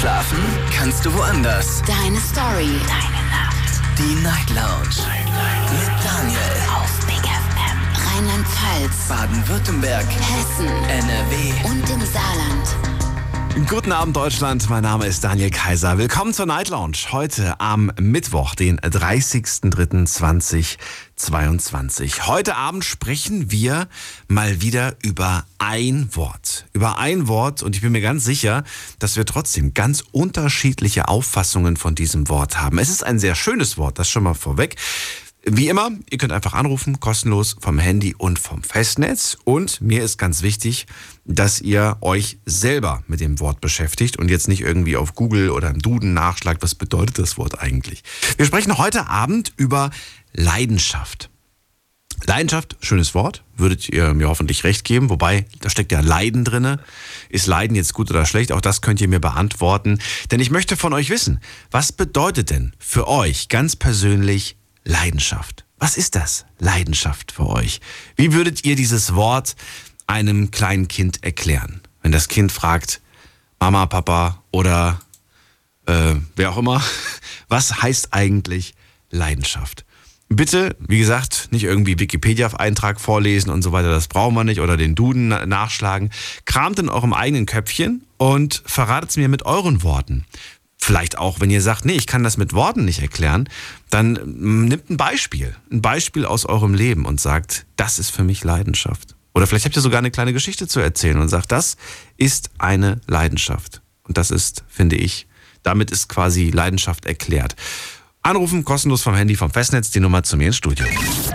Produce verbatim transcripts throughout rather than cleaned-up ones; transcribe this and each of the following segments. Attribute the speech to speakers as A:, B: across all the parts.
A: Schlafen kannst du woanders.
B: Deine Story. Deine Nacht.
A: Die Night Lounge. Night, Night. Mit Daniel.
B: Auf Big F M. Rheinland-Pfalz.
A: Baden-Württemberg.
B: Hessen.
A: N R W.
B: Und im Saarland.
C: Guten Abend, Deutschland. Mein Name ist Daniel Kaiser. Willkommen zur Night Lounge. Heute am Mittwoch, den dreißigsten dritten zweitausendzweiundzwanzig. Heute Abend sprechen wir mal wieder über ein Wort. Über ein Wort, und ich bin mir ganz sicher, dass wir trotzdem ganz unterschiedliche Auffassungen von diesem Wort haben. Es ist ein sehr schönes Wort, das schon mal vorweg. Wie immer, ihr könnt einfach anrufen, kostenlos vom Handy und vom Festnetz. Und mir ist ganz wichtig, dass ihr euch selber mit dem Wort beschäftigt und jetzt nicht irgendwie auf Google oder im Duden nachschlagt, was bedeutet das Wort eigentlich. Wir sprechen heute Abend über Leidenschaft. Leidenschaft, schönes Wort, würdet ihr mir hoffentlich recht geben, wobei da steckt ja Leiden drinne. Ist Leiden jetzt gut oder schlecht? Auch das könnt ihr mir beantworten. Denn ich möchte von euch wissen, was bedeutet denn für euch ganz persönlich Leidenschaft? Was ist das? Leidenschaft für euch. Wie würdet ihr dieses Wort einem kleinen Kind erklären? Wenn das Kind fragt, Mama, Papa oder äh, wer auch immer, was heißt eigentlich Leidenschaft? Bitte, wie gesagt, nicht irgendwie Wikipedia-Eintrag vorlesen und so weiter, das brauchen wir nicht, oder den Duden nachschlagen. Kramt in eurem eigenen Köpfchen und verratet es mir mit euren Worten. Vielleicht auch, wenn ihr sagt, nee, ich kann das mit Worten nicht erklären, dann nimmt ein Beispiel, ein Beispiel aus eurem Leben und sagt, das ist für mich Leidenschaft. Oder vielleicht habt ihr sogar eine kleine Geschichte zu erzählen und sagt, das ist eine Leidenschaft. Und das ist, finde ich, damit ist quasi Leidenschaft erklärt. Anrufen, kostenlos vom Handy, vom Festnetz, die Nummer zu mir ins Studio.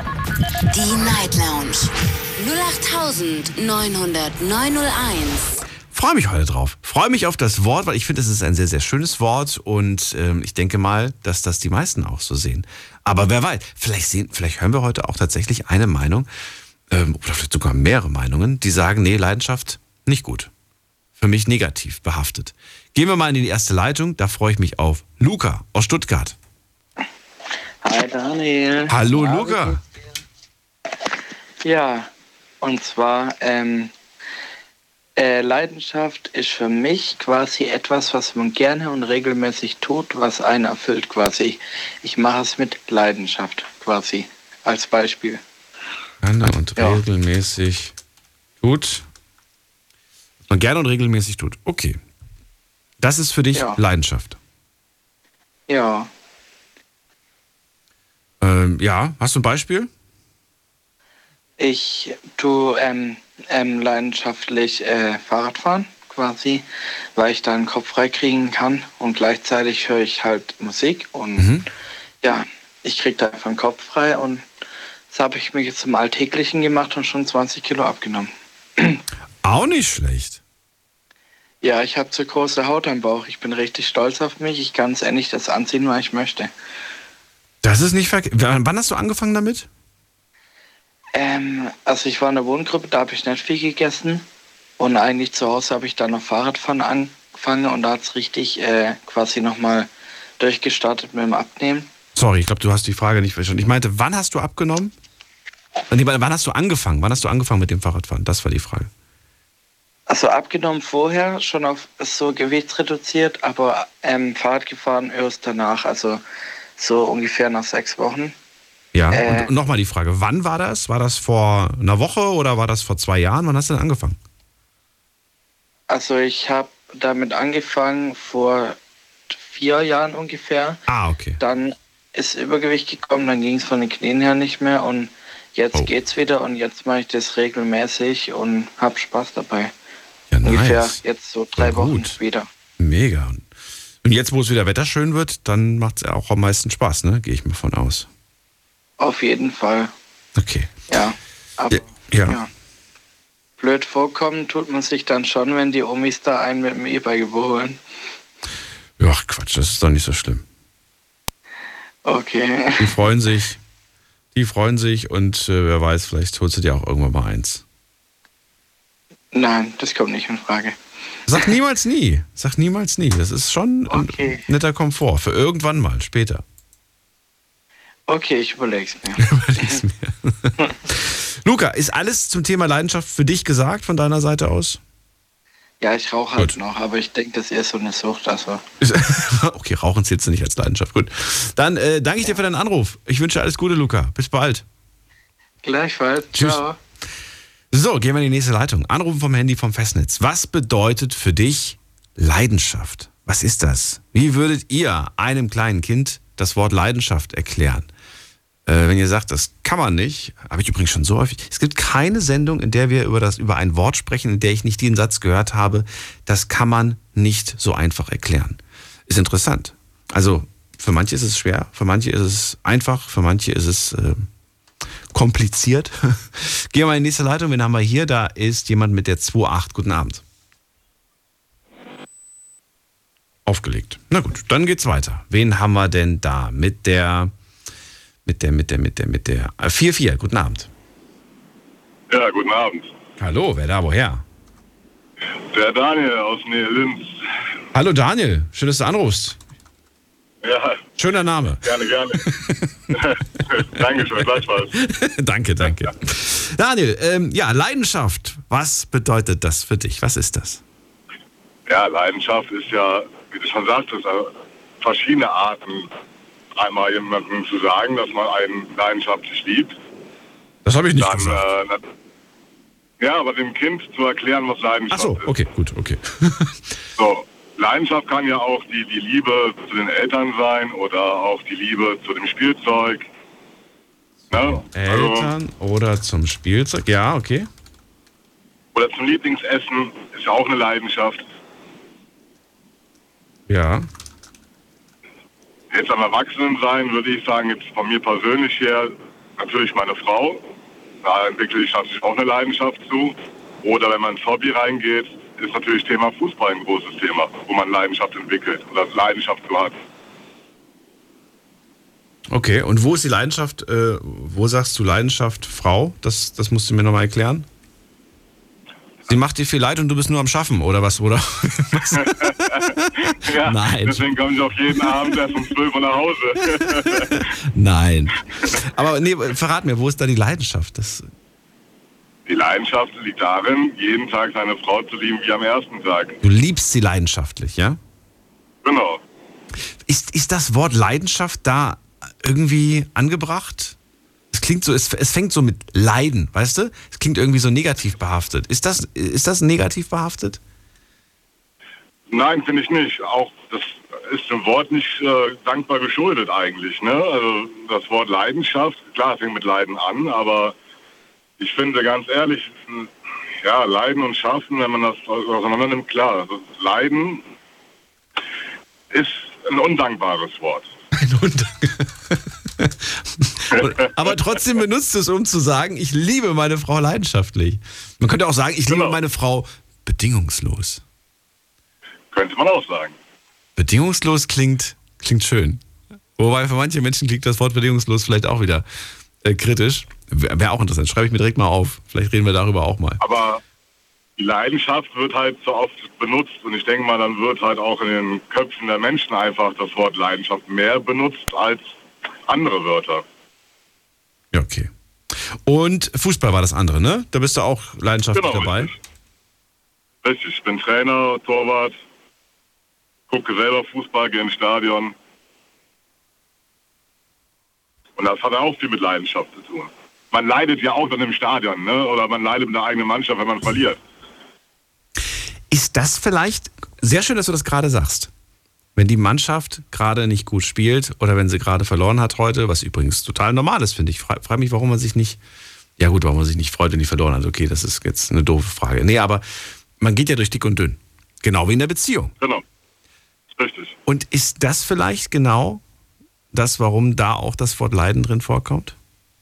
B: Die Night Lounge. null acht neun null null neun null eins.
C: Freue mich heute drauf. Freue mich auf das Wort, weil ich finde, es ist ein sehr, sehr schönes Wort und ähm, ich denke mal, dass das die meisten auch so sehen. Aber wer weiß, vielleicht sehen, vielleicht hören wir heute auch tatsächlich eine Meinung ähm, oder vielleicht sogar mehrere Meinungen, die sagen, nee, Leidenschaft nicht gut. Für mich negativ behaftet. Gehen wir mal in die erste Leitung, da freue ich mich auf Luca aus Stuttgart.
D: Hi Daniel.
C: Hallo ja, Luca.
D: Ja, und zwar, ähm, Äh, Leidenschaft ist für mich quasi etwas, was man gerne und regelmäßig tut, was einen erfüllt quasi. Ich mache es mit Leidenschaft quasi, als Beispiel.
C: Gerne und ja. regelmäßig tut. Was man gerne und regelmäßig tut. Okay. Das ist für dich ja. Leidenschaft.
D: Ja.
C: Ähm, ja, hast du ein Beispiel?
D: Ich tue ähm, ähm, leidenschaftlich äh, Fahrrad fahren, quasi, weil ich da den Kopf frei kriegen kann und gleichzeitig höre ich halt Musik und mhm. ja, ich kriege da einfach den Kopf frei und das habe ich mir jetzt zum Alltäglichen gemacht und schon zwanzig Kilo abgenommen.
C: Auch nicht schlecht.
D: Ja, ich habe zu große Haut am Bauch. Ich bin richtig stolz auf mich. Ich kann es endlich das anziehen, was ich möchte.
C: Das ist nicht verkehrt. Wann hast du angefangen damit?
D: Ähm, also ich war in der Wohngruppe, da habe ich nicht viel gegessen und eigentlich zu Hause habe ich dann noch Fahrradfahren angefangen und da hat es richtig äh, quasi nochmal durchgestartet mit dem Abnehmen.
C: Sorry, ich glaube, du hast die Frage nicht verstanden. Ich meinte, wann hast du abgenommen? Wann hast du angefangen? Wann hast du angefangen mit dem Fahrradfahren? Das war die Frage.
D: Also abgenommen vorher, schon auf so Gewicht reduziert, aber ähm, Fahrrad gefahren erst danach, also so ungefähr nach sechs Wochen.
C: Ja,
D: äh,
C: und nochmal die Frage, wann war das? War das vor einer Woche oder war das vor zwei Jahren? Wann hast du denn angefangen?
D: Also ich habe damit angefangen vor vier Jahren ungefähr.
C: Ah, okay.
D: Dann ist Übergewicht gekommen, dann ging es von den Knien her nicht mehr und jetzt oh. geht's wieder und jetzt mache ich das regelmäßig und habe Spaß dabei.
C: Ja,
D: ungefähr
C: nice.
D: jetzt so drei
C: ja,
D: Wochen wieder.
C: Mega. Und jetzt, wo es wieder Wetter schön wird, dann macht es auch am meisten Spaß, ne? Gehe ich mal von aus.
D: Auf jeden Fall.
C: Okay.
D: Ja, aber
C: ja.
D: ja. Blöd vorkommen tut man sich dann schon, wenn die Omis da einen mit dem E-Bike überholen.
C: Ja, Quatsch, das ist doch nicht so schlimm.
D: Okay.
C: Die freuen sich, die freuen sich und äh, wer weiß, vielleicht holst du dir auch irgendwann mal eins.
D: Nein, das kommt nicht in Frage.
C: Sag niemals nie. Sag niemals nie. Das ist schon
D: okay.
C: ein netter Komfort. Für irgendwann mal, später.
D: Okay, ich überleg's mir.
C: Überleg's mir. Luca, ist alles zum Thema Leidenschaft für dich gesagt von deiner Seite aus?
D: Ja, ich rauche halt
C: Gut.
D: noch, aber ich denke, das ist eher so eine Sucht. Also.
C: Okay, Rauchen zählst du nicht als Leidenschaft. Gut. Dann äh, danke ich dir für deinen Anruf. Ich wünsche dir alles Gute, Luca. Bis bald.
D: Gleichfalls.
C: Tschüss.
D: Ciao.
C: So, gehen wir in die nächste Leitung. Anrufen vom Handy vom Festnetz. Was bedeutet für dich Leidenschaft? Was ist das? Wie würdet ihr einem kleinen Kind das Wort Leidenschaft erklären? Äh, wenn ihr sagt, das kann man nicht, habe ich übrigens schon so häufig. Es gibt keine Sendung, in der wir über, das, über ein Wort sprechen, in der ich nicht den Satz gehört habe, das kann man nicht so einfach erklären. Ist interessant. Also für manche ist es schwer, für manche ist es einfach, für manche ist es äh, kompliziert. Gehen wir mal in die nächste Leitung. Wen haben wir hier? Da ist jemand mit der zwei acht. Guten Abend. Aufgelegt. Na gut, dann geht's weiter. Wen haben wir denn da? Mit der, mit der, mit der, mit der, mit der vier vier. Guten Abend.
E: Ja, guten Abend.
C: Hallo, wer da, woher?
E: Der Daniel aus Nähe Linz.
C: Hallo Daniel, schön, dass du anrufst.
E: Ja,
C: Schöner Name.
E: gerne, gerne. Dankeschön, gleichfalls.
C: Danke, danke. Daniel, ähm, ja, Leidenschaft. Was bedeutet das für dich? Was ist das?
E: Ja, Leidenschaft ist ja, wie du schon sagtest, also verschiedene Arten, einmal jemandem zu sagen, dass man einen leidenschaftlich liebt.
C: Das habe ich nicht
E: Dann,
C: gesagt.
E: äh, ja, aber dem Kind zu erklären, was
C: Ach
E: Leidenschaft
C: so,
E: ist.
C: okay, gut, okay.
E: So, Leidenschaft kann ja auch die, die Liebe zu den Eltern sein oder auch die Liebe zu dem Spielzeug. Ne?
C: Eltern oder zum Spielzeug, ja, okay.
E: Oder zum Lieblingsessen ist ja auch eine Leidenschaft.
C: Ja.
E: Jetzt am Erwachsenensein würde ich sagen, jetzt von mir persönlich her, natürlich meine Frau. Da entwickle ich natürlich auch eine Leidenschaft zu. Oder wenn man ins Hobby reingeht, ist natürlich Thema Fußball ein großes Thema, wo man Leidenschaft entwickelt oder Leidenschaft zu hat.
C: Okay, und wo ist die Leidenschaft, äh, wo sagst du Leidenschaft Frau? Das, das musst du mir nochmal erklären. Sie macht dir viel leid und du bist nur am Schaffen, oder was, oder? was?
E: Ja,
C: Nein.
E: Deswegen komme ich auch jeden Abend erst um zwölf Uhr nach Hause.
C: Nein. Aber nee, verrat mir, wo ist da die Leidenschaft? Das
E: Die Leidenschaft liegt darin, jeden Tag seine Frau zu lieben wie am ersten Tag.
C: Du liebst sie leidenschaftlich, ja?
E: Genau.
C: Ist, ist das Wort Leidenschaft da irgendwie angebracht? Es klingt so, es, es fängt so mit Leiden, weißt du? Es klingt irgendwie so negativ behaftet. Ist das, ist das negativ behaftet?
E: Nein, finde ich nicht. Auch das ist dem Wort nicht äh, dankbar geschuldet eigentlich. Ne? Also das Wort Leidenschaft, klar, es fängt mit Leiden an, aber ich finde ganz ehrlich, ja, Leiden und Schaffen, wenn man das auseinander nimmt, klar, also Leiden ist ein undankbares Wort.
C: Ein Hund. Aber trotzdem benutzt du es, um zu sagen, ich liebe meine Frau leidenschaftlich. Man könnte auch sagen, ich liebe
E: Genau.
C: meine Frau bedingungslos.
E: Könnte man auch sagen.
C: Bedingungslos klingt, klingt schön. Wobei für manche Menschen klingt das Wort bedingungslos vielleicht auch wieder äh, kritisch. Wäre wär auch interessant. Schreibe ich mir direkt mal auf. Vielleicht reden wir darüber auch mal.
E: Aber die Leidenschaft wird halt so oft benutzt und ich denke mal, dann wird halt auch in den Köpfen der Menschen einfach das Wort Leidenschaft mehr benutzt als andere Wörter.
C: Ja, okay. Und Fußball war das andere, ne? Da bist du auch leidenschaftlich
E: Genau,
C: dabei.
E: richtig. Richtig, ich bin Trainer, Torwart, gucke selber Fußball, gehe ins Stadion. Und das hat auch viel mit Leidenschaft zu tun. Man leidet ja auch dann im Stadion, ne? Oder man leidet mit der eigenen Mannschaft, wenn man verliert.
C: Ist das vielleicht, sehr schön, dass du das gerade sagst, wenn die Mannschaft gerade nicht gut spielt oder wenn sie gerade verloren hat heute, was übrigens total normal ist, finde ich. Ich frage mich, warum man sich nicht, ja gut, warum man sich nicht freut, wenn die verloren hat. Okay, das ist jetzt eine doofe Frage. Nee, aber man geht ja durch dick und dünn. Genau wie in der Beziehung.
E: Genau. Richtig.
C: Und ist das vielleicht genau das, warum da auch das Wort Leiden drin vorkommt?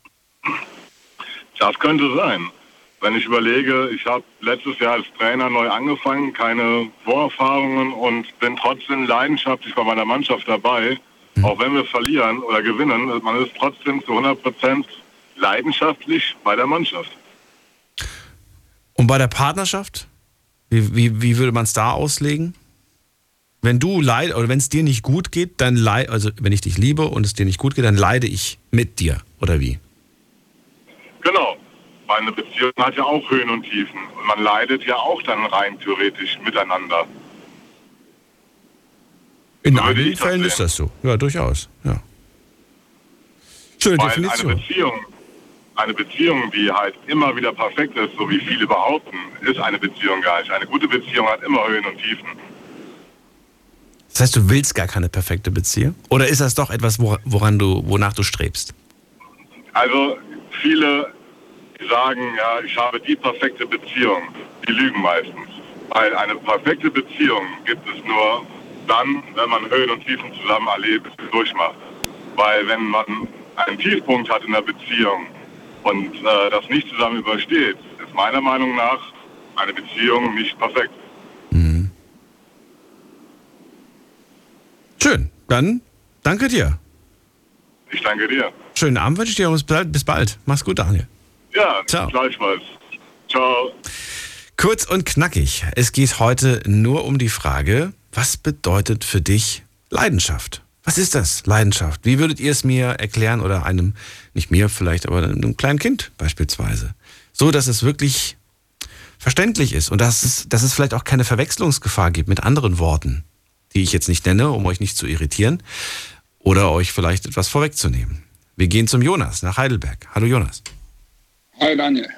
E: Das könnte sein. Wenn ich überlege, ich habe letztes Jahr als Trainer neu angefangen, keine Vorerfahrungen und bin trotzdem leidenschaftlich bei meiner Mannschaft dabei. Mhm. Auch wenn wir verlieren oder gewinnen, man ist trotzdem zu hundert Prozent leidenschaftlich bei der Mannschaft.
C: Und bei der Partnerschaft? Wie, wie, wie würde man es da auslegen? Wenn du leid oder wenn es dir nicht gut geht, dann leid, also wenn ich dich liebe und es dir nicht gut geht, dann leide ich mit dir, oder wie?
E: Genau. Bei weil eine Beziehung hat ja auch Höhen und Tiefen. Und man leidet ja auch dann rein theoretisch miteinander.
C: In
E: So würde
C: einigen
E: ich das
C: Fällen
E: sehen.
C: ist das so. Ja, durchaus. Ja. Schöne
E: Weil eine
C: Definition.
E: Beziehung, eine Beziehung, die halt immer wieder perfekt ist, so wie viele behaupten, ist eine Beziehung gar nicht. Eine gute Beziehung hat immer Höhen und Tiefen.
C: Das heißt, du willst gar keine perfekte Beziehung? Oder ist das doch etwas, wor- woran du, wonach du strebst?
E: Also viele sagen, ja, ich habe die perfekte Beziehung. Die lügen meistens. Weil eine perfekte Beziehung gibt es nur dann, wenn man Höhen und Tiefen zusammen erlebt, durchmacht. Weil wenn man einen Tiefpunkt hat in der Beziehung und äh, das nicht zusammen übersteht, ist meiner Meinung nach eine Beziehung nicht perfekt.
C: Mhm. Schön. Dann danke dir.
E: Ich danke dir.
C: Schönen Abend wünsche ich dir und bis bald. Bis bald. Mach's gut, Daniel.
E: Ja,
C: Ciao.
E: gleichfalls. Ciao.
C: Kurz und knackig. Es geht heute nur um die Frage, was bedeutet für dich Leidenschaft? Was ist das, Leidenschaft? Wie würdet ihr es mir erklären oder einem, nicht mir vielleicht, aber einem kleinen Kind beispielsweise? So, dass es wirklich verständlich ist und dass es, dass es vielleicht auch keine Verwechslungsgefahr gibt mit anderen Worten, die ich jetzt nicht nenne, um euch nicht zu irritieren oder euch vielleicht etwas vorwegzunehmen. Wir gehen zum Jonas nach Heidelberg. Hallo Jonas.
F: Hi Daniel.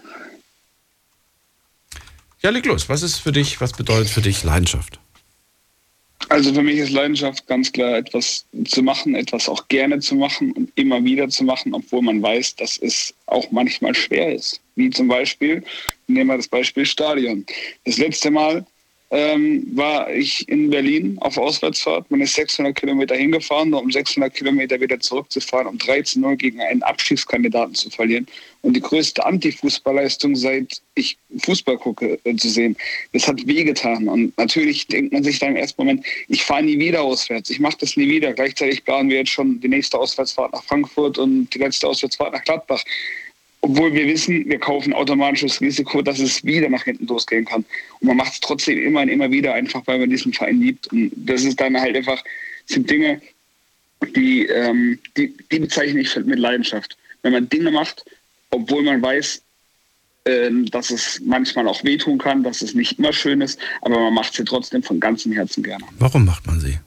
C: Ja, leg los. Was ist für dich, was bedeutet für dich Leidenschaft?
F: Also für mich ist Leidenschaft ganz klar, etwas zu machen, etwas auch gerne zu machen und immer wieder zu machen, obwohl man weiß, dass es auch manchmal schwer ist. Wie zum Beispiel, nehmen wir das Beispiel Stadion. Das letzte Mal ähm, war ich in Berlin auf Auswärtsfahrt, bin ich sechshundert Kilometer hingefahren, nur um sechshundert Kilometer wieder zurückzufahren, um dreizehn null gegen einen Abstiegskandidaten zu verlieren. Und die größte Anti-Fußballleistung, seit ich Fußball gucke, äh, zu sehen. Das hat wehgetan. Und natürlich denkt man sich dann im ersten Moment, ich fahre nie wieder auswärts, ich mache das nie wieder. Gleichzeitig planen wir jetzt schon die nächste Auswärtsfahrt nach Frankfurt und die letzte Auswärtsfahrt nach Gladbach. Obwohl wir wissen, wir kaufen automatisch das Risiko, dass es wieder nach hinten losgehen kann. Und man macht es trotzdem immer und immer wieder, einfach weil man diesen Verein liebt. Und das ist dann halt einfach, sind Dinge, die, ähm, die, die bezeichne ich mit Leidenschaft. Wenn man Dinge macht, obwohl man weiß, ähm, dass es manchmal auch wehtun kann, dass es nicht immer schön ist, aber man macht sie trotzdem von ganzem Herzen gerne.
C: Warum macht man sie?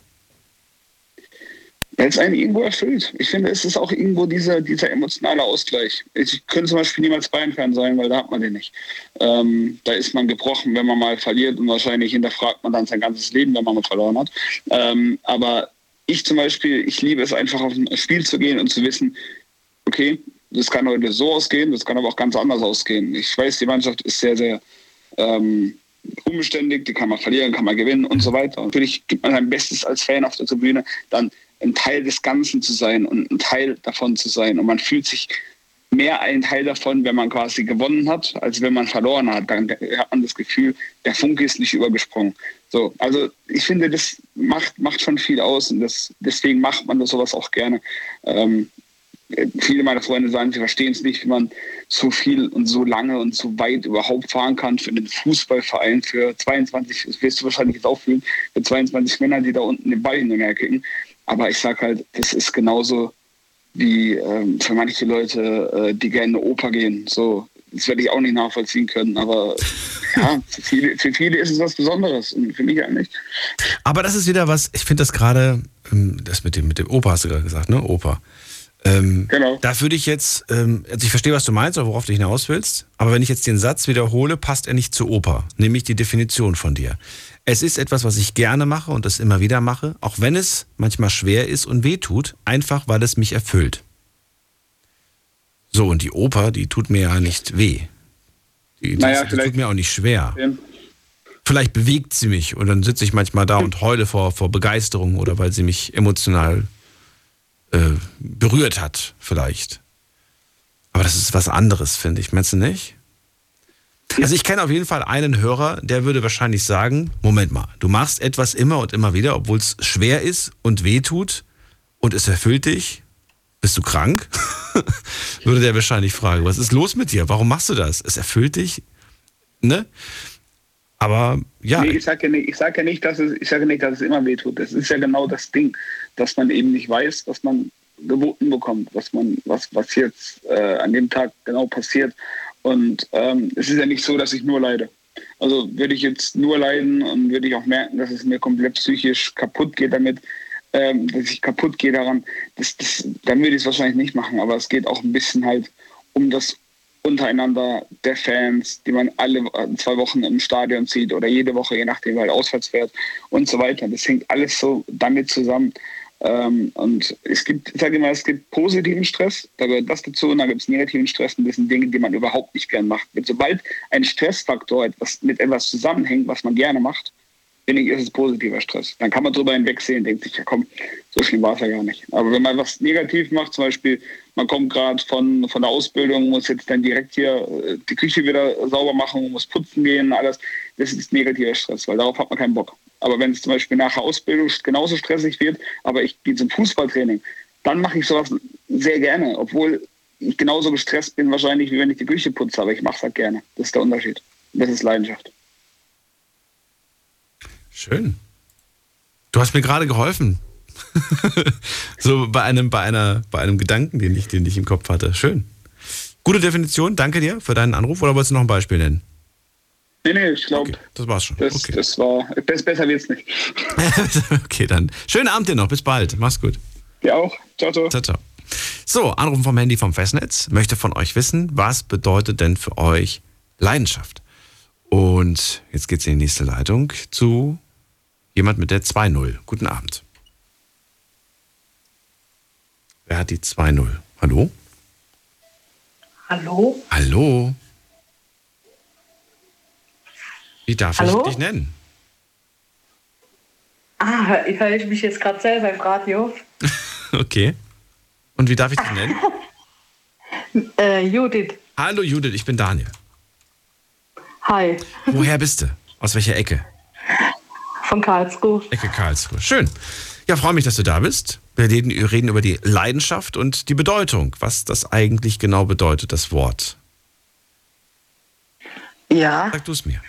F: Weil es einen irgendwo erfüllt. Ich finde, es ist auch irgendwo dieser, dieser emotionale Ausgleich. Ich könnte zum Beispiel niemals Bayern-Fan sein, weil da hat man den nicht. Ähm, da ist man gebrochen, wenn man mal verliert und wahrscheinlich hinterfragt man dann sein ganzes Leben, wenn man mal verloren hat. Ähm, aber ich zum Beispiel, ich liebe es einfach auf ein Spiel zu gehen und zu wissen, okay, das kann heute so ausgehen, das kann aber auch ganz anders ausgehen. Ich weiß, die Mannschaft ist sehr, sehr ähm, unbeständig, die kann man verlieren, kann man gewinnen und so weiter. Und natürlich gibt man sein Bestes als Fan auf der Tribüne, dann ein Teil des Ganzen zu sein und ein Teil davon zu sein. Und man fühlt sich mehr ein Teil davon, wenn man quasi gewonnen hat, als wenn man verloren hat. Dann hat man das Gefühl, der Funke ist nicht übergesprungen. So, also ich finde, das macht, macht schon viel aus und das, deswegen macht man das sowas auch gerne. Ähm, viele meiner Freunde sagen, sie verstehen es nicht, wie man so viel und so lange und so weit überhaupt fahren kann für einen Fußballverein, für zweiundzwanzig, das wirst du wahrscheinlich jetzt auch fühlen, für zweiundzwanzig Männer, die da unten den Ball hin und her kicken. Aber ich sag halt, das ist genauso wie ähm, für manche Leute, äh, die gerne in eine Oper gehen. So, das werde ich auch nicht nachvollziehen können, aber ja, für viele, für viele ist es was Besonderes und für mich ja nicht.
C: Aber das ist wieder was, ich finde das gerade, ähm, das mit dem, mit dem Oper hast du gerade gesagt, ne? Oper. Ähm,
F: Genau.
C: Da würde ich jetzt, ähm, also ich verstehe, was du meinst oder worauf du hinaus willst, aber wenn ich jetzt den Satz wiederhole, passt er nicht zur Oper, nämlich die Definition von dir. Es ist etwas, was ich gerne mache und das immer wieder mache, auch wenn es manchmal schwer ist und wehtut, einfach weil es mich erfüllt. So, und die Oper, die tut mir ja nicht weh. Die,
F: Naja,
C: die, die tut mir auch nicht schwer.
F: Ja.
C: Vielleicht bewegt sie mich und dann sitze ich manchmal da und heule vor, vor Begeisterung oder weil sie mich emotional äh, berührt hat, vielleicht. Aber das ist was anderes, finde ich. Meinst du nicht? Also ich kenne auf jeden Fall einen Hörer, der würde wahrscheinlich sagen, Moment mal, du machst etwas immer und immer wieder, obwohl es schwer ist und wehtut und es erfüllt dich. Bist du krank? Würde der wahrscheinlich fragen, was ist los mit dir? Warum machst du das? Es erfüllt dich, ne? Aber ja.
F: Nee, ich sage ja nicht, ich sag ja nicht, dass es, ich sage nicht, dass es immer wehtut. Das ist ja genau das Ding, dass man eben nicht weiß, was man geboten bekommt, was man, was, was jetzt äh, an dem Tag genau passiert. Und ähm, es ist ja nicht so, dass ich nur leide. Also würde ich jetzt nur leiden und würde ich auch merken, dass es mir komplett psychisch kaputt geht damit, ähm, dass ich kaputt gehe daran, das, das, dann würde ich es wahrscheinlich nicht machen. Aber es geht auch ein bisschen halt um das untereinander der Fans, die man alle zwei Wochen im Stadion sieht oder jede Woche, je nachdem, halt auswärts fährt und so weiter. Das hängt alles so damit zusammen. Ähm, und es gibt, ich sage immer, es gibt positiven Stress, da gehört das dazu, und dann gibt es negativen Stress, und das sind Dinge, die man überhaupt nicht gern macht. Und sobald ein Stressfaktor etwas, mit etwas zusammenhängt, was man gerne macht, finde ich, ist es positiver Stress. Dann kann man drüber hinwegsehen und denkt sich, ja komm, so schlimm war es ja gar nicht. Aber wenn man was negativ macht, zum Beispiel, man kommt gerade von, von der Ausbildung, muss jetzt dann direkt hier äh, die Küche wieder sauber machen, muss putzen gehen, alles, das ist negativer Stress, weil darauf hat man keinen Bock. Aber wenn es zum Beispiel nach der Ausbildung genauso stressig wird, aber ich gehe zum Fußballtraining, dann mache ich sowas sehr gerne, obwohl ich genauso gestresst bin wahrscheinlich, wie wenn ich die Küche putze, aber ich mache es halt gerne. Das ist der Unterschied. Das ist Leidenschaft.
C: Schön. Du hast mir gerade geholfen. So bei einem, bei einer, bei einem Gedanken, den ich, den ich im Kopf hatte. Schön. Gute Definition, danke dir für deinen Anruf. Oder wolltest du noch ein Beispiel nennen?
F: Nee, nee, ich glaube.
C: Okay, das war's schon.
F: Das,
C: okay.
F: das war. Besser wird's nicht.
C: Okay, dann. Schönen Abend dir noch. Bis bald. Mach's gut.
F: Dir auch. Ciao, ciao.
C: Ciao, ciao. So, Anrufen vom Handy vom Festnetz. Möchte von euch wissen, was bedeutet denn für euch Leidenschaft? Und jetzt geht's in die nächste Leitung zu jemand mit der zwei null. Guten Abend. Wer hat die zwei null? Hallo?
G: Hallo?
C: Hallo? Wie darf
G: Hallo?
C: ich dich nennen?
G: Ah, höre ich mich jetzt gerade selber im Radio?
C: Okay. Und wie darf ich dich nennen?
G: äh, Judith.
C: Hallo Judith, ich bin Daniel.
G: Hi.
C: Woher bist du? Aus welcher Ecke?
G: Von Karlsruhe.
C: Ecke Karlsruhe. Schön. Ja, freue mich, dass du da bist. Wir reden, wir reden über die Leidenschaft und die Bedeutung. Was das eigentlich genau bedeutet, das Wort.
G: Ja.
C: Sag du es mir.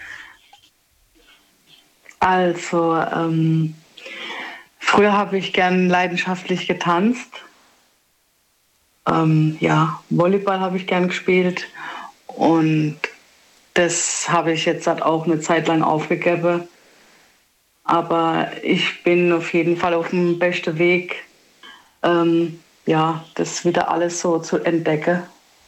G: Also, ähm, früher habe ich gern leidenschaftlich getanzt. Ähm, ja, Volleyball habe ich gern gespielt. Und das habe ich jetzt halt auch eine Zeit lang aufgegeben. Aber ich bin auf jeden Fall auf dem besten Weg, ähm, ja, das wieder alles so zu entdecken.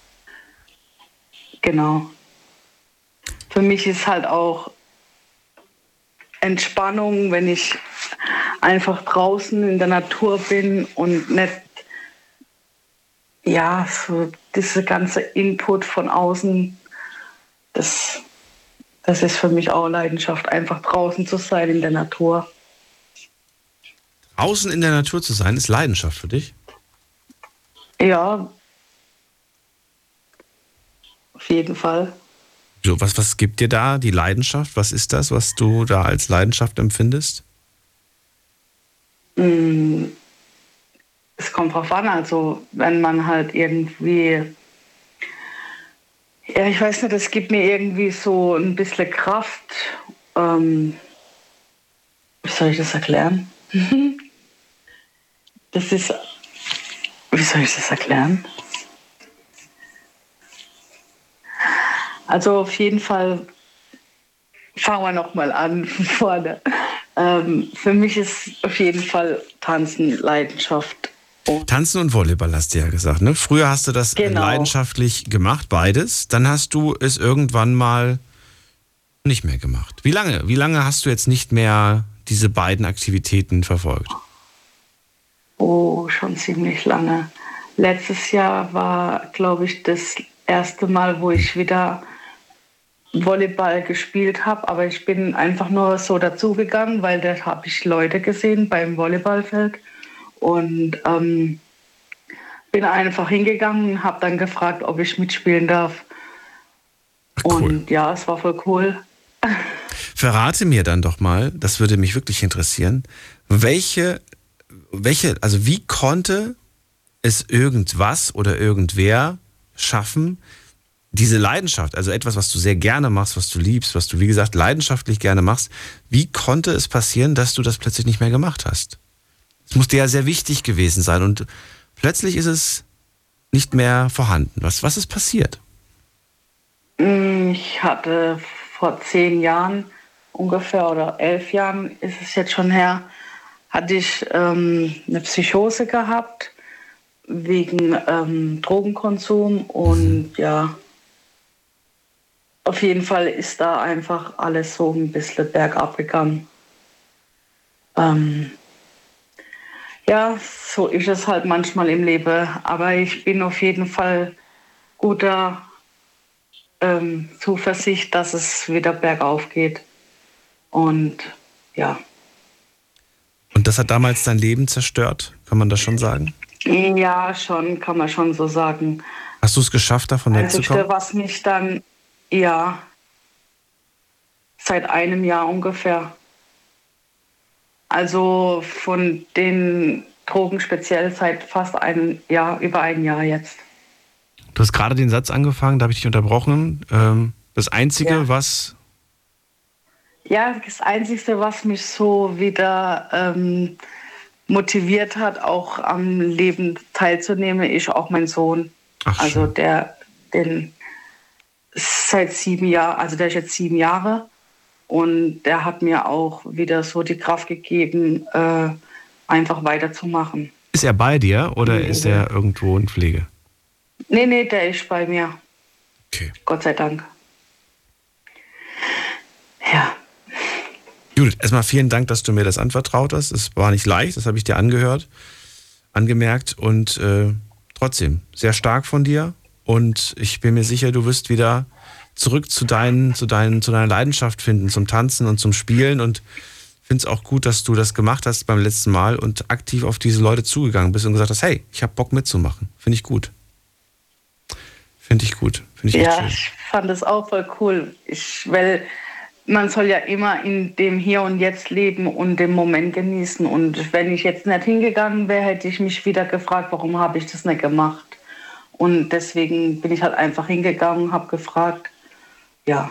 G: Genau. Für mich ist halt auch Entspannung, wenn ich einfach draußen in der Natur bin und nicht, ja, so diese ganze Input von außen, das, das ist für mich auch Leidenschaft, einfach draußen zu sein in der Natur.
C: Draußen in der Natur zu sein, ist Leidenschaft für dich?
G: Ja, auf jeden Fall.
C: So, was, was gibt dir da die Leidenschaft? Was ist das, was du da als Leidenschaft empfindest?
G: Es kommt drauf an, also wenn man halt irgendwie, ja, ich weiß nicht, das gibt mir irgendwie so ein bisschen Kraft. Ähm, wie soll ich das erklären? Das ist, wie soll ich das erklären? Also auf jeden Fall fangen wir nochmal an von vorne. Ähm, für mich ist auf jeden Fall Tanzen Leidenschaft. Und
C: Tanzen und Volleyball hast du ja gesagt, ne? Früher hast du das
G: Genau.
C: leidenschaftlich gemacht, beides. Dann hast du es irgendwann mal nicht mehr gemacht. Wie lange? Wie lange hast du jetzt nicht mehr diese beiden Aktivitäten verfolgt?
G: Oh, schon ziemlich lange. Letztes Jahr war, glaube ich, das erste Mal, wo ich wieder Volleyball gespielt habe, aber ich bin einfach nur so dazugegangen, weil da habe ich Leute gesehen beim Volleyballfeld und ähm, bin einfach hingegangen und habe dann gefragt, ob ich mitspielen darf.
C: Cool.
G: Und ja, es war voll cool.
C: Verrate mir dann doch mal, das würde mich wirklich interessieren, welche, welche, also wie konnte es irgendwas oder irgendwer schaffen, diese Leidenschaft, also etwas, was du sehr gerne machst, was du liebst, was du, wie gesagt, leidenschaftlich gerne machst, wie konnte es passieren, dass du das plötzlich nicht mehr gemacht hast? Es muss dir ja sehr wichtig gewesen sein und plötzlich ist es nicht mehr vorhanden. Was, was ist passiert?
G: Ich hatte vor zehn Jahren ungefähr oder elf Jahren ist es jetzt schon her, hatte ich ähm, eine Psychose gehabt wegen ähm, Drogenkonsum und ja, auf jeden Fall ist da einfach alles so ein bisschen bergab gegangen. Ähm, ja, so ist es halt manchmal im Leben, aber ich bin auf jeden Fall guter ähm, Zuversicht, dass es wieder bergauf geht. Und ja.
C: Und das hat damals dein Leben zerstört, kann man das schon sagen?
G: Ja, schon, kann man schon so sagen.
C: Hast du es geschafft, davon wegzukommen?
G: Einzige, was mich dann, ja, seit einem Jahr ungefähr. Also von den Drogen speziell seit fast einem Jahr, über ein Jahr jetzt.
C: Du hast gerade den Satz angefangen, da habe ich dich unterbrochen. Ähm, das Einzige,
G: Ja.
C: was...
G: Ja, das Einzige, was mich so wieder ähm, motiviert hat, auch am Leben teilzunehmen, ist auch mein Sohn.
C: Ach,
G: also
C: schön.
G: der, den seit sieben Jahren, also der ist jetzt sieben Jahre und der hat mir auch wieder so die Kraft gegeben, äh, einfach weiterzumachen.
C: Ist er bei dir oder
G: Nee,
C: ist er irgendwo in Pflege?
G: Nee, nee, der ist bei mir.
C: Okay.
G: Gott sei Dank. Ja.
C: Judith, erstmal vielen Dank, dass du mir das anvertraut hast. Es war nicht leicht, das habe ich dir angehört, angemerkt und äh, trotzdem sehr stark von dir. Und ich bin mir sicher, du wirst wieder zurück zu, deinen, zu, deinen, zu deiner Leidenschaft finden, zum Tanzen und zum Spielen. Und ich finde es auch gut, dass du das gemacht hast beim letzten Mal und aktiv auf diese Leute zugegangen bist und gesagt hast, hey, ich habe Bock mitzumachen. Finde ich gut. Finde ich gut. Finde ich echt
G: Ja,
C: schön.
G: ich fand es auch voll cool. Ich, weil man soll ja immer in dem Hier und Jetzt leben und den Moment genießen. Und wenn ich jetzt nicht hingegangen wäre, hätte ich mich wieder gefragt, warum habe ich das nicht gemacht? Und deswegen bin ich halt einfach hingegangen, habe gefragt, ja.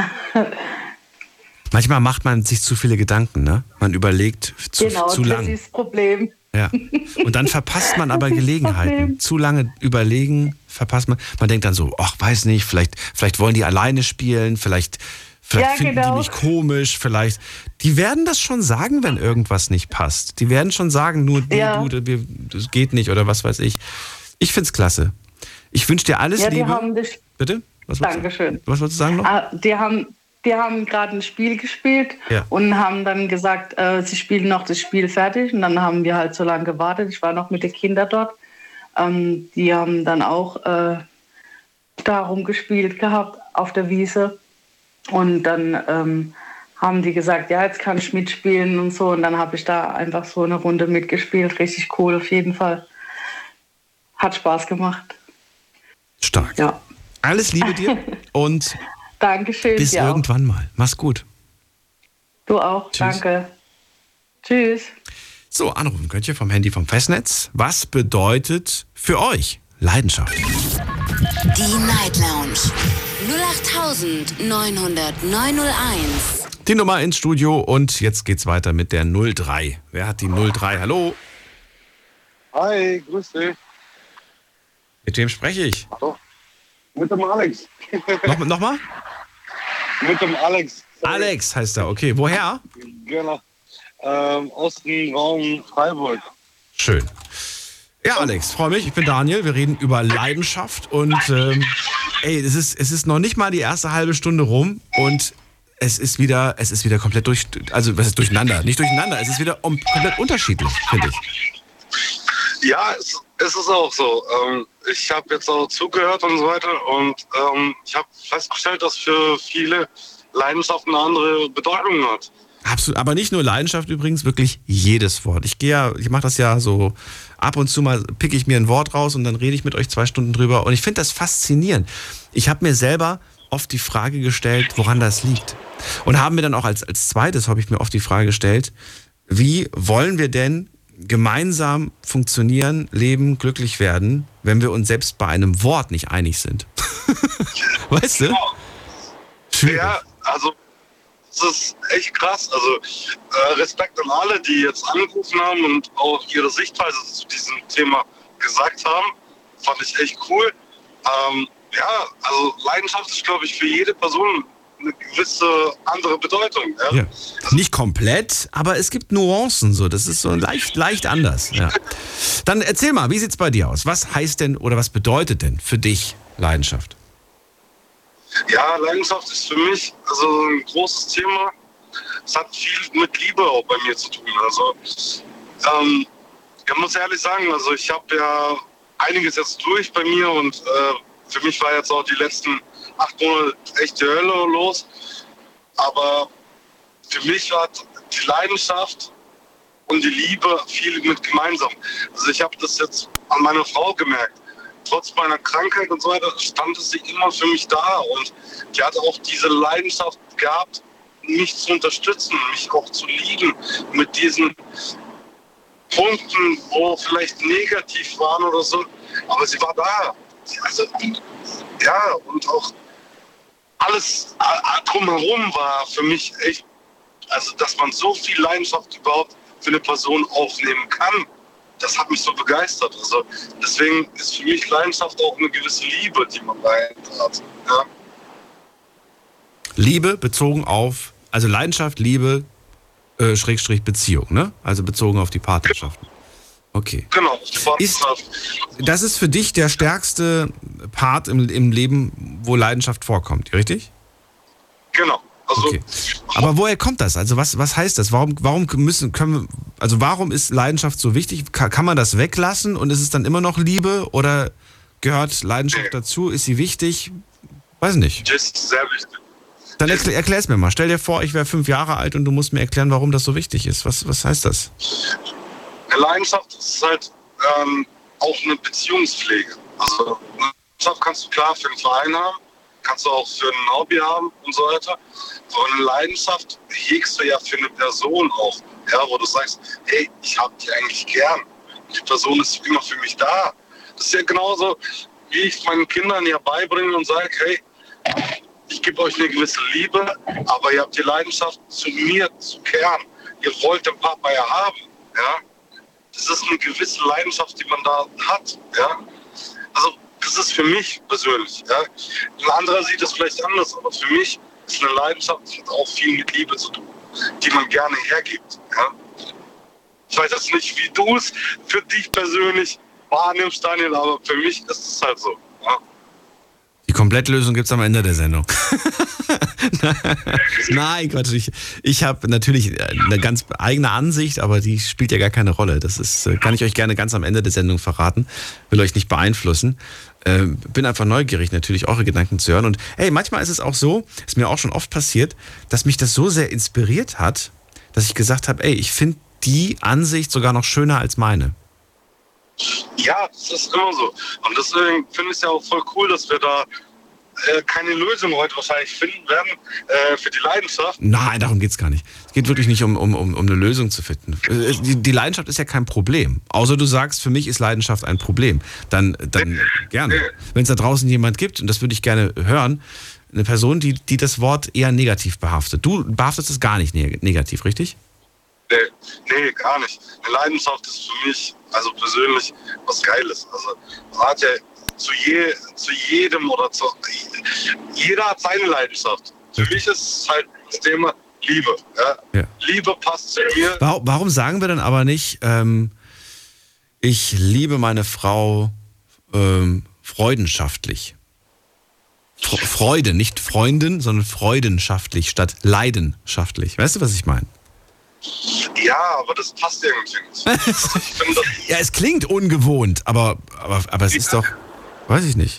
C: Manchmal macht man sich zu viele Gedanken, ne? Man überlegt zu,
G: Genau,
C: zu
G: das
C: lang.
G: ist das Problem.
C: Ja. Und dann verpasst man aber Gelegenheiten.
G: Problem.
C: Zu lange überlegen, verpasst man. Man denkt dann so, ach, weiß nicht, vielleicht, vielleicht wollen die alleine spielen, vielleicht, vielleicht
G: Ja,
C: finden
G: genau.
C: die mich komisch, vielleicht. Die werden das schon sagen, wenn irgendwas nicht passt. Die werden schon sagen, nur du,
G: Ja.
C: du, wir- das geht nicht oder was weiß ich. Ich find's klasse. Ich wünsche dir alles
G: Ja, die
C: Liebe.
G: haben das,
C: Bitte? Was wolltest du-
G: Dankeschön.
C: Was wolltest du sagen noch?
G: Ah, die haben, die haben gerade ein Spiel gespielt
C: Ja.
G: und haben dann gesagt, äh, sie spielen noch das Spiel fertig. Und dann haben wir halt so lange gewartet. Ich war noch mit den Kindern dort. Ähm, die haben dann auch äh, da rumgespielt gehabt auf der Wiese. Und dann ähm, haben die gesagt, ja, jetzt kann ich mitspielen und so. Und dann habe ich da einfach so eine Runde mitgespielt. Richtig cool auf jeden Fall. Hat Spaß gemacht.
C: Stark.
G: Ja.
C: Alles Liebe dir und
G: Dankeschön.
C: bis
G: dir auch.
C: irgendwann mal. Mach's gut.
G: Du auch.
C: Tschüss.
G: Danke. Tschüss.
C: So, anrufen könnt ihr vom Handy vom Festnetz. Was bedeutet für euch Leidenschaft?
B: Die Night Lounge null acht neun null null neun null eins.
C: Die Nummer ins Studio und jetzt geht's weiter mit der null drei. Wer hat die null drei? Hallo?
H: Hi, grüß dich.
C: Mit wem spreche ich?
H: Hallo. Mit dem Alex.
C: Noch, noch mal?
H: Mit dem Alex. Sorry.
C: Alex heißt er. Okay, woher?
H: Genau. Ähm, aus dem Raum Freiburg.
C: Schön. Ja, Alex, freue mich. Ich bin Daniel. Wir reden über Leidenschaft und ähm, ey, es ist, es ist noch nicht mal die erste halbe Stunde rum und es ist wieder, es ist wieder komplett durch, also was ist durcheinander? Nicht durcheinander, es ist wieder um, komplett unterschiedlich, finde ich.
H: Ja, es, es ist auch so. Ähm, ich habe jetzt auch zugehört und so weiter und ähm, ich habe festgestellt, dass für viele Leidenschaft eine andere Bedeutung hat.
C: Absolut, aber nicht nur Leidenschaft übrigens, wirklich jedes Wort. Ich gehe ja, ich mache das ja so ab und zu mal, picke ich mir ein Wort raus und dann rede ich mit euch zwei Stunden drüber und ich finde das faszinierend. Ich habe mir selber oft die Frage gestellt, woran das liegt. Und haben mir dann auch als, als zweites, habe ich mir oft die Frage gestellt, wie wollen wir denn gemeinsam funktionieren, leben, glücklich werden, wenn wir uns selbst bei einem Wort nicht einig sind? Weißt du? Schwierig.
H: Ja, also es ist echt krass. Also äh, Respekt an alle, die jetzt angerufen haben und auch ihre Sichtweise zu diesem Thema gesagt haben. Fand ich echt cool. Ähm, ja, also Leidenschaft ist, glaube ich, für jede Person eine gewisse andere Bedeutung. Ja?
C: Ja. Nicht komplett, aber es gibt Nuancen so. Das ist so leicht, leicht anders. Ja. Dann erzähl mal, wie sieht's bei dir aus? Was heißt denn oder was bedeutet denn für dich Leidenschaft?
H: Ja, Leidenschaft ist für mich also ein großes Thema. Es hat viel mit Liebe auch bei mir zu tun. Also ähm, ich muss ehrlich sagen, also ich habe ja einiges jetzt durch bei mir und äh, für mich war jetzt auch die letzten acht Monate echt die Hölle los. Aber für mich hat die Leidenschaft und die Liebe viel mit gemeinsam. Also ich habe das jetzt an meiner Frau gemerkt. Trotz meiner Krankheit und so weiter stand sie immer für mich da. Und die hat auch diese Leidenschaft gehabt, mich zu unterstützen, mich auch zu lieben mit diesen Punkten, wo vielleicht negativ waren oder so. Aber sie war da. Also, ja, und auch alles drumherum war für mich echt, also dass man so viel Leidenschaft überhaupt für eine Person aufnehmen kann, das hat mich so begeistert. Also deswegen ist für mich Leidenschaft auch eine gewisse Liebe, die man dahinter hat. Ja.
C: Liebe bezogen auf, also Leidenschaft, Liebe, äh, Schrägstrich Beziehung, ne? Also bezogen auf die Partnerschaften. Okay.
H: Genau.
C: Ist, das ist für dich der stärkste Part im, im Leben, wo Leidenschaft vorkommt, richtig?
H: Genau. Also,
C: okay. Aber woher kommt das? Also was, was heißt das? Warum, warum müssen, können wir, also warum ist Leidenschaft so wichtig? Kann, kann man das weglassen und ist es dann immer noch Liebe oder gehört Leidenschaft nee. dazu? Ist sie wichtig? Weiß nicht.
H: Das ist sehr wichtig.
C: Dann erklär, erklär's mir mal. Stell dir vor, ich wäre fünf Jahre alt und du musst mir erklären, warum das so wichtig ist. Was, was heißt das?
H: Leidenschaft ist halt ähm, auch eine Beziehungspflege. Also Leidenschaft kannst du klar für einen Verein haben, kannst du auch für ein Hobby haben und so weiter. Aber eine Leidenschaft hegst du ja für eine Person auch, ja, wo du sagst, hey, ich hab die eigentlich gern. Die Person ist immer für mich da. Das ist ja genauso, wie ich meinen Kindern ja beibringe und sage, hey, ich gebe euch eine gewisse Liebe, aber ihr habt die Leidenschaft zu mir zu kehren. Ihr wollt den Papa ja haben, ja. Das ist eine gewisse Leidenschaft, die man da hat, ja. Also das ist für mich persönlich, ja. Ein anderer sieht es vielleicht anders, aber für mich ist eine Leidenschaft hat auch viel mit Liebe zu tun, die man gerne hergibt, ja. Ich weiß jetzt nicht, wie du es für dich persönlich wahrnimmst, Daniel, aber für mich ist es halt so, ja.
C: Die Komplettlösung gibt es am Ende der Sendung. Nein, Quatsch. Ich, ich habe natürlich eine ganz eigene Ansicht, aber die spielt ja gar keine Rolle. Das ist, kann ich euch gerne ganz am Ende der Sendung verraten. Will euch nicht beeinflussen. Ähm, bin einfach neugierig, natürlich eure Gedanken zu hören. Und hey, manchmal ist es auch so, ist mir auch schon oft passiert, dass mich das so sehr inspiriert hat, dass ich gesagt habe, ey, ich finde die Ansicht sogar noch schöner als meine.
H: Ja, das ist immer so. Und deswegen finde ich es ja auch voll cool, dass wir da äh, keine Lösung heute wahrscheinlich finden werden äh, für die Leidenschaft.
C: Nein, darum geht es gar nicht. Es geht wirklich nicht um, um, um, um eine Lösung zu finden. Die, die Leidenschaft ist ja kein Problem. Außer du sagst, für mich ist Leidenschaft ein Problem. Dann, dann nee. gerne. Nee. Wenn es da draußen jemand gibt, und das würde ich gerne hören, eine Person, die, die das Wort eher negativ behaftet. Du behaftest es gar nicht neg- negativ, richtig?
H: Nee, nee, gar nicht. Eine Leidenschaft ist für mich, also persönlich, was Geiles. Also man hat ja zu, je, zu jedem oder zu jeder hat seine Leidenschaft. Für mich ist es halt das Thema Liebe. Ja? Ja. Liebe passt zu mir.
C: Warum, warum sagen wir dann aber nicht, ähm, ich liebe meine Frau ähm, freudenschaftlich? Freude, nicht Freundin, sondern freudenschaftlich statt leidenschaftlich. Weißt du, was ich meine?
H: Ja, aber das passt irgendwie nicht. Ich finde,
C: ja, es klingt ungewohnt, aber, aber, aber es ja. ist doch, weiß ich nicht.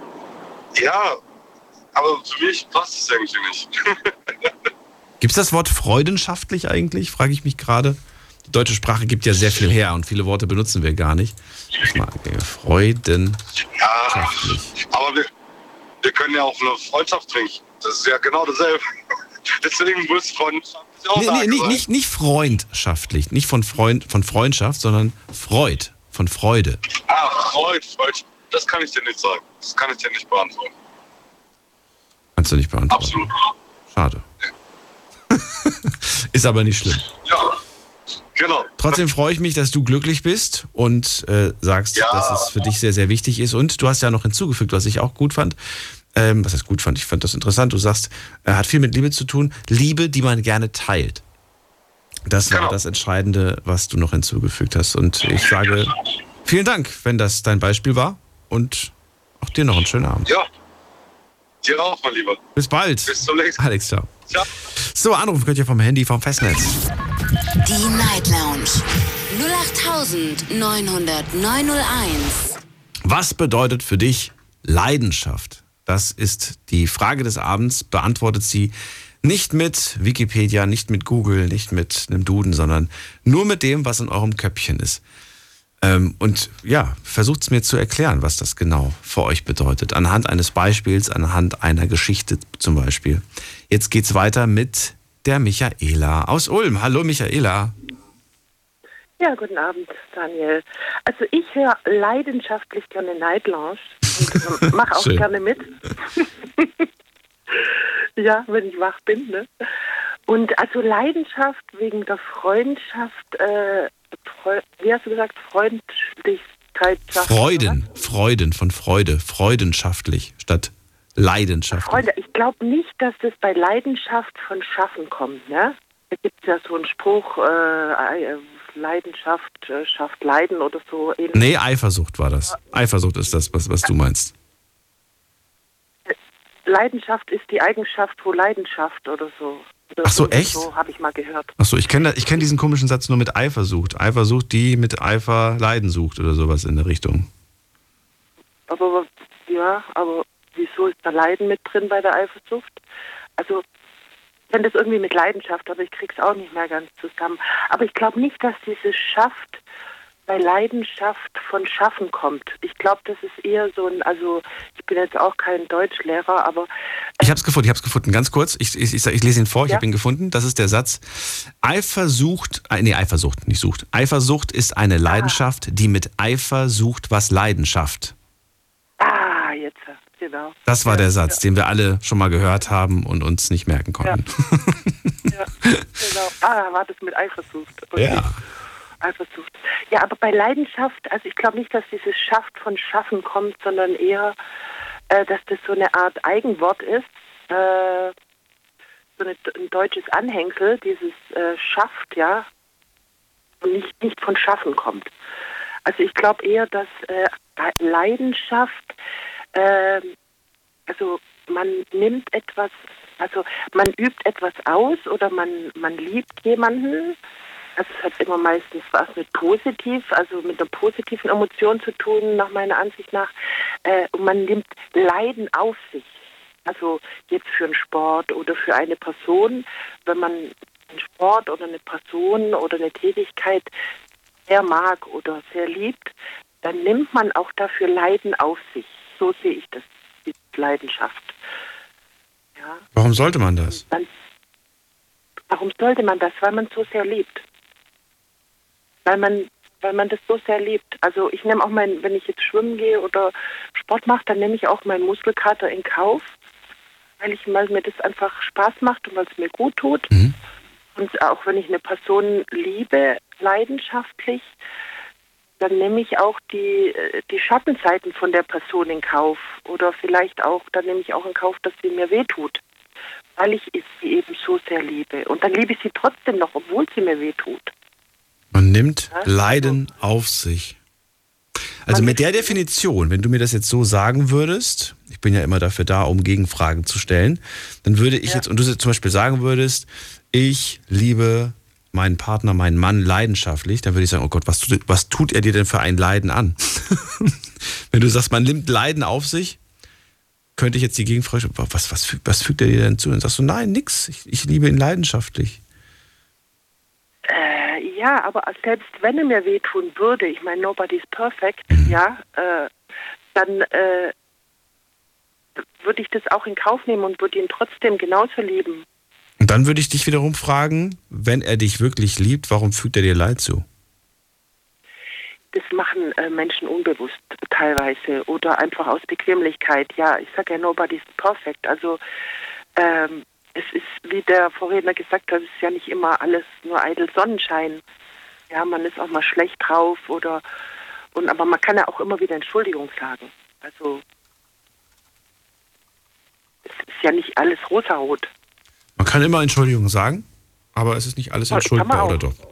H: Ja, aber für mich passt es irgendwie nicht.
C: Gibt es das Wort freudenschaftlich eigentlich, frage ich mich gerade. Die deutsche Sprache gibt ja sehr viel her und viele Worte benutzen wir gar nicht. Mal, okay, freudenschaftlich.
H: Ja, aber wir, wir können ja auch eine Freundschaft trinken. Das ist ja genau dasselbe. Deswegen muss Freundschaft auch
C: nee, nee, nicht, nicht, nicht freundschaftlich, nicht von, Freund, von Freundschaft, sondern Freud, von Freude.
H: Ah, Freud, Freud. Das kann ich dir nicht sagen. Das kann ich dir nicht beantworten.
C: Kannst du nicht beantworten?
H: Absolut.
C: Schade. Ja. Ist aber nicht schlimm.
H: Ja. Genau.
C: Trotzdem freue ich mich, dass du glücklich bist und äh, sagst,
H: Ja.
C: dass es für dich sehr, sehr wichtig ist. Und du hast ja noch hinzugefügt, was ich auch gut fand. Ähm, was heißt gut fand? Ich fand das interessant. Du sagst, er hat viel mit Liebe zu tun. Liebe, die man gerne teilt. Das war
H: Genau.
C: das Entscheidende, was du noch hinzugefügt hast. Und ich sage vielen Dank, wenn das dein Beispiel war. Und auch dir noch einen schönen Abend.
H: Ja. Dir auch, mein Lieber.
C: Bis bald.
H: Bis zum nächsten Mal.
C: Alex, ciao.
H: Ciao.
C: So, anrufen könnt ihr vom Handy, vom Festnetz.
B: Die Night Lounge null acht neun null null neun null eins.
C: Was bedeutet für dich Leidenschaft? Das ist die Frage des Abends. Beantwortet sie nicht mit Wikipedia, nicht mit Google, nicht mit einem Duden, sondern nur mit dem, was in eurem Köpfchen ist. Ähm, und ja, versucht es mir zu erklären, was das genau für euch bedeutet. Anhand eines Beispiels, anhand einer Geschichte zum Beispiel. Jetzt geht's weiter mit der Michaela aus Ulm. Hallo Michaela.
I: Ja, guten Abend, Daniel. Also ich höre leidenschaftlich gerne Night Lounge und mache auch
C: Schön.
I: gerne mit. Ja, wenn ich wach bin. Ne? Und also Leidenschaft wegen der Freundschaft, äh, Freu wie hast du gesagt, Freundlichkeit.
C: Freuden, Freuden von Freude, freudenschaftlich statt leidenschaftlich.
I: Freunde, ich glaube nicht, dass das bei Leidenschaft von Schaffen kommt. Ne? Da gibt es ja so einen Spruch, äh, Leidenschaft äh, schafft Leiden oder so. Ähnlich.
C: Nee, Eifersucht war das. Eifersucht ist das, was, was du meinst.
I: Leidenschaft ist die Eigenschaft, wo Leidenschaft oder so. Oder
C: Ach so,
I: irgendwie
C: echt?
I: So habe ich mal gehört.
C: Ach so, ich kenne ich kenn diesen komischen Satz nur mit Eifersucht. Eifersucht, die mit Eifer Leiden sucht oder sowas in der Richtung.
I: Aber ja, aber wieso ist da Leiden mit drin bei der Eifersucht? Also ich kenne das irgendwie mit Leidenschaft, aber ich krieg's auch nicht mehr ganz zusammen. Aber ich glaube nicht, dass dieses Schafft bei Leidenschaft von Schaffen kommt. Ich glaube, das ist eher so ein, also ich bin jetzt auch kein Deutschlehrer, aber... Äh,
C: Ich habe es gefunden, ich habe es gefunden, ganz kurz. Ich, ich, ich, ich lese ihn vor, ich
I: Ja.
C: habe ihn gefunden. Das ist der Satz. Eifersucht, äh, nee, Eifersucht, nicht Sucht. Eifersucht ist eine Leidenschaft, die mit Eifer sucht, was Leidenschaft.
I: Ah, jetzt, genau.
C: Das war
I: Ja,
C: der Satz,
I: ja.
C: den wir alle schon mal gehört haben und uns nicht merken konnten.
I: Ja, genau. Ah, war das mit Eifersucht. Okay.
C: Ja.
I: Eifersucht. Ja, aber bei Leidenschaft, also ich glaube nicht, dass dieses Schafft von Schaffen kommt, sondern eher, äh, dass das so eine Art Eigenwort ist, äh, so eine, ein deutsches Anhängsel, dieses äh, Schafft, ja, und nicht, nicht von Schaffen kommt. Also ich glaube eher, dass äh, Leidenschaft, äh, also man nimmt etwas, also man übt etwas aus oder man, man liebt jemanden. Also es hat immer meistens was mit positiv, also mit einer positiven Emotion zu tun, nach meiner Ansicht nach. Äh, und man nimmt Leiden auf sich. Also jetzt für einen Sport oder für eine Person, wenn man einen Sport oder eine Person oder eine Tätigkeit sehr mag oder sehr liebt, dann nimmt man auch dafür Leiden auf sich. So sehe ich das, die Leidenschaft. Ja.
C: Warum sollte man das?
I: Dann, warum sollte man das? Weil man so sehr liebt. Weil man, weil man das so sehr liebt. Also ich nehme auch mein, wenn ich jetzt schwimmen gehe oder Sport mache, dann nehme ich auch meinen Muskelkater in Kauf, weil ich, weil mir das einfach Spaß macht und weil es mir gut tut.
C: Mhm.
I: Und auch wenn ich eine Person liebe, leidenschaftlich, dann nehme ich auch die, die Schattenseiten von der Person in Kauf. Oder vielleicht auch, dann nehme ich auch in Kauf, dass sie mir wehtut. Weil ich sie eben so sehr liebe. Und dann liebe ich sie trotzdem noch, obwohl sie mir wehtut.
C: Man nimmt
I: Ja?
C: Leiden auf sich. Also
I: Man
C: mit der
I: ist-
C: Definition, wenn du mir das jetzt so sagen würdest, ich bin ja immer dafür da, um Gegenfragen zu stellen, dann würde ich
I: Ja.
C: jetzt, und du zum Beispiel sagen würdest, ich liebe meinen Partner, meinen Mann leidenschaftlich, dann würde ich sagen, oh Gott, was tut, was tut er dir denn für ein Leiden an? Wenn du sagst, man nimmt Leiden auf sich, könnte ich jetzt die Gegenfrage stellen, was, was, fügt- was fügt er dir denn zu? Und dann sagst du, nein, nix, ich, ich liebe ihn leidenschaftlich.
I: Äh, ja, aber selbst wenn er mir wehtun würde, ich meine, nobody's perfect, ja, äh, dann äh, würde ich das auch in Kauf nehmen und würde ihn trotzdem genauso lieben.
C: Und dann würde ich dich wiederum fragen, wenn er dich wirklich liebt, warum fügt er dir Leid zu?
I: Das machen äh, Menschen unbewusst teilweise oder einfach aus Bequemlichkeit. Ja, ich sage ja, nobody's perfect. Also ähm, es ist, wie der Vorredner gesagt hat, es ist ja nicht immer alles nur eitel Sonnenschein. Ja, man ist auch mal schlecht drauf oder und aber man kann ja auch immer wieder Entschuldigung sagen. Also es ist ja nicht alles rosarot.
C: Man kann immer Entschuldigung sagen, aber es ist nicht alles entschuldbar, oder doch?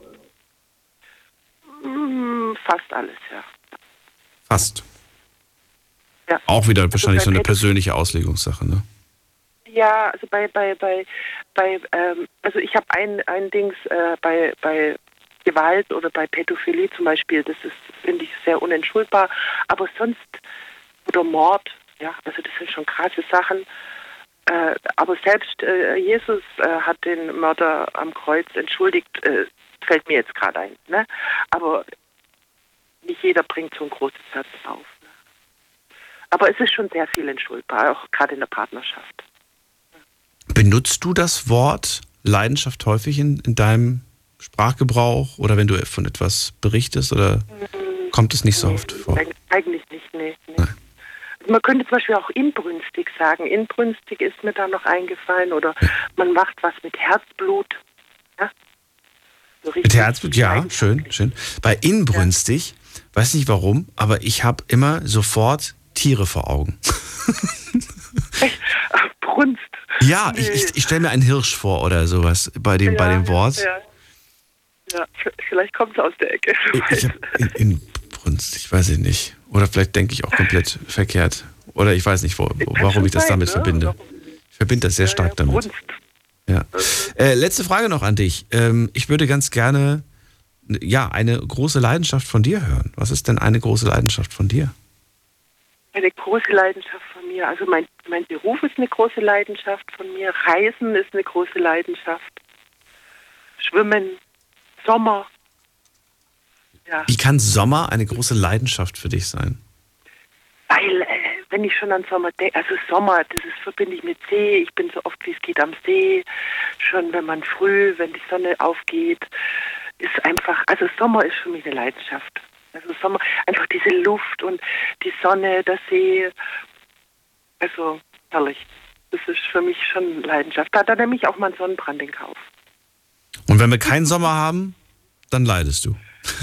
I: Fast alles, ja.
C: Fast.
I: Ja.
C: Auch wieder
I: also
C: wahrscheinlich so eine
I: Päd-
C: persönliche Auslegungssache, ne?
I: Ja, also bei, bei, bei, bei ähm, also ich habe ein, ein Dings äh, bei, bei Gewalt oder bei Pädophilie zum Beispiel, das ist, finde ich, sehr unentschuldbar, aber sonst, oder Mord, ja, also das sind schon krasse Sachen, äh, aber selbst äh, Jesus äh, hat den Mörder am Kreuz entschuldigt, äh, fällt mir jetzt gerade ein, ne? Aber nicht jeder bringt so ein großes Herz auf. Ne? Aber es ist schon sehr viel entschuldbar, auch gerade in der Partnerschaft.
C: Benutzt du das Wort Leidenschaft häufig in, in deinem Sprachgebrauch oder wenn du von etwas berichtest oder kommt es nicht so
I: nee,
C: oft vor?
I: Eigentlich nicht, nee. nee. Man könnte zum Beispiel auch inbrünstig sagen. Inbrünstig ist mir da noch eingefallen oder man macht was mit Herzblut. Ja? So
C: Mit Herzblut, ja, schön, schön. Bei inbrünstig, ja. Weiß nicht warum, aber ich habe immer sofort Tiere vor Augen.
I: Ach, Brunst.
C: Ja,
I: nee.
C: ich, ich, ich stelle mir einen Hirsch vor oder sowas bei dem,
I: ja,
C: bei dem Wort.
I: Ja, ja. ja vielleicht kommt es aus der Ecke.
C: Ich, ich habe in, inbrünstig, weiß ich nicht. Oder vielleicht denke ich auch komplett verkehrt. Oder ich weiß nicht, wo, wo, warum ich das
I: sein,
C: damit
I: ne?
C: verbinde. Ich verbinde das sehr
I: ja,
C: stark
I: ja,
C: damit.
I: Brunst.
C: Ja. Äh, letzte Frage noch an dich. Ähm, ich würde ganz gerne ja, eine große Leidenschaft von dir hören. Was ist denn eine große Leidenschaft von dir?
I: Eine große Leidenschaft von mir. Also mein, mein Beruf ist eine große Leidenschaft von mir. Reisen ist eine große Leidenschaft. Schwimmen, Sommer. Ja.
C: Wie kann Sommer eine große Leidenschaft für dich sein?
I: Weil, äh, wenn ich schon an Sommer denke, also Sommer, das ist, verbinde ich mit See. Ich bin so oft, wie es geht, am See. Schon wenn man früh, wenn die Sonne aufgeht, ist einfach, also Sommer ist für mich eine Leidenschaft. Also Sommer, einfach diese Luft und die Sonne, der See. Also herrlich. Das ist für mich schon Leidenschaft. Da, da nehme ich auch mal einen Sonnenbrand in Kauf.
C: Und wenn wir keinen Sommer haben, dann leidest du.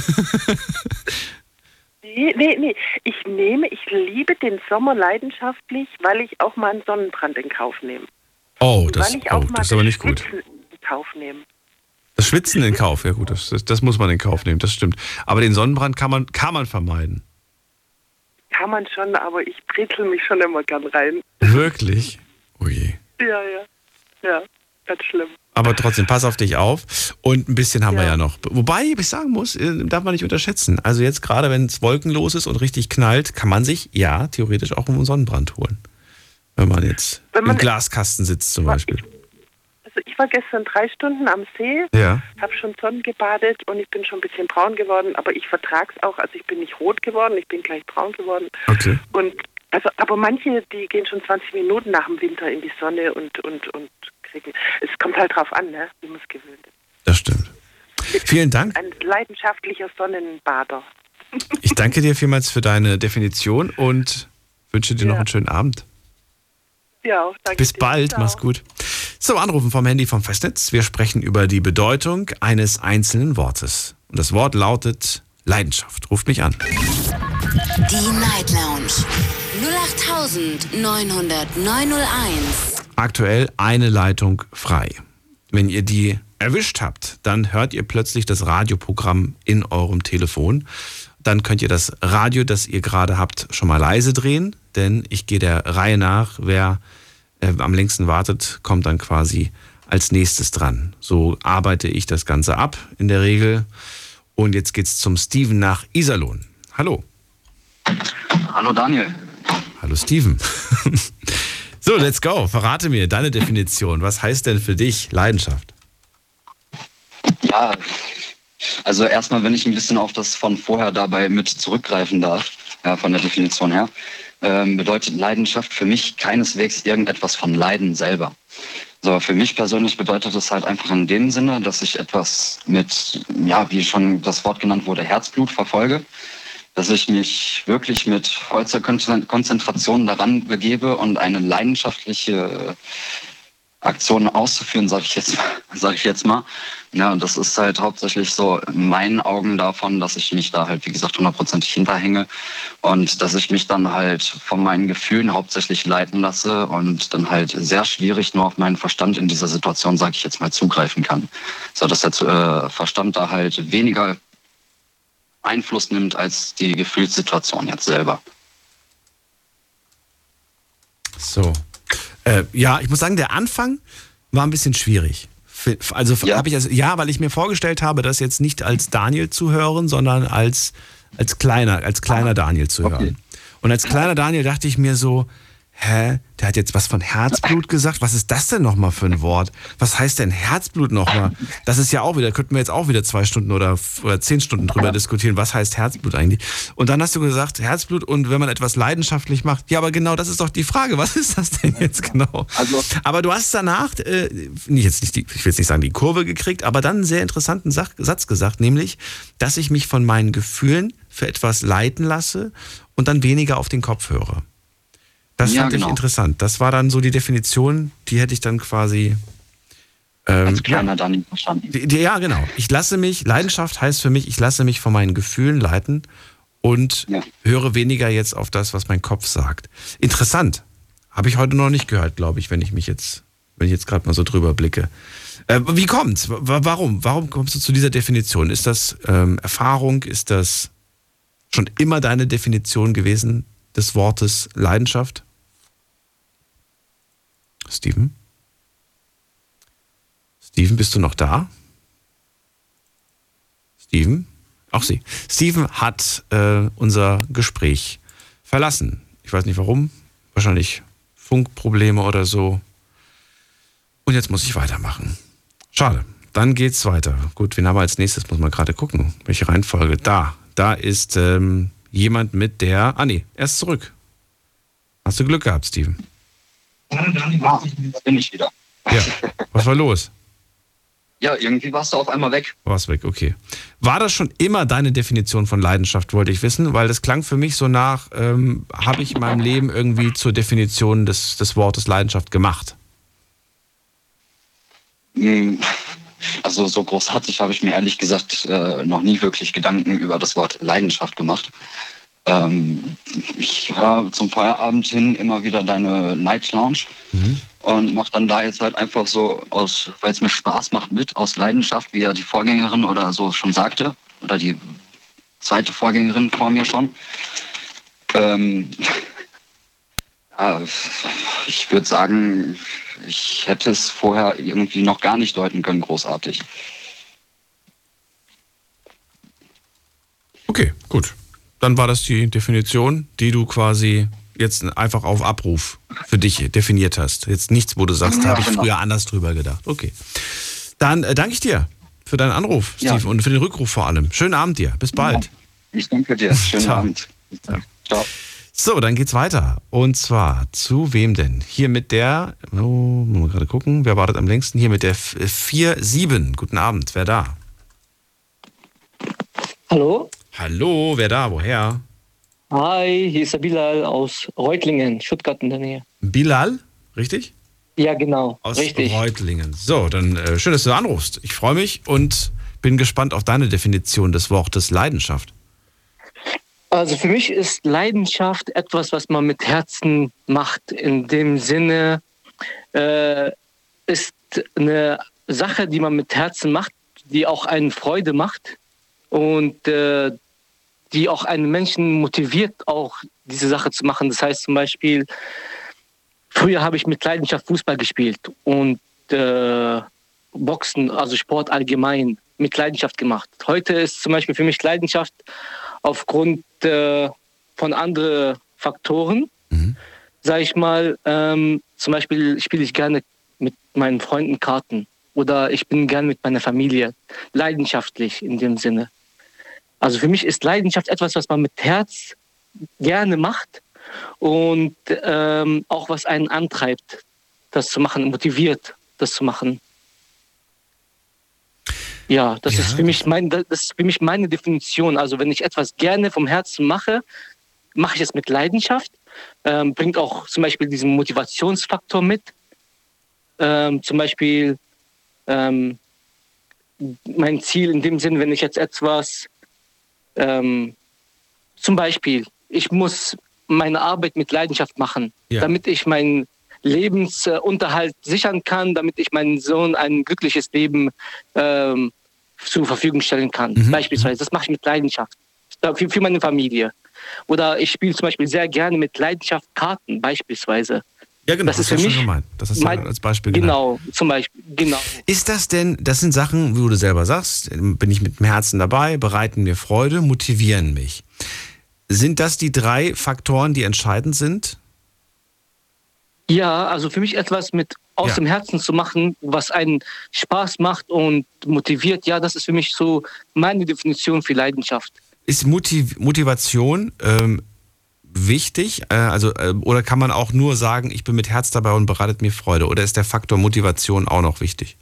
I: Nee, nee, nee. Ich nehme, ich liebe den Sommer leidenschaftlich, weil ich auch mal einen Sonnenbrand in Kauf nehme.
C: Oh, das,
I: weil ich auch
C: oh,
I: mal
C: das ist aber nicht gut.
I: Schwitzen in Kauf nehme.
C: Das Schwitzen in Kauf, ja gut, das, das, das muss man in Kauf nehmen, das stimmt. Aber den Sonnenbrand kann man, kann man vermeiden.
I: Kann man schon, aber ich brezel mich schon immer gern rein.
C: Wirklich? Oh je.
I: Ja, ja. Ja, ganz schlimm.
C: Aber trotzdem, pass auf dich auf. Und ein bisschen haben
I: Ja.
C: wir ja noch. Wobei, ich sagen muss, äh, darf man nicht unterschätzen. Also jetzt gerade, wenn es wolkenlos ist und richtig knallt, kann man sich, ja, theoretisch auch einen Sonnenbrand holen. Wenn man jetzt
I: Wenn man-
C: im Glaskasten sitzt zum Beispiel.
I: Also ich war gestern drei Stunden am See,
C: Ja.
I: habe schon sonnengebadet und ich bin schon ein bisschen braun geworden, aber ich vertrage es auch. Also ich bin nicht rot geworden, ich bin gleich braun geworden.
C: Okay.
I: Und also, aber manche, die gehen schon zwanzig Minuten nach dem Winter in die Sonne und, und, und kriegen. Es kommt halt drauf an, ne? Wie man es gewöhnt ist.
C: Das stimmt. Vielen Dank.
I: Ein leidenschaftlicher Sonnenbader.
C: Ich danke dir vielmals für deine Definition und wünsche dir noch
I: Ja.
C: einen schönen Abend.
I: Ja, danke
C: Bis
I: dir.
C: bald,
I: Ciao.
C: mach's gut. So, anrufen vom Handy vom Festnetz. Wir sprechen über die Bedeutung eines einzelnen Wortes. Und das Wort lautet Leidenschaft. Ruft mich an.
B: Die Night Lounge null acht neun null null neun null eins.
C: Aktuell eine Leitung frei. Wenn ihr die erwischt habt, dann hört ihr plötzlich das Radioprogramm in eurem Telefon. Dann könnt ihr das Radio, das ihr gerade habt, schon mal leise drehen, denn ich gehe der Reihe nach. Wer äh, am längsten wartet, kommt dann quasi als nächstes dran. So arbeite ich das Ganze ab in der Regel. Und jetzt geht's zum Steven nach Iserlohn. Hallo.
J: Hallo Daniel.
C: Hallo Steven. So, let's go. Verrate mir deine Definition. Was heißt denn für dich Leidenschaft?
J: Ja, also erstmal, wenn ich ein bisschen auf das von vorher dabei mit zurückgreifen darf, ja, von der Definition her, ähm, bedeutet Leidenschaft für mich keineswegs irgendetwas von Leiden selber. So, für mich persönlich bedeutet es halt einfach in dem Sinne, dass ich etwas mit, ja, wie schon das Wort genannt wurde, Herzblut verfolge, dass ich mich wirklich mit vollster Konzentration daran begebe und eine leidenschaftliche Aktionen auszuführen, sage ich jetzt, sag ich jetzt mal. Ja, und das ist halt hauptsächlich so in meinen Augen davon, dass ich mich da halt, wie gesagt, hundertprozentig hinterhänge und dass ich mich dann halt von meinen Gefühlen hauptsächlich leiten lasse und dann halt sehr schwierig nur auf meinen Verstand in dieser Situation, sage ich jetzt mal, zugreifen kann. So dass der äh, Verstand da halt weniger Einfluss nimmt als die Gefühlssituation jetzt selber.
C: So. Äh, ja, ich muss sagen, der Anfang war ein bisschen schwierig. Also
J: Ja.
C: habe ich also, ja, weil ich mir vorgestellt habe, das jetzt nicht als Daniel zu hören, sondern als, als kleiner, als kleiner Daniel zu
J: Okay.
C: hören. Und als kleiner Daniel dachte ich mir so, hä, der hat jetzt was von Herzblut gesagt? Was ist das denn nochmal für ein Wort? Was heißt denn Herzblut nochmal? Das ist ja auch wieder, könnten wir jetzt auch wieder zwei Stunden oder, oder zehn Stunden drüber diskutieren, was heißt Herzblut eigentlich? Und dann hast du gesagt, Herzblut und wenn man etwas leidenschaftlich macht, ja, aber genau, das ist doch die Frage, was ist das denn jetzt genau?
J: Also-
C: aber du hast danach, äh, nicht jetzt nicht die, ich will jetzt nicht sagen die Kurve gekriegt, aber dann einen sehr interessanten Sach- Satz gesagt, nämlich, dass ich mich von meinen Gefühlen für etwas leiten lasse und dann weniger auf den Kopf höre. Das
J: Ja,
C: fand ich
J: genau.
C: interessant. Das war dann so die Definition, die hätte ich dann quasi. Ähm,
J: Als kleiner Daniel verstanden.
C: die, die, ja, genau. Ich lasse mich, Leidenschaft heißt für mich, ich lasse mich von meinen Gefühlen leiten und
J: Ja.
C: höre weniger jetzt auf das, was mein Kopf sagt. Interessant. Habe ich heute noch nicht gehört, glaube ich, wenn ich mich jetzt, wenn ich jetzt gerade mal so drüber blicke. Äh, wie kommt's? W warum? Warum kommst du zu dieser Definition? Ist das ähm, Erfahrung? Ist das schon immer deine Definition gewesen des Wortes Leidenschaft? Steven? Steven, bist du noch da? Steven? Auch sie. Steven hat äh, unser Gespräch verlassen. Ich weiß nicht warum. Wahrscheinlich Funkprobleme oder so. Und jetzt muss ich weitermachen. Schade. Dann geht's weiter. Gut, wen haben wir als nächstes? Muss man gerade gucken. Welche Reihenfolge? Da. Da ist ähm, jemand mit der... Ah nee, er ist zurück. Hast du Glück gehabt, Steven?
J: Ah, da bin ich wieder.
C: Ja. Was war los?
J: Ja, irgendwie warst du auf einmal weg.
C: War's weg, okay. War das schon immer deine Definition von Leidenschaft, wollte ich wissen? Weil das klang für mich so nach, ähm, habe ich in meinem Leben irgendwie zur Definition des, des Wortes Leidenschaft gemacht?
J: Hm, Also so großartig habe ich mir ehrlich gesagt äh, noch nie wirklich Gedanken über das Wort Leidenschaft gemacht. Ähm, ich höre zum Feierabend hin immer wieder deine Night Lounge
C: Mhm.
J: und mache dann da jetzt halt einfach so, aus, weil es mir Spaß macht, mit, aus Leidenschaft, wie ja die Vorgängerin oder so schon sagte, oder die zweite Vorgängerin vor mir schon. Ähm, ja, ich würde sagen, ich hätte es vorher irgendwie noch gar nicht deuten können, großartig.
C: Okay, gut. Dann war das die Definition, die du quasi jetzt einfach auf Abruf für dich definiert hast. Jetzt nichts, wo du sagst,
J: Ja,
C: habe ich
J: genau.
C: früher anders drüber gedacht. Okay. Dann äh, danke ich dir für deinen Anruf,
J: Ja.
C: Steve, und für den Rückruf vor allem. Schönen Abend dir. Bis bald.
J: Ich danke dir. Schönen
C: Ciao.
J: Abend. Ciao.
C: So, dann geht's weiter. Und zwar zu wem denn? Hier mit der, oh, muss mal gerade gucken, wer wartet am längsten? Hier mit der vier sieben. Guten Abend, wer da?
K: Hallo?
C: Hallo, wer da? Woher?
K: Hi, hier ist der Bilal aus Reutlingen, Stuttgart in der Nähe.
C: Bilal, richtig?
K: Ja, genau.
C: Aus
K: richtig.
C: Reutlingen. So, dann äh, schön, dass du anrufst. Ich freue mich und bin gespannt auf deine Definition des Wortes Leidenschaft.
K: Also für mich ist Leidenschaft etwas, was man mit Herzen macht. In dem Sinne äh, ist eine Sache, die man mit Herzen macht, die auch einen Freude macht und äh, die auch einen Menschen motiviert, auch diese Sache zu machen. Das heißt zum Beispiel, früher habe ich mit Leidenschaft Fußball gespielt und äh, Boxen, also Sport allgemein, mit Leidenschaft gemacht. Heute ist zum Beispiel für mich Leidenschaft aufgrund äh, von anderen Faktoren,
C: Mhm.
K: sage ich mal, ähm, zum Beispiel spiele ich gerne mit meinen Freunden Karten oder ich bin gerne mit meiner Familie, leidenschaftlich in dem Sinne. Also für mich ist Leidenschaft etwas, was man mit Herz gerne macht und ähm, auch was einen antreibt, das zu machen, motiviert, das zu machen. Ja, das
C: Ja.
K: ist für mich mein, das ist für mich meine Definition. Also wenn ich etwas gerne vom Herzen mache, mache ich es mit Leidenschaft, ähm, bringt auch zum Beispiel diesen Motivationsfaktor mit. ähm, zum Beispiel ähm, mein Ziel in dem Sinn, wenn ich jetzt etwas, ähm, zum Beispiel, ich muss meine Arbeit mit Leidenschaft machen,
C: Ja.
K: damit ich meinen Lebensunterhalt sichern kann, damit ich meinem Sohn ein glückliches Leben ähm, zur Verfügung stellen kann.
C: Mhm.
K: Beispielsweise, das mache ich mit Leidenschaft. Für, für meine Familie. Oder ich spiele zum Beispiel sehr gerne mit Leidenschaft Karten, beispielsweise.
C: Ja, genau,
K: Das ist
C: hast
K: für
C: du
K: mich
C: schon gemeint. Das hast du
K: mein-
C: als Beispiel genannt.
K: Genau, zum Beispiel, genau.
C: Ist das denn, das sind Sachen, wo du selber sagst, bin ich mit dem Herzen dabei, bereiten mir Freude, motivieren mich. Sind das die drei Faktoren, die entscheidend sind?
K: Ja, also für mich etwas mit aus
C: Ja.
K: dem Herzen zu machen, was einen Spaß macht und motiviert, ja, das ist für mich so meine Definition für Leidenschaft.
C: Ist Motiv Motivation ähm, wichtig? Äh, also, äh, oder kann man auch nur sagen, ich bin mit Herz dabei und bereitet mir Freude? Oder ist der Faktor Motivation auch noch wichtig?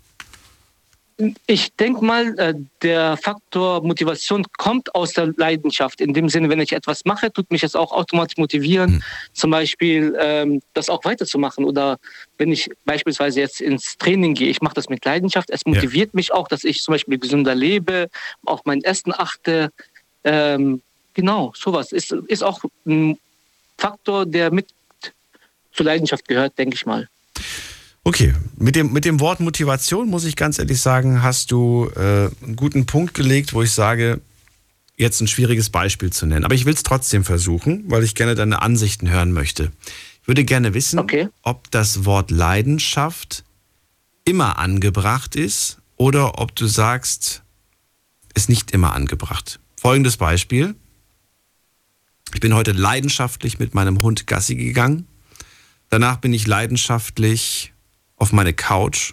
K: Ich denke mal, äh, der Faktor Motivation kommt aus der Leidenschaft. In dem Sinne, wenn ich etwas mache, tut mich das auch automatisch motivieren,
C: Hm.
K: zum Beispiel ähm, das auch weiterzumachen. Oder wenn ich beispielsweise jetzt ins Training gehe, ich mache das mit Leidenschaft. Es motiviert mich auch, dass ich zum Beispiel gesünder lebe, auf mein Essen achte. Ähm, genau, sowas ist, ist auch ein Faktor, der mit zur Leidenschaft gehört, denke ich mal.
C: Okay, mit dem, mit dem Wort Motivation muss ich ganz ehrlich sagen, hast du äh, einen guten Punkt gelegt, wo ich sage, jetzt ein schwieriges Beispiel zu nennen. Aber ich will es trotzdem versuchen, weil ich gerne deine Ansichten hören möchte. Ich würde gerne wissen,
K: Okay.
C: ob das Wort Leidenschaft immer angebracht ist oder ob du sagst, ist nicht immer angebracht. Folgendes Beispiel. Ich bin heute leidenschaftlich mit meinem Hund Gassi gegangen. Danach bin ich leidenschaftlich auf meine Couch,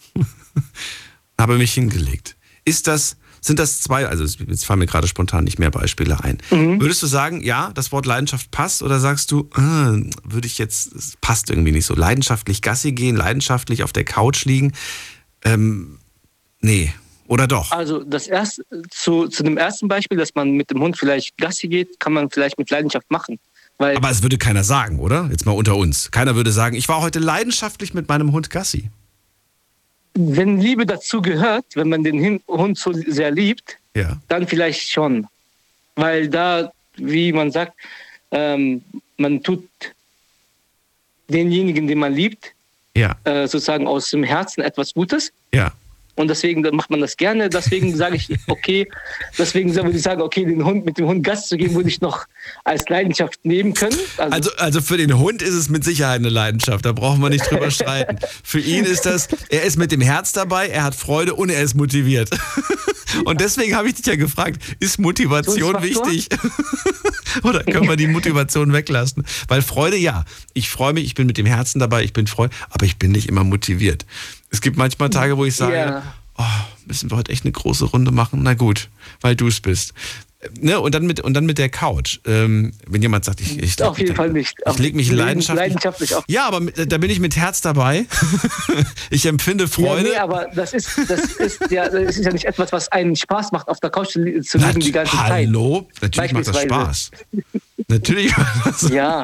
C: habe mich hingelegt. Ist das, sind das zwei, also jetzt fallen mir gerade spontan nicht mehr Beispiele ein.
K: Mhm.
C: Würdest du sagen, ja, das Wort Leidenschaft passt oder sagst du, äh, würde ich jetzt, es passt irgendwie nicht so. Leidenschaftlich Gassi gehen, leidenschaftlich auf der Couch liegen, ähm, nee, oder doch?
K: Also das erste, zu, zu dem ersten Beispiel, dass man mit dem Hund vielleicht Gassi geht, kann man vielleicht mit Leidenschaft machen. Weil
C: Aber es würde keiner sagen, oder? Jetzt mal unter uns. Keiner würde sagen, ich war heute leidenschaftlich mit meinem Hund Gassi.
K: wenn Liebe dazu gehört, wenn man den Hin- Hund so sehr liebt,
C: Ja.
K: dann vielleicht schon. Weil da, wie man sagt, ähm, man tut denjenigen, den man liebt,
C: Ja.
K: äh, sozusagen aus dem Herzen etwas Gutes.
C: Ja.
K: Und deswegen macht man das gerne. Deswegen sage ich, okay, deswegen würde ich sagen, okay, den Hund mit dem Hund Gas zu geben, würde ich noch als Leidenschaft nehmen können. Also,
C: Also, also für den Hund ist es mit Sicherheit eine Leidenschaft, da brauchen wir nicht drüber streiten. Für ihn ist das, er ist mit dem Herz dabei, er hat Freude und er ist motiviert. Und deswegen habe ich dich ja gefragt, ist Motivation
K: Faktor?
C: wichtig? Oder können wir die Motivation weglassen? Weil Freude, ja, ich freue mich, ich bin mit dem Herzen dabei, ich bin Freude, aber ich bin nicht immer motiviert. Es gibt manchmal Tage, wo ich sage,
K: Ja.
C: oh, müssen wir heute echt eine große Runde machen? Na gut, weil du es bist. Ne, und, dann mit, und dann mit der Couch. Ähm, wenn jemand sagt, ich, ich,
K: auf jeden Fall nicht.
C: ich lege mich
K: Leben-
C: leidenschaftlich,
K: leidenschaftlich auf.
C: Ja, aber mit, da bin ich mit Herz dabei. Ich empfinde Freude.
K: Ja, nee, aber das ist, das, ist ja, das ist ja nicht etwas, was einen Spaß macht, auf der Couch zu, li- zu liegen die ganze Zeit.
C: Hallo? Natürlich macht das Spaß.
K: Beispielsweise.
C: Natürlich macht das,
K: Ja,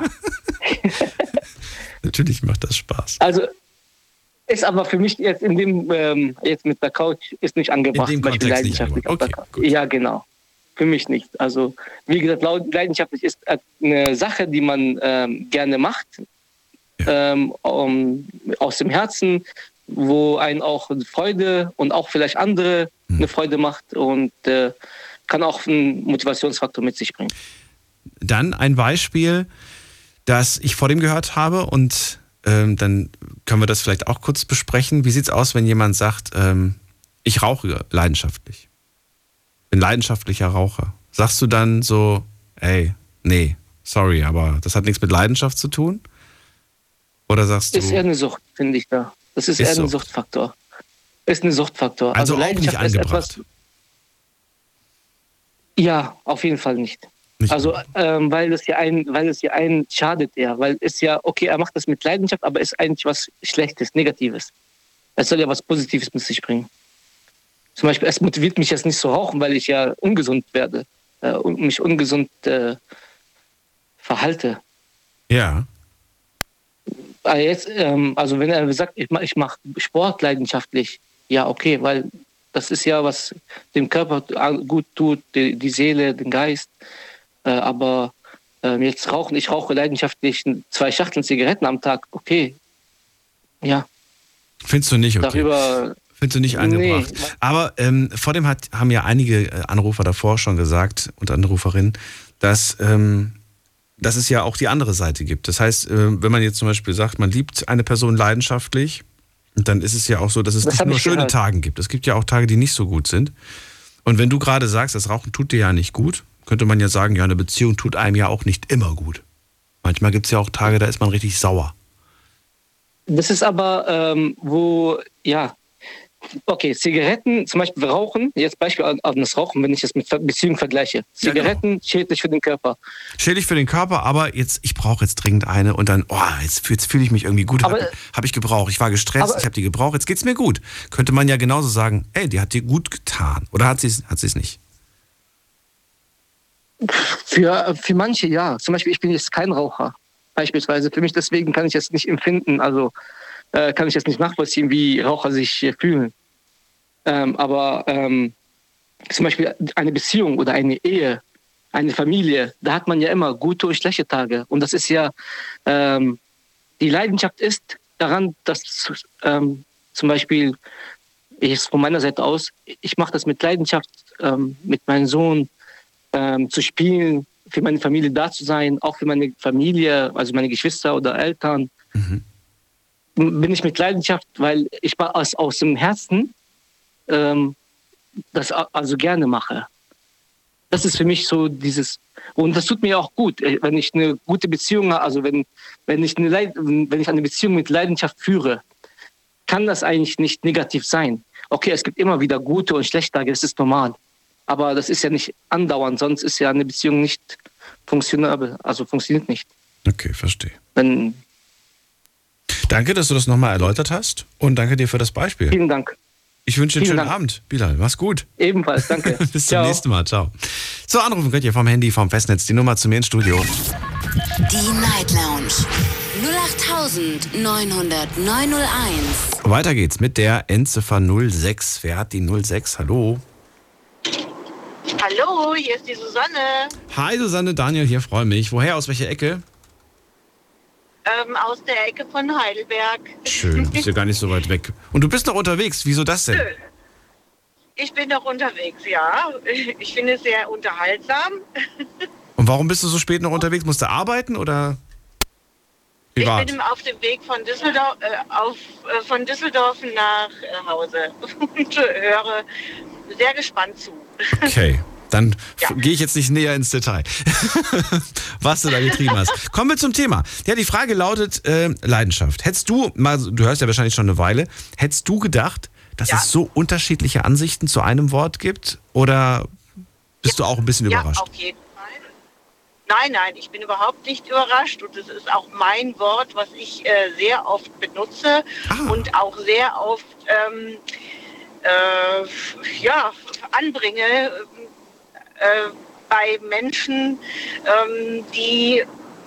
C: natürlich macht das Spaß.
K: also ist aber für mich jetzt in dem, ähm, jetzt mit der Couch ist nicht angebracht.
C: In dem
K: zum Beispiel
C: Kontext nicht
K: leidenschaftlich auf der
C: angebracht.
K: Couch. Ja, genau. Für mich nicht. Also, wie gesagt, laut- leidenschaftlich ist eine Sache, die man ähm, gerne macht, ähm, um, aus dem Herzen, wo einen auch Freude und auch vielleicht andere
C: Hm.
K: eine Freude macht und äh, kann auch einen Motivationsfaktor mit sich bringen.
C: Dann ein Beispiel, das ich vor dem gehört habe und ähm, dann können wir das vielleicht auch kurz besprechen. Wie sieht es aus, wenn jemand sagt, ähm, ich rauche leidenschaftlich? Bin leidenschaftlicher Raucher. Sagst du dann so, ey, nee, sorry, aber das hat nichts mit Leidenschaft zu tun? Oder sagst du...
K: Ist eher eine Sucht, finde ich da. Das ist,
C: Ist
K: eher ein
C: Sucht.
K: Suchtfaktor. Ist ein Suchtfaktor.
C: Also auch nicht
K: Leidenschaft ist
C: angebracht.
K: etwas- Ja, auf jeden Fall nicht.
C: Nicht
K: also, ähm, weil es ja ein, weil es ja einen schadet eher, weil es ja, okay, er macht das mit Leidenschaft, aber ist eigentlich was Schlechtes, Negatives. Es soll ja was Positives mit sich bringen. Zum Beispiel, es motiviert mich jetzt nicht zu rauchen, weil ich ja ungesund werde äh, und mich ungesund äh, verhalte.
C: Ja.
K: Ah, jetzt, ähm, also wenn er sagt, ich mache ich mach Sport leidenschaftlich, ja, okay, weil das ist ja, was dem Körper gut tut, die, die Seele, den Geist. Äh, aber äh, jetzt rauchen, ich rauche leidenschaftlich zwei Schachteln Zigaretten am Tag, okay. Ja.
C: Findest du nicht okay?
K: Darüber,
C: Findest du nicht angebracht. Nee. Aber ähm, vor dem hat, haben ja einige Anrufer davor schon gesagt und Anruferinnen, dass, ähm, dass es ja auch die andere Seite gibt. Das heißt, äh, wenn man jetzt zum Beispiel sagt, man liebt eine Person leidenschaftlich, dann ist es ja auch so, dass es das nicht nur schöne gehört. Tage gibt. Es gibt ja auch Tage, die nicht so gut sind. Und wenn du gerade sagst, das Rauchen tut dir ja nicht gut, könnte man ja sagen, ja, eine Beziehung tut einem ja auch nicht immer gut. Manchmal gibt es ja auch Tage, da ist man richtig sauer.
K: Das ist aber, ähm, wo, ja, okay, Zigaretten, zum Beispiel Rauchen, jetzt Beispiel an, an das Rauchen, wenn ich das mit Beziehung vergleiche. Zigaretten, ja, genau. Schädlich für den Körper.
C: Schädlich für den Körper, aber jetzt, ich brauche jetzt dringend eine und dann, oh, jetzt, jetzt fühle ich mich irgendwie gut, habe hab ich gebraucht. Ich war gestresst, aber, ich habe die gebraucht, jetzt geht's mir gut. Könnte man ja genauso sagen, ey, die hat dir gut getan. Oder hat sie es hat sie's nicht?
K: Für, für manche ja. Zum Beispiel, ich bin jetzt kein Raucher. Beispielsweise. Für mich deswegen kann ich es nicht empfinden, also äh, kann ich es nicht nachvollziehen, wie Raucher sich äh, fühlen. Ähm, aber ähm, zum Beispiel eine Beziehung oder eine Ehe, eine Familie, da hat man ja immer gute und schlechte Tage. Und das ist ja, ähm, die Leidenschaft ist daran, dass ähm, zum Beispiel, ich von meiner Seite aus, ich mache das mit Leidenschaft, ähm, mit meinem Sohn ähm, zu spielen, für meine Familie da zu sein, auch für meine Familie, also meine Geschwister oder Eltern, mhm. bin ich mit Leidenschaft, weil ich aus, aus dem Herzen ähm, das also gerne mache. Das ist für mich so dieses, und das tut mir auch gut, wenn ich eine gute Beziehung habe, also wenn, wenn, ich eine Leid, wenn ich eine Beziehung mit Leidenschaft führe, kann das eigentlich nicht negativ sein. Okay, es gibt immer wieder gute und schlechte Tage, das ist normal. Aber das ist ja nicht andauernd, sonst ist ja eine Beziehung nicht funktionabel, also funktioniert nicht.
C: Okay, verstehe.
K: Wenn
C: danke, dass du das nochmal erläutert hast und danke dir für das Beispiel.
K: Vielen Dank.
C: Ich wünsche dir einen
K: Vielen
C: schönen
K: Dank.
C: Abend, Bilal. Mach's gut.
K: Ebenfalls, danke.
C: Bis zum nächsten Mal. Ciao. So, anrufen könnt ihr vom Handy, vom Festnetz. Die Nummer zu mir ins Studio.
B: Die Night Lounge. null acht neun null null neun null eins.
C: Weiter geht's mit der Endziffer null sechs. Wer hat die null sechs? Hallo.
L: Hallo, hier ist die Susanne.
C: Hi Susanne, Daniel hier, freue mich. Woher, aus welcher Ecke?
L: Ähm, aus der Ecke von Heidelberg.
C: Schön, bist ja gar nicht so weit weg. Und du bist noch unterwegs, wieso das denn?
L: Nö. Ich bin noch unterwegs, ja. Ich finde es sehr unterhaltsam.
C: Und warum bist du so spät noch unterwegs? Musst du arbeiten oder privat?
L: Ich bin auf dem Weg von Düsseldorf, äh, auf, äh, von Düsseldorf nach äh, Hause und höre sehr gespannt zu.
C: Okay, dann
L: ja.
C: gehe ich jetzt nicht näher ins Detail, was du da getrieben hast. Kommen wir zum Thema. Ja, die Frage lautet äh, Leidenschaft. Hättest du, mal, du hörst ja wahrscheinlich schon eine Weile, hättest du gedacht, dass ja. es so unterschiedliche Ansichten zu einem Wort gibt? Oder bist ja. du auch ein bisschen
L: ja,
C: überrascht?
L: Auf jeden Fall. Nein, nein, ich bin überhaupt nicht überrascht. Und es ist auch mein Wort, was ich äh, sehr oft benutze ah. und auch sehr oft ähm, äh, ja, anbringe äh, bei Menschen, ähm, die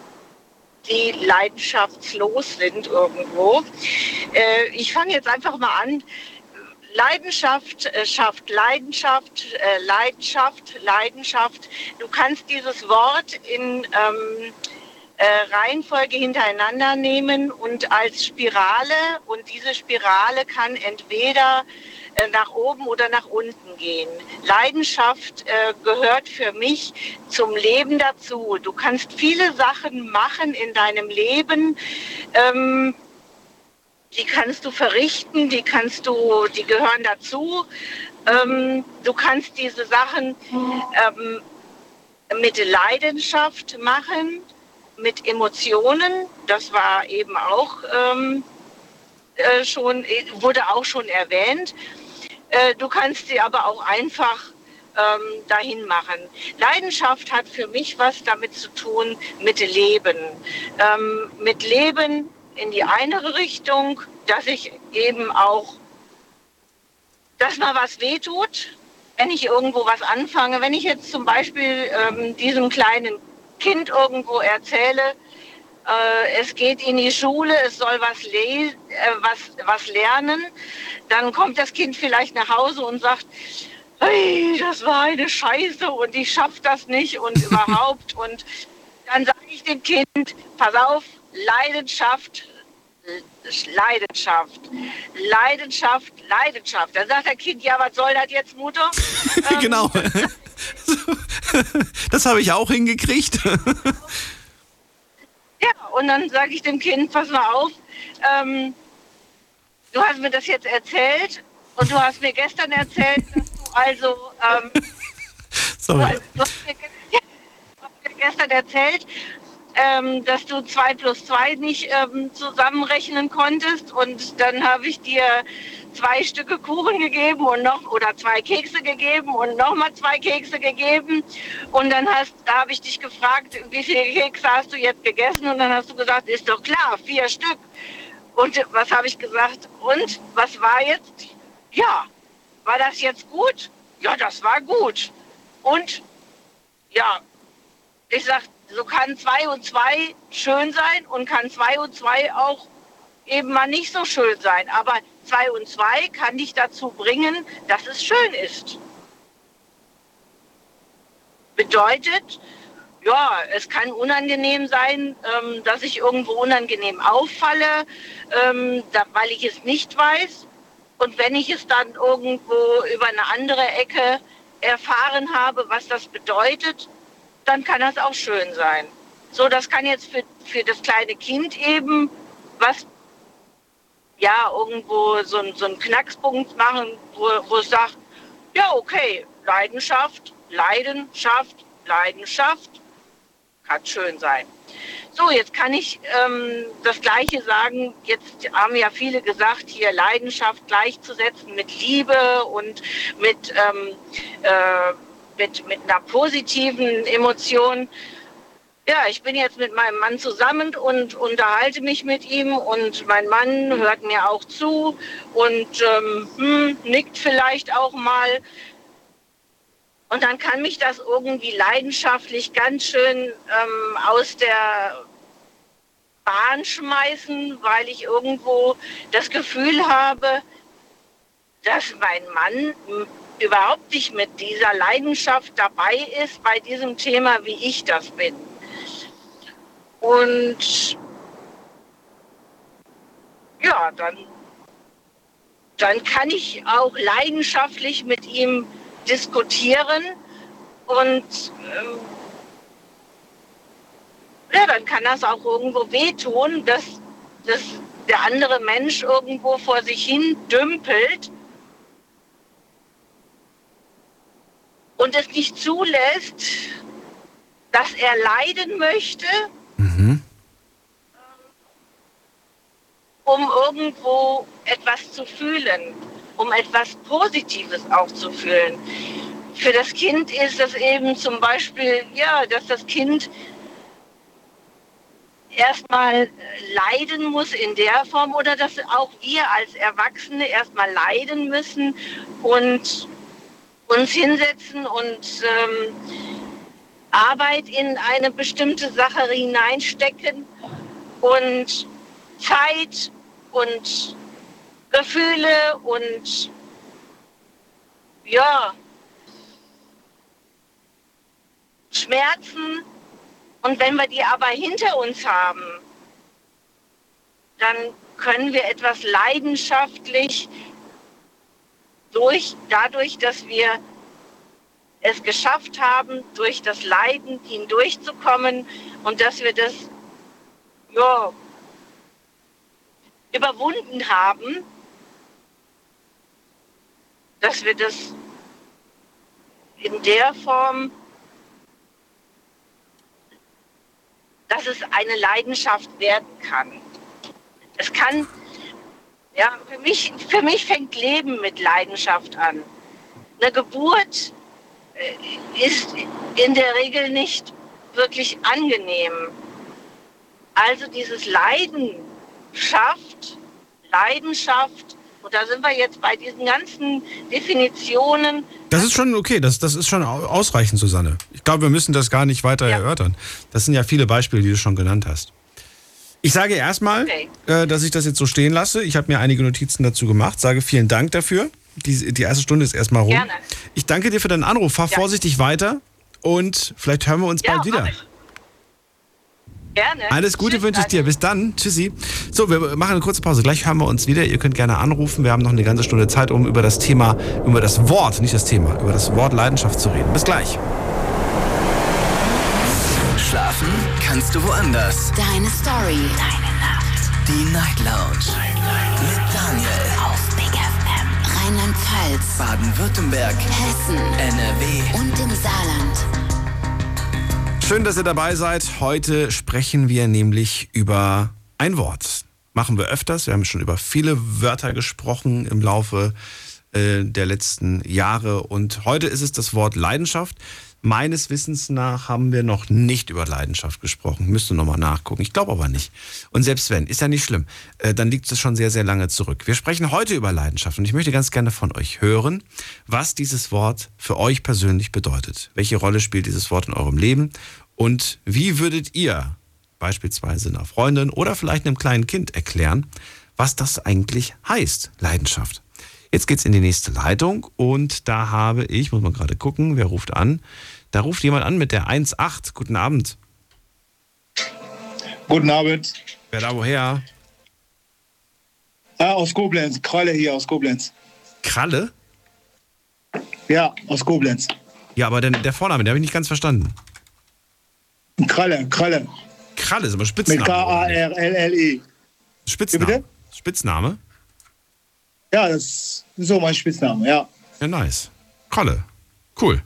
L: die leidenschaftslos sind irgendwo. Äh, ich fange jetzt einfach mal an. Leidenschaft äh, schafft Leidenschaft, äh, Leidenschaft, Leidenschaft. Du kannst dieses Wort in ähm, äh, Reihenfolge hintereinander nehmen und als Spirale, und diese Spirale kann entweder äh, nach oben oder nach unten gehen. Leidenschaft äh, gehört für mich zum Leben dazu. Du kannst viele Sachen machen in deinem Leben, ähm, die kannst du verrichten, die kannst du, die gehören dazu. Ähm, du kannst diese Sachen ähm, mit Leidenschaft machen, mit Emotionen. Das war eben auch ähm, äh, schon, wurde auch schon erwähnt. Äh, du kannst sie aber auch einfach ähm, dahin machen. Leidenschaft hat für mich was damit zu tun mit Leben. Ähm, mit Leben in die eine Richtung, dass ich eben auch, dass mal was wehtut, wenn ich irgendwo was anfange. Wenn ich jetzt zum Beispiel ähm, diesem kleinen Kind irgendwo erzähle, äh, es geht in die Schule, es soll was, le- äh, was, was lernen. Dann kommt das Kind vielleicht nach Hause und sagt, hey, das war eine Scheiße und ich schaff das nicht und überhaupt. Und dann sage ich dem Kind, pass auf, Leidenschaft, Leidenschaft, Leidenschaft, Leidenschaft. Dann sagt der Kind, ja, was soll das jetzt, Mutter? Ähm,
C: genau. Das habe ich auch hingekriegt.
L: Ja, und dann sage ich dem Kind, pass mal auf, ähm, du hast mir das jetzt erzählt und du hast mir gestern erzählt, dass du also, ähm,
C: Sorry.
L: Du hast mir, ge- hast mir gestern erzählt, ähm, dass du zwei plus zwei nicht ähm, zusammenrechnen konntest und dann habe ich dir zwei Stücke Kuchen gegeben und noch oder zwei Kekse gegeben und nochmal zwei Kekse gegeben und dann hast, da habe ich dich gefragt, wie viele Kekse hast du jetzt gegessen und dann hast du gesagt, ist doch klar, vier Stück. Und was habe ich gesagt? Und was war jetzt? Ja, war das jetzt gut? Ja, das war gut. Und ja, ich sag, so kann zwei und zwei schön sein und kann zwei und zwei auch eben mal nicht so schön sein. Aber zwei und zwei kann dich dazu bringen, dass es schön ist. Bedeutet, ja, es kann unangenehm sein, ähm, dass ich irgendwo unangenehm auffalle, ähm, da, weil ich es nicht weiß. Und wenn ich es dann irgendwo über eine andere Ecke erfahren habe, was das bedeutet, dann kann das auch schön sein. So, das kann jetzt für, für das kleine Kind eben was, ja, irgendwo so, so einen Knackspunkt machen, wo, wo es sagt, ja, okay, Leidenschaft, Leidenschaft, Leidenschaft, kann schön sein. So, jetzt kann ich ähm, das Gleiche sagen. Jetzt haben ja viele gesagt, hier Leidenschaft gleichzusetzen mit Liebe und mit, ähm, äh, mit, mit einer positiven Emotion. Ja, ich bin jetzt mit meinem Mann zusammen und unterhalte mich mit ihm und mein Mann hört mir auch zu und ähm, hm, nickt vielleicht auch mal. Und dann kann mich das irgendwie leidenschaftlich ganz schön ähm, aus der Bahn schmeißen, weil ich irgendwo das Gefühl habe, dass mein Mann überhaupt nicht mit dieser Leidenschaft dabei ist bei diesem Thema, wie ich das bin. Und ja, dann, dann kann ich auch leidenschaftlich mit ihm diskutieren und ähm, ja, dann kann das auch irgendwo wehtun, dass, dass der andere Mensch irgendwo vor sich hin dümpelt und es nicht zulässt, dass er leiden möchte,
C: Mhm.
L: um irgendwo etwas zu fühlen, um etwas Positives auch zu fühlen. Für das Kind ist das eben zum Beispiel, ja, dass das Kind erstmal leiden muss in der Form oder dass auch wir als Erwachsene erstmal leiden müssen und uns hinsetzen und ähm, Arbeit in eine bestimmte Sache hineinstecken und Zeit und Gefühle und ja, Schmerzen. Und wenn wir die aber hinter uns haben, dann können wir etwas leidenschaftlich durch, dadurch, dass wir es geschafft haben, durch das Leiden hindurchzukommen und dass wir das ja, überwunden haben, dass wir das in der Form, dass es eine Leidenschaft werden kann. Es kann, ja, für mich, für mich fängt Leben mit Leidenschaft an. Eine Geburt ist in der Regel nicht wirklich angenehm. Also dieses Leidenschaft, Leidenschaft, und da sind wir jetzt bei diesen ganzen Definitionen.
C: Das ist schon okay, das, das ist schon ausreichend, Susanne. Ich glaube, wir müssen das gar nicht weiter
L: Ja.
C: erörtern. Das sind ja viele Beispiele, die du schon genannt hast. Ich sage erstmal,
L: Okay.
C: äh, dass ich das jetzt so stehen lasse. Ich habe mir einige Notizen dazu gemacht. Sage vielen Dank dafür. Die, die erste Stunde ist erstmal rum.
L: Gerne.
C: Ich danke dir für deinen Anruf. Fahr
L: Ja.
C: vorsichtig weiter und vielleicht hören wir uns
L: Ja,
C: bald wieder.
L: mach ich. Gerne.
C: Alles Gute
L: Tschüss,
C: wünsche ich dir. Bis dann. Tschüssi. So, wir machen eine kurze Pause. Gleich hören wir uns wieder. Ihr könnt gerne anrufen. Wir haben noch eine ganze Stunde Zeit, um über das Thema, über das Wort, nicht das Thema, über das Wort Leidenschaft zu reden. Bis gleich.
A: Schlafen kannst du woanders.
B: Deine Story. Deine Nacht.
A: Die Night Lounge. Mit Daniel.
B: Auf Big F M. Rheinland-Pfalz.
A: Baden-Württemberg.
B: Hessen.
A: N R W.
B: Und im Saarland.
C: Schön, dass ihr dabei seid. Heute sprechen wir nämlich über ein Wort. Machen wir öfters. Wir haben schon über viele Wörter gesprochen im Laufe äh, der letzten Jahre. Und heute ist es das Wort Leidenschaft. Meines Wissens nach haben wir noch nicht über Leidenschaft gesprochen. Müsste nochmal nachgucken. Ich glaube aber nicht. Und selbst wenn, ist ja nicht schlimm. Äh, dann liegt es schon sehr, sehr lange zurück. Wir sprechen heute über Leidenschaft. Und ich möchte ganz gerne von euch hören, was dieses Wort für euch persönlich bedeutet. Welche Rolle spielt dieses Wort in eurem Leben? Und wie würdet ihr beispielsweise einer Freundin oder vielleicht einem kleinen Kind erklären, was das eigentlich heißt, Leidenschaft? Jetzt geht's in die nächste Leitung und da habe ich, muss man gerade gucken, wer ruft an? Da ruft jemand an mit der eins acht. Guten Abend.
M: Guten Abend.
C: Wer da woher?
M: Ah, aus Koblenz. Kralle hier aus Koblenz.
C: Kralle?
M: Ja, aus Koblenz.
C: Ja, aber der, der Vorname, den habe ich nicht ganz verstanden.
M: Kralle, Kralle.
C: Kralle ist aber Spitzname.
M: Mit K A R L L E.
C: Spitzname?
M: Wie bitte?
C: Spitzname?
M: Ja, das ist so mein Spitzname, ja.
C: Ja, nice. Kralle. Cool.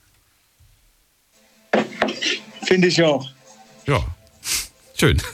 M: Finde ich auch.
C: Ja, schön.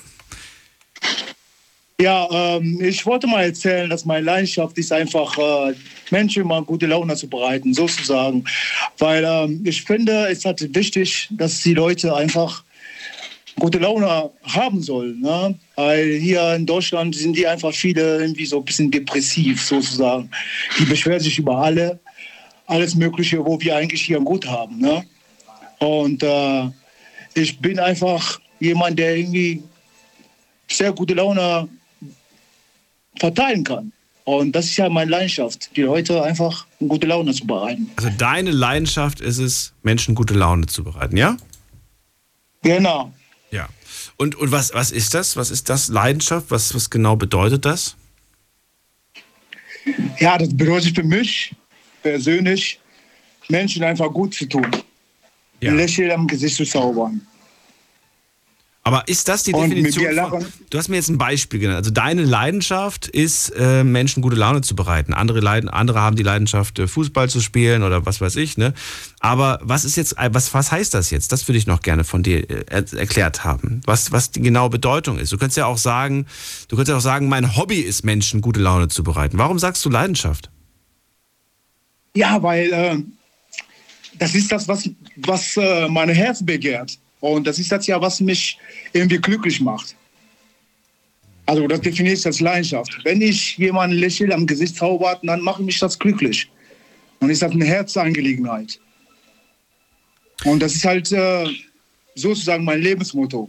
M: Ja, ähm, ich wollte mal erzählen, dass meine Leidenschaft ist einfach, äh, Menschen mal gute Laune zu bereiten, sozusagen. Weil ähm, ich finde, es ist halt wichtig, dass die Leute einfach gute Laune haben sollen. Ne? Weil hier in Deutschland sind die einfach viele irgendwie so ein bisschen depressiv, sozusagen. Die beschweren sich über alle, alles Mögliche, wo wir eigentlich hier gut haben. Ne? Und äh, ich bin einfach jemand, der irgendwie sehr gute Laune verteilen kann. Und das ist ja meine Leidenschaft, die Leute einfach gute Laune zu bereiten.
C: Also deine Leidenschaft ist es, Menschen gute Laune zu bereiten, ja?
M: Genau.
C: Ja. Und, und was, was ist das? Was ist das Leidenschaft? Was, was genau bedeutet das?
M: Ja, das bedeutet für mich persönlich, Menschen einfach gut zu tun.
C: Ja.
M: Ein Lächeln am Gesicht zu zaubern.
C: Aber ist das die
M: Und mit
C: Definition
M: dir
C: von,
M: lachen.
C: du hast mir jetzt ein Beispiel genannt. Also deine Leidenschaft ist, äh, Menschen gute Laune zu bereiten. Andere, Leiden, andere haben die Leidenschaft, äh, Fußball zu spielen oder was weiß ich. Ne? Aber was ist jetzt, was, was heißt das jetzt? Das würde ich noch gerne von dir äh, er, erklärt haben. Was, was die genaue Bedeutung ist. Du könntest ja auch sagen, du könntest ja auch sagen, mein Hobby ist, Menschen gute Laune zu bereiten. Warum sagst du Leidenschaft?
M: Ja, weil äh, das ist das, was, was äh, mein Herz begehrt. Und das ist das ja, was mich irgendwie glücklich macht. Also das definiert sich als Leidenschaft. Wenn ich jemanden lächle am Gesicht zaubert, dann macht mich das glücklich. Und ist das eine Herzangelegenheit. Und das ist halt äh, sozusagen mein Lebensmotto.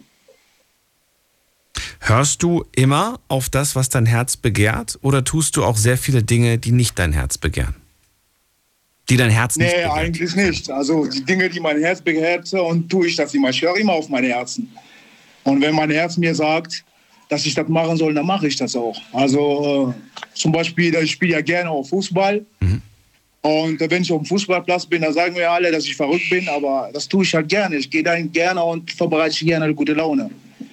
C: Hörst du immer auf das, was dein Herz begehrt? Oder tust du auch sehr viele Dinge, die nicht dein Herz begehren? Die dein Herz nicht
M: Nee,
C: begehrt?
M: eigentlich nicht. Also die Dinge, die mein Herz begehrt, und tue ich das immer. Ich höre immer auf mein Herzen. Und wenn mein Herz mir sagt, dass ich das machen soll, dann mache ich das auch. Also äh, zum Beispiel, ich spiele ja gerne auch Fußball. Mhm. Und äh, wenn ich auf dem Fußballplatz bin, dann sagen mir alle, dass ich verrückt bin. Aber das tue ich halt gerne. Ich gehe dahin gerne und verbreite gerne eine gute Laune.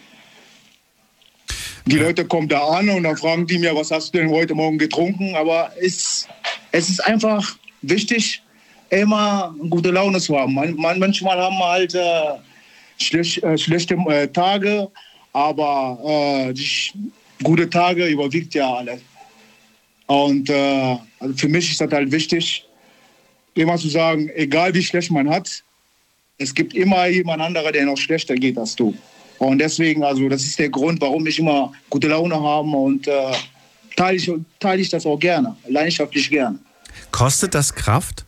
M: Die Leute kommen da an und dann fragen die mir, was hast du denn heute Morgen getrunken? Aber es, es ist einfach wichtig, immer gute Laune zu haben. Man, man, manchmal haben wir halt äh, schlech, äh, schlechte äh, Tage, aber äh, die gute Tage überwiegt ja alle. Und äh, also für mich ist das halt wichtig, immer zu sagen, egal wie schlecht man hat, es gibt immer jemand anderer, der noch schlechter geht als du. Und deswegen, also das ist der Grund, warum ich immer gute Laune habe und äh, teile ich, teile ich das auch gerne, leidenschaftlich gerne.
C: Kostet das Kraft?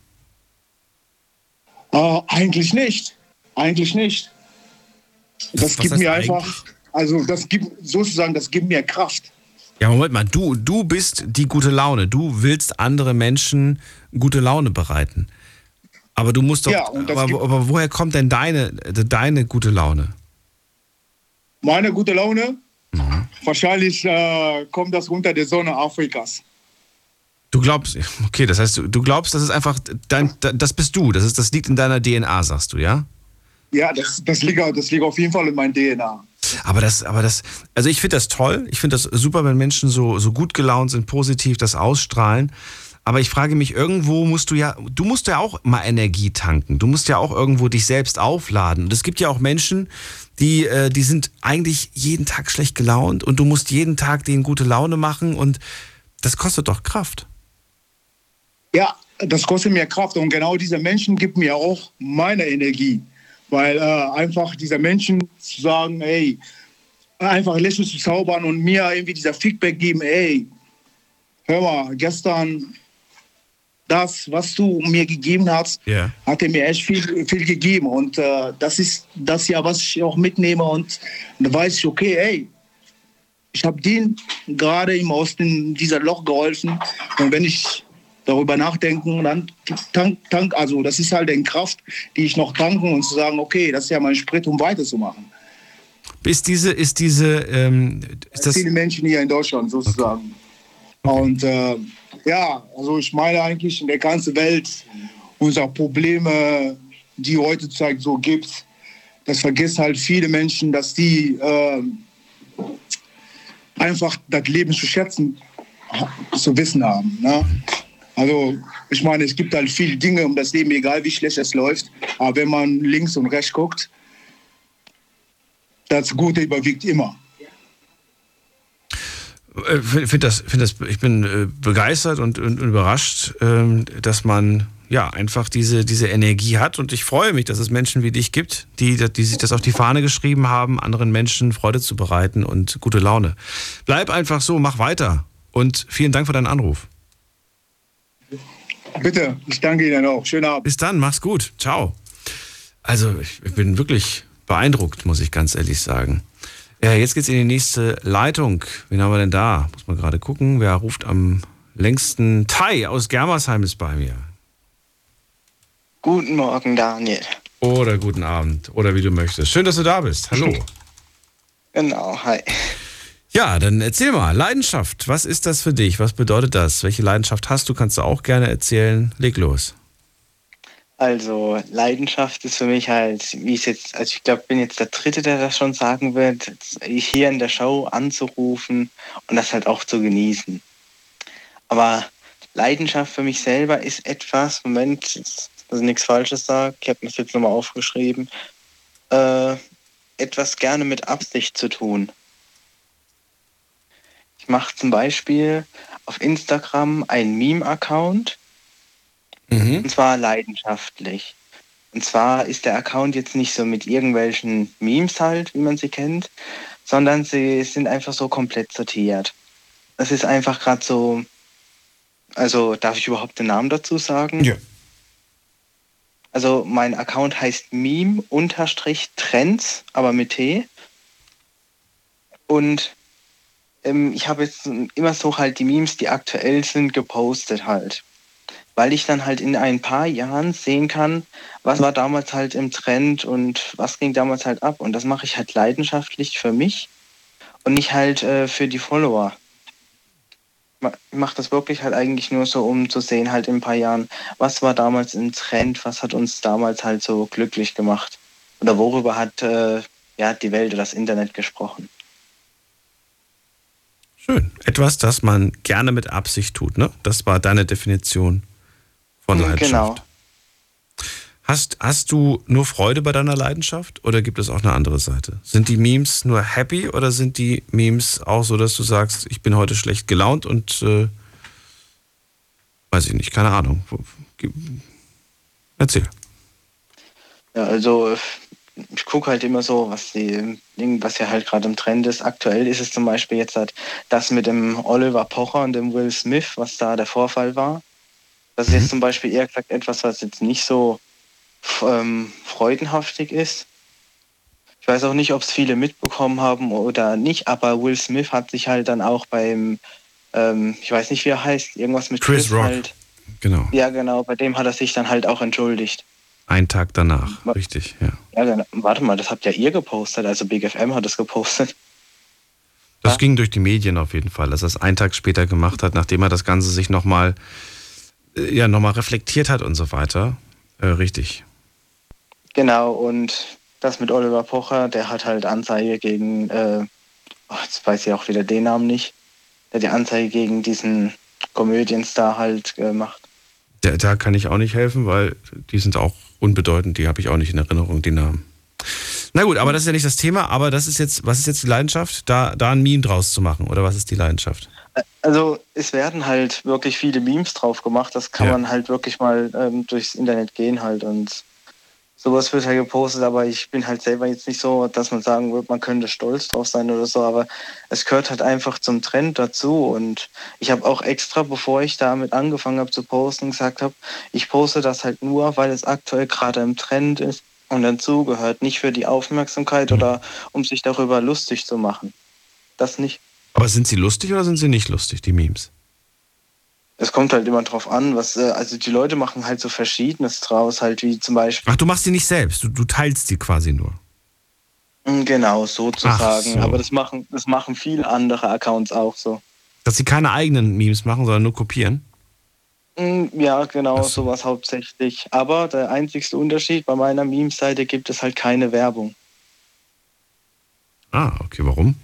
M: Äh, eigentlich nicht. Eigentlich nicht. Das
C: Was
M: gibt
C: heißt
M: mir
C: eigentlich?
M: einfach. Also das gibt sozusagen, das gibt mir Kraft.
C: Ja, Moment mal, du, du bist die gute Laune. Du willst andere Menschen gute Laune bereiten. Aber du musst doch.
M: Ja, und das
C: aber,
M: gibt-
C: aber woher kommt denn deine, deine gute Laune?
M: Meine gute Laune? Wahrscheinlich äh, kommt das unter der Sonne Afrikas.
C: Du glaubst, okay, das heißt, du, du glaubst, das ist einfach, dein, das bist du, das, ist, das liegt in deiner D N A, sagst du, ja?
M: Ja, das, das, liegt, das liegt auf jeden Fall in meinem D N A.
C: Aber das, aber das, also ich finde das toll, ich finde das super, wenn Menschen so, so gut gelaunt sind, positiv das ausstrahlen. Aber ich frage mich, irgendwo musst du ja, du musst ja auch mal Energie tanken. Du musst ja auch irgendwo dich selbst aufladen. Und es gibt ja auch Menschen, die, äh, die sind eigentlich jeden Tag schlecht gelaunt und du musst jeden Tag denen gute Laune machen und das kostet doch Kraft.
M: Ja, das kostet mir Kraft und genau diese Menschen geben mir auch meine Energie. Weil äh, einfach diese Menschen zu sagen, ey, einfach Lächeln zu zaubern und mir irgendwie dieser Feedback geben, ey, hör mal, gestern das, was du mir gegeben hast,
C: yeah.
M: hat er mir echt viel, viel gegeben. Und äh, das ist das ja, was ich auch mitnehme. Und da weiß ich, okay, ey, ich habe denen gerade ihm aus dem, dieser Loch geholfen. Und wenn ich darüber nachdenke, dann tank, tank, also das ist halt eine Kraft, die ich noch tanken und zu sagen, okay, das ist ja mein Sprit, um weiterzumachen.
C: Ist diese, ist diese, ähm, ist das...
M: Viele Menschen hier in Deutschland sozusagen. Okay. Und äh, ja, also ich meine eigentlich in der ganzen Welt unsere Probleme, die heutzutage so gibt, das vergisst halt viele Menschen, dass die äh, einfach das Leben zu schätzen, zu wissen haben. Ne? Also ich meine, es gibt halt viele Dinge um das Leben, egal wie schlecht es läuft, aber wenn man links und rechts guckt, das Gute überwiegt immer.
C: Find das, find das, ich bin äh, begeistert und, und überrascht, ähm, dass man ja einfach diese, diese Energie hat. Und ich freue mich, dass es Menschen wie dich gibt, die, die sich das auf die Fahne geschrieben haben, anderen Menschen Freude zu bereiten und gute Laune. Bleib einfach so, mach weiter. Und vielen Dank für deinen Anruf.
M: Bitte, ich danke Ihnen auch. Schönen Abend.
C: Bis dann, mach's gut. Ciao. Also ich, ich bin wirklich beeindruckt, muss ich ganz ehrlich sagen. Ja, jetzt geht's in die nächste Leitung. Wen haben wir denn da? Muss man gerade gucken. Wer ruft am längsten? Tai aus Germersheim ist bei mir.
N: Guten Morgen, Daniel.
C: Oder guten Abend. Oder wie du möchtest. Schön, dass du da bist. Hallo.
N: Genau, hi.
C: Ja, dann erzähl mal. Leidenschaft. Was ist das für dich? Was bedeutet das? Welche Leidenschaft hast du? Kannst du auch gerne erzählen. Leg los.
N: Also Leidenschaft ist für mich halt, wie ich jetzt, also ich glaube, bin jetzt der Dritte, der das schon sagen wird, hier in der Show anzurufen und das halt auch zu genießen. Aber Leidenschaft für mich selber ist etwas, Moment, dass ich nichts Falsches sage, ich habe das jetzt nochmal aufgeschrieben, äh, etwas gerne mit Absicht zu tun. Ich mache zum Beispiel auf Instagram einen Meme-Account, mhm. und zwar leidenschaftlich. Und zwar ist der Account jetzt nicht so mit irgendwelchen Memes halt, wie man sie kennt, sondern sie sind einfach so komplett sortiert. Es ist einfach gerade so, also darf ich überhaupt den Namen dazu sagen?
C: Ja.
N: Also mein Account heißt Meme-Trends, aber mit T. Und ähm, ich habe jetzt immer so halt die Memes, die aktuell sind, gepostet halt. Weil ich dann halt in ein paar Jahren sehen kann, was war damals halt im Trend und was ging damals halt ab. Und das mache ich halt leidenschaftlich für mich und nicht halt äh, für die Follower. Ich mache das wirklich halt eigentlich nur so, um zu sehen halt in ein paar Jahren, was war damals im Trend, was hat uns damals halt so glücklich gemacht. Oder worüber hat äh, ja, die Welt oder das Internet gesprochen.
C: Schön. Etwas, das man gerne mit Absicht tut, ne? Das war deine Definition von Leidenschaft.
N: Genau.
C: Hast, hast du nur Freude bei deiner Leidenschaft oder gibt es auch eine andere Seite? Sind die Memes nur happy oder sind die Memes auch so, dass du sagst, ich bin heute schlecht gelaunt und äh, weiß ich nicht, keine Ahnung. Erzähl.
N: Ja, also ich gucke halt immer so, was die, was ja halt gerade im Trend ist. Aktuell ist es zum Beispiel jetzt halt das mit dem Oliver Pocher und dem Will Smith, was da der Vorfall war. Das ist jetzt zum Beispiel eher gesagt etwas, was jetzt nicht so ähm, freudenhaftig ist. Ich weiß auch nicht, ob es viele mitbekommen haben oder nicht, aber Will Smith hat sich halt dann auch beim, ähm, ich weiß nicht, wie er heißt, irgendwas mit
C: Chris, Chris Rock.
N: Halt.
C: Genau.
N: Ja, genau, bei dem hat er sich dann halt auch entschuldigt.
C: Einen Tag danach, richtig, ja.
N: Ja, genau. Warte mal, das habt ja ihr gepostet, also Big F M hat es gepostet.
C: Das ja? ging durch die Medien auf jeden Fall, dass er es einen Tag später gemacht hat, nachdem er das Ganze sich nochmal äh, ja, noch mal reflektiert hat und so weiter. Äh, richtig.
N: Genau, und das mit Oliver Pocher, der hat halt Anzeige gegen, äh, oh, jetzt weiß ich auch wieder den Namen nicht, der hat die Anzeige gegen diesen Komödienstar halt gemacht.
C: Da, da kann ich auch nicht helfen, weil die sind auch unbedeutend, die habe ich auch nicht in Erinnerung, die Namen. Na gut, aber das ist ja nicht das Thema, aber das ist jetzt, was ist jetzt die Leidenschaft, da, da ein Meme draus zu machen, oder was ist die Leidenschaft?
N: Also es werden halt wirklich viele Memes drauf gemacht, das kann ja. man halt wirklich mal ähm, durchs Internet gehen halt und sowas wird halt gepostet, aber ich bin halt selber jetzt nicht so, dass man sagen würde, man könnte stolz drauf sein oder so, aber es gehört halt einfach zum Trend dazu und ich habe auch extra, bevor ich damit angefangen habe zu posten, gesagt habe, ich poste das halt nur, weil es aktuell gerade im Trend ist und dazu gehört, nicht für die Aufmerksamkeit oder um sich darüber lustig zu machen. Das nicht.
C: Aber sind sie lustig oder sind sie nicht lustig, die Memes?
N: Es kommt halt immer drauf an, was, also die Leute machen halt so Verschiedenes draus, halt wie zum Beispiel...
C: Ach, du machst die nicht selbst, du, du teilst die quasi nur.
N: Genau, sozusagen.
C: So.
N: Aber das machen, das machen viele andere Accounts auch so.
C: Dass sie keine eigenen Memes machen, sondern nur kopieren?
N: Ja, genau,
C: so.
N: sowas hauptsächlich. Aber der einzigste Unterschied, bei meiner Meme-Seite gibt es halt keine Werbung.
C: Ah, okay, warum?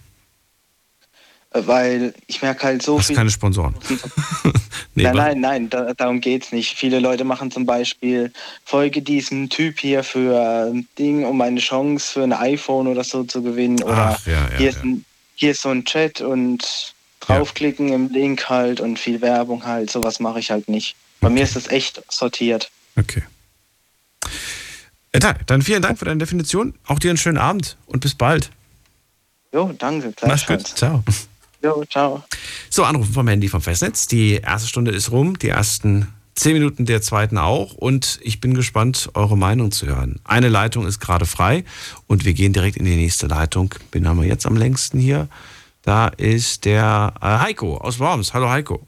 N: Weil ich merke halt so
C: Hast
N: viel...
C: keine Sponsoren?
N: nee, nein, nein, nein, da, darum geht's nicht. Viele Leute machen zum Beispiel, folge diesem Typ hier für ein Ding, um eine Chance für ein iPhone oder so zu gewinnen. Oder
C: Ach, ja, ja,
N: hier,
C: ja.
N: Ist ein, hier ist so ein Chat und draufklicken ja. im Link halt und viel Werbung halt. Sowas mache ich halt nicht. Bei okay. mir ist das echt sortiert.
C: Okay. Ja, dann vielen Dank für deine Definition. Auch dir einen schönen Abend und bis bald.
N: Jo, danke.
C: Mach's gut. Ciao.
N: Jo, ciao.
C: So, Anrufen vom Handy vom Festnetz. Die erste Stunde ist rum, die ersten zehn Minuten der zweiten auch. Und ich bin gespannt, eure Meinung zu hören. Eine Leitung ist gerade frei und wir gehen direkt in die nächste Leitung. Wen haben wir jetzt am längsten hier? Da ist der äh, Heiko aus Worms. Hallo Heiko.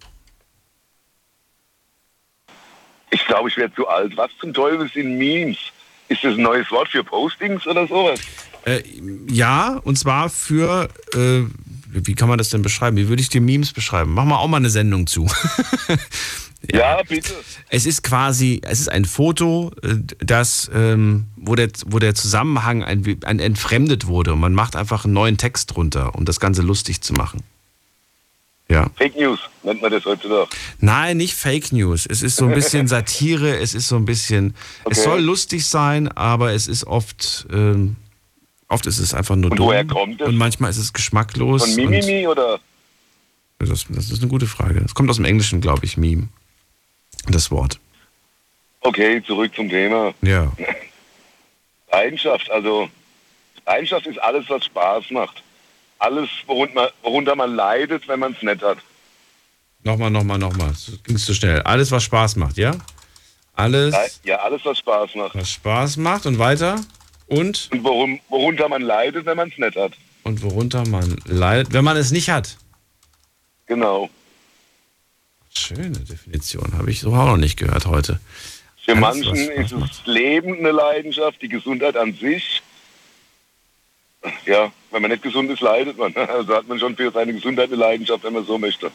O: Ich glaube, ich werde zu alt. Was zum Teufel sind Memes? Ist das ein neues Wort für Postings oder sowas?
C: Äh, ja, und zwar für... Äh, Wie kann man das denn beschreiben? Wie würde ich dir Memes beschreiben? Mach mal auch mal eine Sendung zu.
O: ja. ja, bitte.
C: Es ist quasi, es ist ein Foto, das, ähm, wo, der, wo der Zusammenhang ein, ein entfremdet wurde und man macht einfach einen neuen Text drunter, um das Ganze lustig zu machen. Ja.
O: Fake News nennt man das heutzutage.
C: Nein, nicht Fake News. Es ist so ein bisschen Satire, es ist so ein bisschen, okay. Es soll lustig sein, aber es ist oft... Ähm, Oft ist es einfach nur
O: und
C: dumm.
O: Woher kommt es?
C: Und manchmal ist es geschmacklos.
O: Von Mimimi oder?
C: Das, das ist eine gute Frage. Es kommt aus dem Englischen, glaube ich, Meme. Das Wort.
O: Okay, zurück zum Thema.
C: Ja.
O: Leidenschaft, also Leidenschaft ist alles, was Spaß macht. Alles, worunter man, worunter man leidet, wenn man es nicht hat.
C: Nochmal, nochmal, nochmal. Das ging zu schnell. Alles, was Spaß macht, ja? Alles.
O: Ja, alles, was Spaß macht.
C: Was Spaß macht und weiter? Und?
O: Und worum, worunter man leidet, wenn man es nicht hat.
C: Und worunter man leidet, wenn man es nicht hat.
O: Genau.
C: Schöne Definition, habe ich so auch noch nicht gehört heute.
O: Für Alles, manchen ist das Leben eine Leidenschaft, die Gesundheit an sich. Ja, wenn man nicht gesund ist, leidet man. Also hat man schon für seine Gesundheit eine Leidenschaft, wenn man so möchte.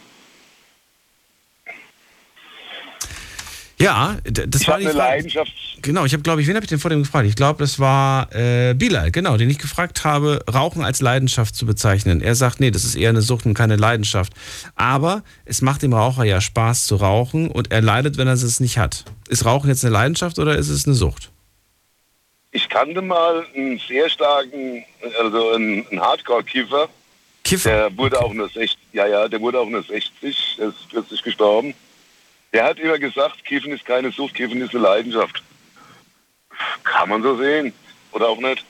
C: Ja, das
O: ich
C: war nicht...
O: eine Leidenschaft.
C: Genau, ich habe, glaube ich, wen habe ich denn vor dem gefragt? Ich glaube, das war äh, Bilal, genau, den ich gefragt habe, Rauchen als Leidenschaft zu bezeichnen. Er sagt, nee, das ist eher eine Sucht und keine Leidenschaft. Aber es macht dem Raucher ja Spaß zu rauchen und er leidet, wenn er es nicht hat. Ist Rauchen jetzt eine Leidenschaft oder ist es eine Sucht?
O: Ich kannte mal einen sehr starken, also einen, einen Hardcore-Kiffer.
C: Kiffer?
O: Der wurde auch nur sechzig, ja, ja, der wurde auch nur sechzig, er ist plötzlich gestorben. Der hat immer gesagt, Kiffen ist keine Sucht, Kiffen ist eine Leidenschaft. Kann man so sehen. Oder auch nicht.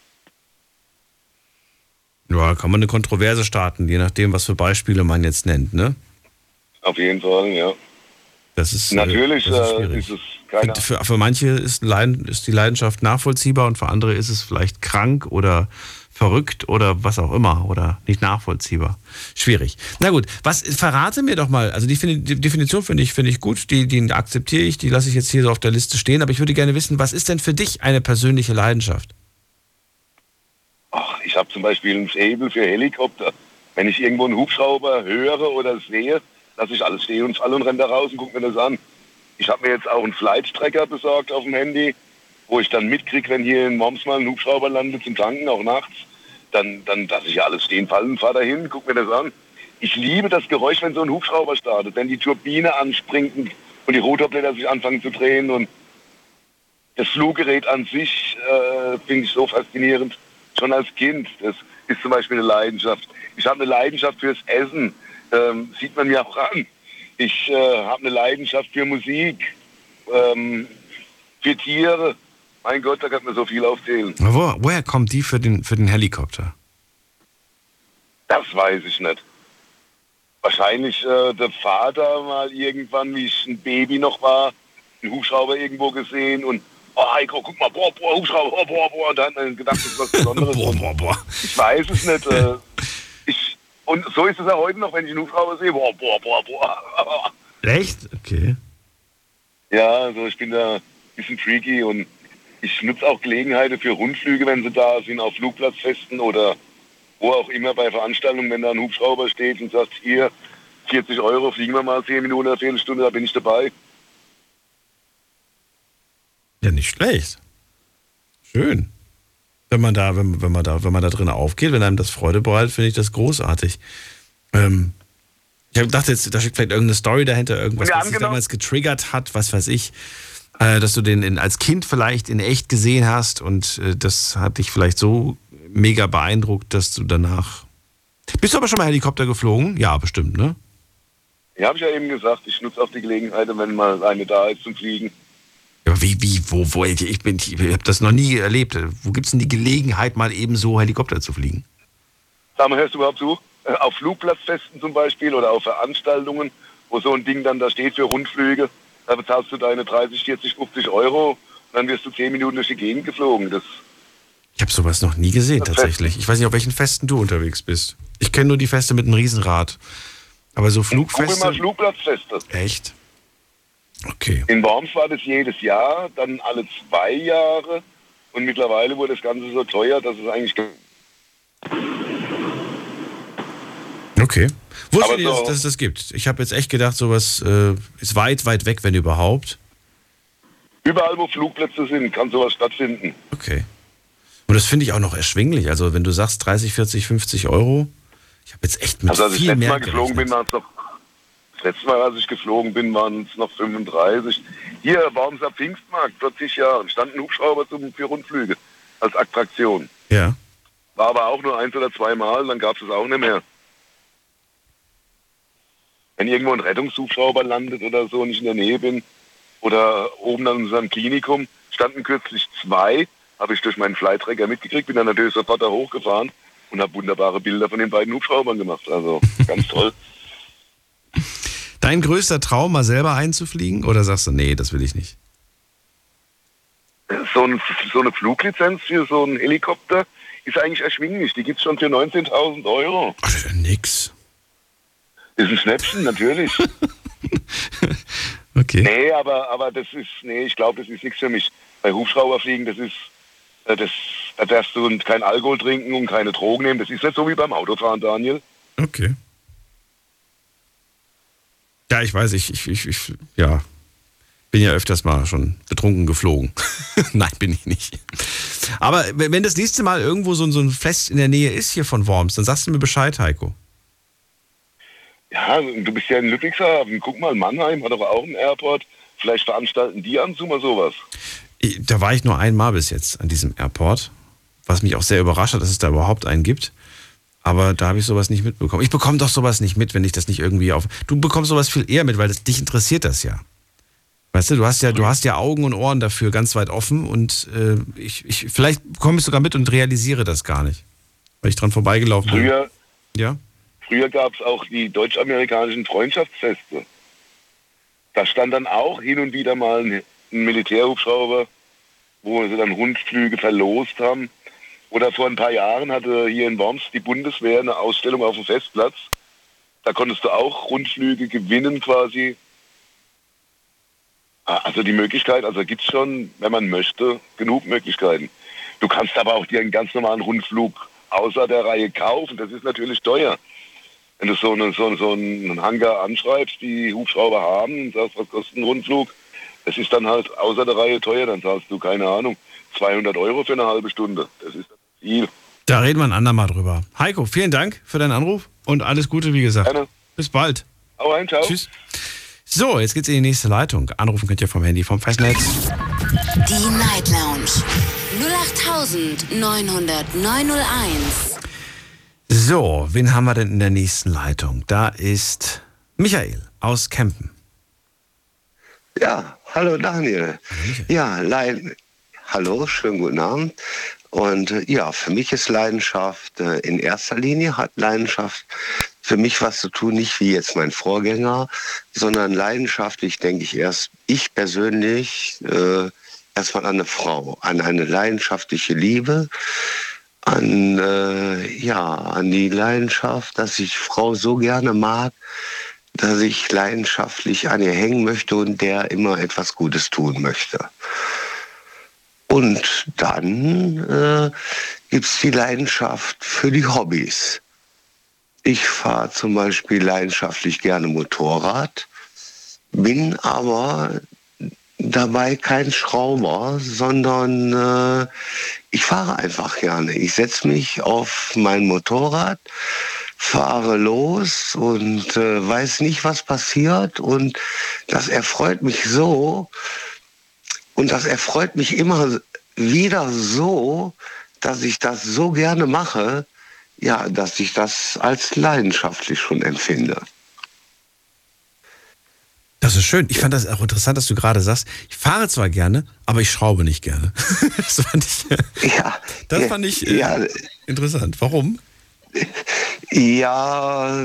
C: Ja, kann man eine Kontroverse starten, je nachdem, was für Beispiele man jetzt nennt, ne?
O: Auf jeden Fall, ja.
C: Das ist,
O: Natürlich
C: äh, das ist,
O: äh,
C: schwierig.
O: ist es keine
C: Für, für manche ist, Leiden, ist die Leidenschaft nachvollziehbar und für andere ist es vielleicht krank oder verrückt oder was auch immer oder nicht nachvollziehbar. Schwierig. Na gut, was verrate mir doch mal, also die, die Definition finde ich, finde ich gut, die, die akzeptiere ich, die lasse ich jetzt hier so auf der Liste stehen, aber ich würde gerne wissen, was ist denn für dich eine persönliche Leidenschaft?
O: Ach, ich habe zum Beispiel ein Faible für Helikopter. Wenn ich irgendwo einen Hubschrauber höre oder sehe, lasse ich alles stehen und falle und renne da raus und gucke mir das an. Ich habe mir jetzt auch einen Flight-Tracker besorgt auf dem Handy, wo ich dann mitkriege, wenn hier in Worms mal ein Hubschrauber landet zum Tanken, auch nachts, dann, dann lasse ich ja alles stehen, fallen und fahre dahin, guck mir das an. Ich liebe das Geräusch, wenn so ein Hubschrauber startet, wenn die Turbine anspringt und die Rotorblätter sich anfangen zu drehen und das Fluggerät an sich äh, finde ich so faszinierend. Schon als Kind, das ist zum Beispiel eine Leidenschaft. Ich habe eine Leidenschaft fürs Essen, ähm, sieht man mir auch an. Ich äh, habe eine Leidenschaft für Musik, ähm, für Tiere. Mein Gott, da kann man so viel aufzählen.
C: Wo, woher kommt die für den, für den Helikopter?
O: Das weiß ich nicht. Wahrscheinlich äh, der Vater mal irgendwann, wie ich ein Baby noch war, einen Hubschrauber irgendwo gesehen und oh Heiko, guck mal, boah, boah, Hubschrauber, boah, boah, boah. Und da hat man gedacht, das ist was Besonderes.
C: boah, boah, boah.
O: Ich weiß es nicht. Äh, ich, und so ist es ja heute noch, wenn ich einen Hubschrauber sehe, boah, boah, boah, boah.
C: Echt? Okay.
O: Ja, also ich bin da ein bisschen freaky und ich nutze auch Gelegenheiten für Rundflüge, wenn sie da sind, auf Flugplatzfesten oder wo auch immer bei Veranstaltungen, wenn da ein Hubschrauber steht und sagt, hier, vierzig Euro, fliegen wir mal zehn Minuten, eine Viertelstunde, da bin ich dabei.
C: Ja, nicht schlecht. Schön. Wenn man da, wenn, wenn man da, wenn man da drin aufgeht, wenn einem das Freude bereitet, finde ich das großartig. Ähm, ich habe gedacht, jetzt, da steckt vielleicht irgendeine Story dahinter, irgendwas,
O: ja,
C: was dich
O: genau.
C: damals getriggert hat, was weiß ich, äh, dass du den in, als Kind vielleicht in echt gesehen hast und äh, das hat dich vielleicht so mega beeindruckt, dass du danach... Bist du aber schon mal Helikopter geflogen? Ja, bestimmt, ne?
O: Ja, habe ich ja eben gesagt, ich nutze auch die Gelegenheit, wenn mal eine da ist zum Fliegen.
C: Ja, wie, wie, wo, wo, ich bin, ich habe das noch nie erlebt. Wo gibt es denn die Gelegenheit, mal eben so Helikopter zu fliegen?
O: Sag mal, hörst du überhaupt zu? Äh, auf Flugplatzfesten zum Beispiel oder auf Veranstaltungen, wo so ein Ding dann da steht für Rundflüge, da bezahlst du deine dreißig, vierzig, fünfzig Euro und dann wirst du zehn Minuten durch die Gegend geflogen. Das
C: Ich habe sowas noch nie gesehen, tatsächlich. Ich weiß nicht, auf welchen Festen du unterwegs bist. Ich kenne nur die Feste mit einem Riesenrad. Aber so Flugfeste...
O: Guck mal, Flugplatzfeste.
C: Echt? Okay.
O: In Worms war das jedes Jahr, dann alle zwei Jahre und mittlerweile wurde das Ganze so teuer, dass es eigentlich...
C: Okay. Wusstet
O: Aber
C: ihr,
O: so-
C: dass, dass es das gibt? Ich habe jetzt echt gedacht, sowas äh, ist weit, weit weg, wenn überhaupt.
O: Überall, wo Flugplätze sind, kann sowas stattfinden.
C: Okay. Und das finde ich auch noch erschwinglich. Also wenn du sagst dreißig, vierzig, fünfzig Euro, ich habe jetzt echt mit
O: Also als ich
C: viel
O: letztes
C: mehr
O: Mal geflogen bin, waren es noch... Das letzte Mal, als ich geflogen bin, waren es noch fünfunddreißig. Hier, Wormser Pfingstmarkt, vor zig Jahren, stand ein Hubschrauber zum, für Rundflüge als Attraktion.
C: Ja.
O: War aber auch nur eins oder zwei Mal, dann gab es es auch nicht mehr. Wenn irgendwo ein Rettungshubschrauber landet oder so und ich in der Nähe bin oder oben an unserem Klinikum, standen kürzlich zwei, habe ich durch meinen Flight-Tracker mitgekriegt, bin dann natürlich sofort da hochgefahren und habe wunderbare Bilder von den beiden Hubschraubern gemacht. Also ganz toll.
C: Dein größter Traum, mal selber einzufliegen? Oder sagst du, nee, das will ich nicht?
O: So, ein, so eine Fluglizenz für so einen Helikopter ist eigentlich erschwinglich. Die gibt es schon für neunzehntausend Euro.
C: Ach, das ist ja nix.
O: Ist ein Schnäppchen, natürlich.
C: Okay.
O: Nee, aber, aber das ist, nee, ich glaube, das ist nichts für mich. Bei Hubschrauberfliegen, das ist, äh, das, da darfst du kein Alkohol trinken und keine Drogen nehmen. Das ist nicht so wie beim Autofahren, Daniel.
C: Okay. Ja, ich weiß, ich, ich, ich, ich ja, bin ja öfters mal schon betrunken geflogen. Nein, bin ich nicht. Aber wenn das nächste Mal irgendwo so, so ein Fest in der Nähe ist hier von Worms, dann sagst du mir Bescheid, Heiko.
O: Ja, du bist ja in Ludwigshafen. Guck mal, Mannheim hat doch auch einen Airport. Vielleicht veranstalten die an mal sowas.
C: Da war ich nur einmal bis jetzt an diesem Airport, was mich auch sehr überrascht hat, dass es da überhaupt einen gibt. Aber da habe ich sowas nicht mitbekommen. Ich bekomme doch sowas nicht mit, wenn ich das nicht irgendwie auf... Du bekommst sowas viel eher mit, weil das, dich interessiert das ja. Weißt du, du hast ja, du hast ja Augen und Ohren dafür ganz weit offen und äh, ich, ich, vielleicht komme ich sogar mit und realisiere das gar nicht, weil ich dran vorbeigelaufen bin.
O: Früher,
C: ja?
O: früher gab es auch die deutsch-amerikanischen Freundschaftsfeste. Da stand dann auch hin und wieder mal ein Militärhubschrauber, wo sie dann Rundflüge verlost haben. Oder vor ein paar Jahren hatte hier in Worms die Bundeswehr eine Ausstellung auf dem Festplatz. Da konntest du auch Rundflüge gewinnen quasi. Also die Möglichkeit, also gibt es schon, wenn man möchte, genug Möglichkeiten. Du kannst aber auch dir einen ganz normalen Rundflug außer der Reihe kaufen. Das ist natürlich teuer. Wenn du so, eine, so, so einen Hangar anschreibst, die Hubschrauber haben, und sagst, was kostet ein Rundflug? Das ist dann halt außer der Reihe teuer. Dann zahlst du, keine Ahnung, zweihundert Euro für eine halbe Stunde. Das ist viel.
C: Da reden wir ein andermal drüber. Heiko, vielen Dank für deinen Anruf und alles Gute, wie gesagt.
O: Gerne.
C: Bis bald.
O: Hau rein, ciao.
C: Tschüss. So, jetzt geht's in die nächste Leitung. Anrufen könnt ihr vom Handy, vom Festnetz.
B: Die Night Lounge null acht neun null null neun null eins.
C: So, wen haben wir denn in der nächsten Leitung? Da ist Michael aus Kempen.
P: Ja, hallo Daniel. Ja, Leid hallo, schönen guten Abend. Und äh, ja, für mich ist Leidenschaft äh, in erster Linie, hat Leidenschaft für mich was zu tun, nicht wie jetzt mein Vorgänger, sondern leidenschaftlich denke ich erst, ich persönlich, äh, erstmal an eine Frau, an eine leidenschaftliche Liebe, an, äh, ja, an die Leidenschaft, dass ich Frau so gerne mag, dass ich leidenschaftlich an ihr hängen möchte und der immer etwas Gutes tun möchte. Und dann äh, gibt es die Leidenschaft für die Hobbys. Ich fahre zum Beispiel leidenschaftlich gerne Motorrad, bin aber dabei kein Schrauber, sondern äh, ich fahre einfach gerne. Ich setze mich auf mein Motorrad, fahre los und äh, weiß nicht, was passiert. Und das erfreut mich so. Und das erfreut mich immer wieder so, dass ich das so gerne mache, ja, dass ich das als leidenschaftlich schon empfinde.
C: Das ist schön. Ich fand das auch interessant, dass du gerade sagst, ich fahre zwar gerne, aber ich schraube nicht gerne. Das fand ich,
P: ja,
C: das fand ich äh,
P: ja,
C: interessant. Warum?
P: Ja,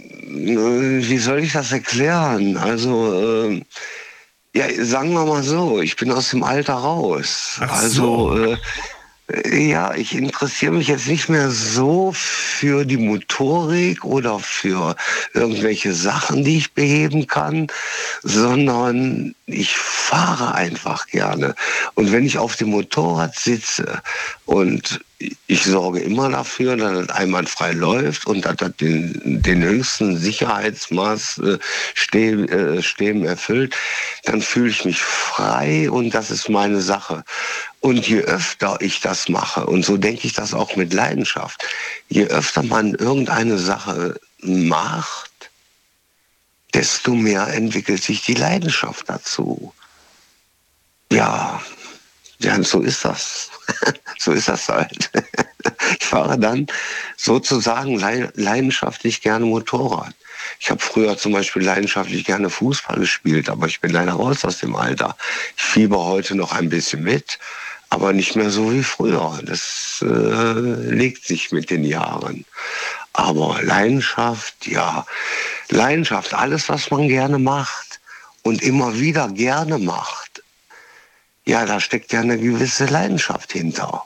P: wie soll ich das erklären? Also, äh, ja, sagen wir mal so, ich bin aus dem Alter raus.
C: Ach
P: also,
C: so.
P: äh, ja, ich interessiere mich jetzt nicht mehr so für die Motorik oder für irgendwelche Sachen, die ich beheben kann, sondern ich fahre einfach gerne. Und wenn ich auf dem Motorrad sitze und ich sorge immer dafür, dass es einwandfrei läuft und dass das den, den höchsten Sicherheitsmaß äh, Stäben äh, Stäben erfüllt, dann fühle ich mich frei und das ist meine Sache. Und je öfter ich das mache, und so denke ich das auch mit Leidenschaft, je öfter man irgendeine Sache macht, desto mehr entwickelt sich die Leidenschaft dazu. Ja, ja, so ist das. So ist das halt. Ich fahre dann sozusagen leidenschaftlich gerne Motorrad. Ich habe früher zum Beispiel leidenschaftlich gerne Fußball gespielt, aber ich bin leider raus aus dem Alter. Ich fieber heute noch ein bisschen mit, aber nicht mehr so wie früher. Das äh, legt sich mit den Jahren. Aber Leidenschaft, ja, Leidenschaft, alles, was man gerne macht und immer wieder gerne macht, ja, da steckt ja eine gewisse Leidenschaft hinter.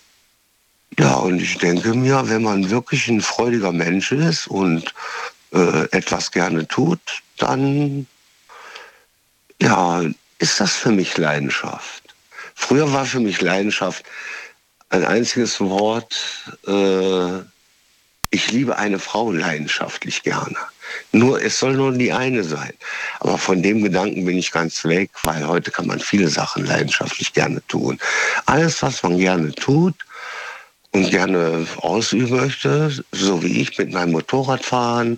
P: Ja, und ich denke mir, wenn man wirklich ein freudiger Mensch ist und äh, etwas gerne tut, dann ja, ist das für mich Leidenschaft. Früher war für mich Leidenschaft ein einziges Wort, äh, ich liebe eine Frau leidenschaftlich gerne. Nur, es soll nur die eine sein. Aber von dem Gedanken bin ich ganz weg, weil heute kann man viele Sachen leidenschaftlich gerne tun. Alles, was man gerne tut und gerne ausüben möchte, so wie ich mit meinem Motorrad fahren,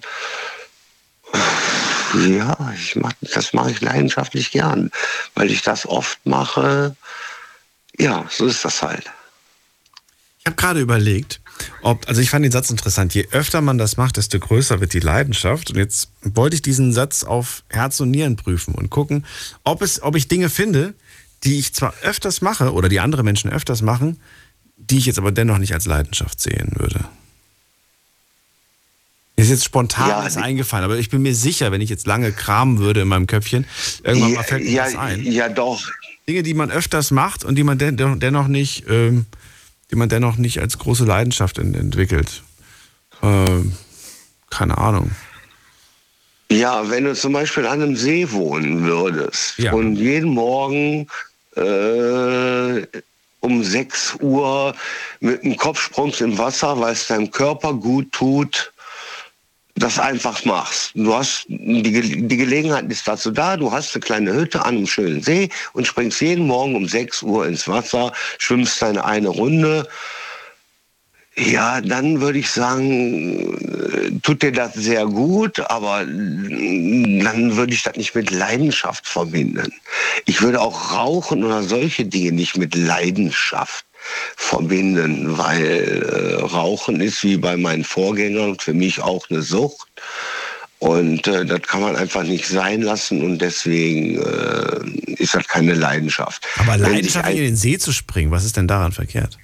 P: ja, ich mach, das mache ich leidenschaftlich gern, weil ich das oft mache. Ja, so ist das halt.
C: Ich habe gerade überlegt, ob, also ich fand den Satz interessant, je öfter man das macht, desto größer wird die Leidenschaft. Und jetzt wollte ich diesen Satz auf Herz und Nieren prüfen und gucken, ob, es, ob ich Dinge finde, die ich zwar öfters mache oder die andere Menschen öfters machen, die ich jetzt aber dennoch nicht als Leidenschaft sehen würde. Ist jetzt spontan
P: Ja,
C: ist eingefallen, aber ich bin mir sicher, wenn ich jetzt lange kramen würde in meinem Köpfchen, irgendwann mal fällt mir
P: ja,
C: das ein.
P: Ja, doch.
C: Dinge, die man öfters macht und die man den, dennoch nicht, ähm, die man dennoch nicht als große Leidenschaft ent- entwickelt. Ähm, keine Ahnung.
P: Ja, wenn du zum Beispiel an einem See wohnen würdest
C: Ja.
P: und jeden Morgen äh, um sechs Uhr mit einem Kopfsprung im Wasser, weil es deinem Körper gut tut, das einfach machst. Du hast die, Ge- die Gelegenheit ist dazu da, du hast eine kleine Hütte an einem schönen See und springst jeden Morgen um sechs Uhr ins Wasser, schwimmst deine eine Runde. Ja, dann würde ich sagen, äh, tut dir das sehr gut, aber mm, dann würde ich das nicht mit Leidenschaft verbinden. Ich würde auch Rauchen oder solche Dinge nicht mit Leidenschaft verbinden, weil äh, Rauchen ist wie bei meinen Vorgängern für mich auch eine Sucht. Und äh, das kann man einfach nicht sein lassen und deswegen äh, ist das keine Leidenschaft.
C: Aber
P: Wenn sich
C: Leidenschaft,
P: ein-
C: in den See zu springen, was ist denn daran verkehrt?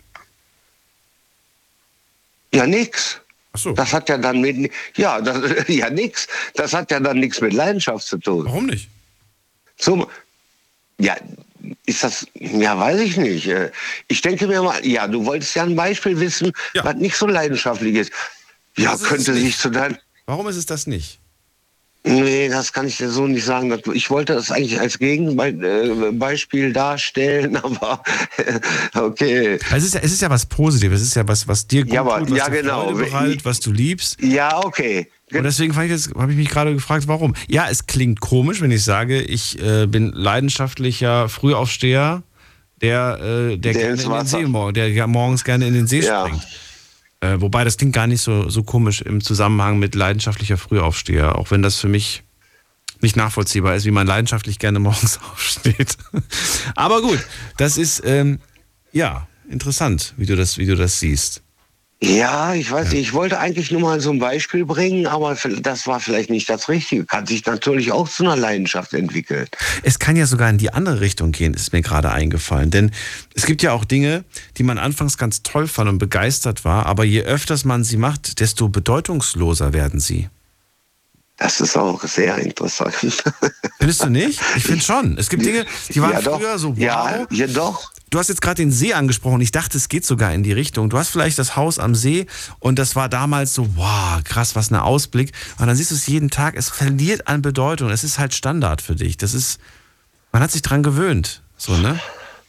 P: Ja, nix.
C: Ach so.
P: Das hat ja dann mit, ja, das, ja, nix. Das hat ja dann nichts mit Leidenschaft zu tun.
C: Warum nicht?
P: So, ja, ist das, ja, weiß ich nicht. Äh, Ich denke mir mal, ja, du wolltest ja ein Beispiel wissen, was nicht so leidenschaftlich ist. Ja,
C: Das ist
P: könnte
C: es
P: sich
C: nicht.
P: zu deinem,
C: Warum ist es das nicht?
P: nee, das kann ich dir so nicht sagen. Das- Ich wollte das eigentlich als Gegenbeispiel darstellen, aber okay.
C: Es ist ja, es ist ja was Positives, es ist ja was, was dir gut
P: Ja, aber-
C: tut, was
P: ja,
C: dir
P: genau.
C: Freude bereitet, was du liebst.
P: Ja, okay.
C: Und deswegen habe ich mich gerade gefragt, warum. Ja, es klingt komisch, wenn ich sage, ich äh, bin leidenschaftlicher Frühaufsteher, der, äh, der,
P: Der
C: gerne
P: ins
C: in den
P: Wasser.
C: See, mor- der ja morgens gerne in den See
P: Ja.
C: springt. Äh, wobei das klingt gar nicht so, so komisch im Zusammenhang mit leidenschaftlicher Frühaufsteher, auch wenn das für mich nicht nachvollziehbar ist, wie man leidenschaftlich gerne morgens aufsteht. Aber gut, das ist ähm, ja interessant, wie du das, wie du das siehst.
P: Ja, ich weiß nicht, ich wollte eigentlich nur mal so ein Beispiel bringen, aber das war vielleicht nicht das Richtige. Kann sich natürlich auch zu einer Leidenschaft entwickeln.
C: Es kann ja sogar in die andere Richtung gehen, ist mir gerade eingefallen. Denn es gibt ja auch Dinge, die man anfangs ganz toll fand und begeistert war, aber je öfters man sie macht, desto bedeutungsloser werden sie.
P: Das ist auch sehr interessant.
C: Findest du nicht? Ich finde schon. Es gibt Dinge, die waren
P: Ja, doch.
C: früher so wow.
P: Ja, ja, doch.
C: Du hast jetzt gerade den See angesprochen. Ich dachte, es geht sogar in die Richtung. Du hast vielleicht das Haus am See und das war damals so, wow, krass, was ein Ausblick. Und dann siehst du es jeden Tag. Es verliert an Bedeutung. Es ist halt Standard für dich. Das ist, man hat sich dran gewöhnt. So, ne?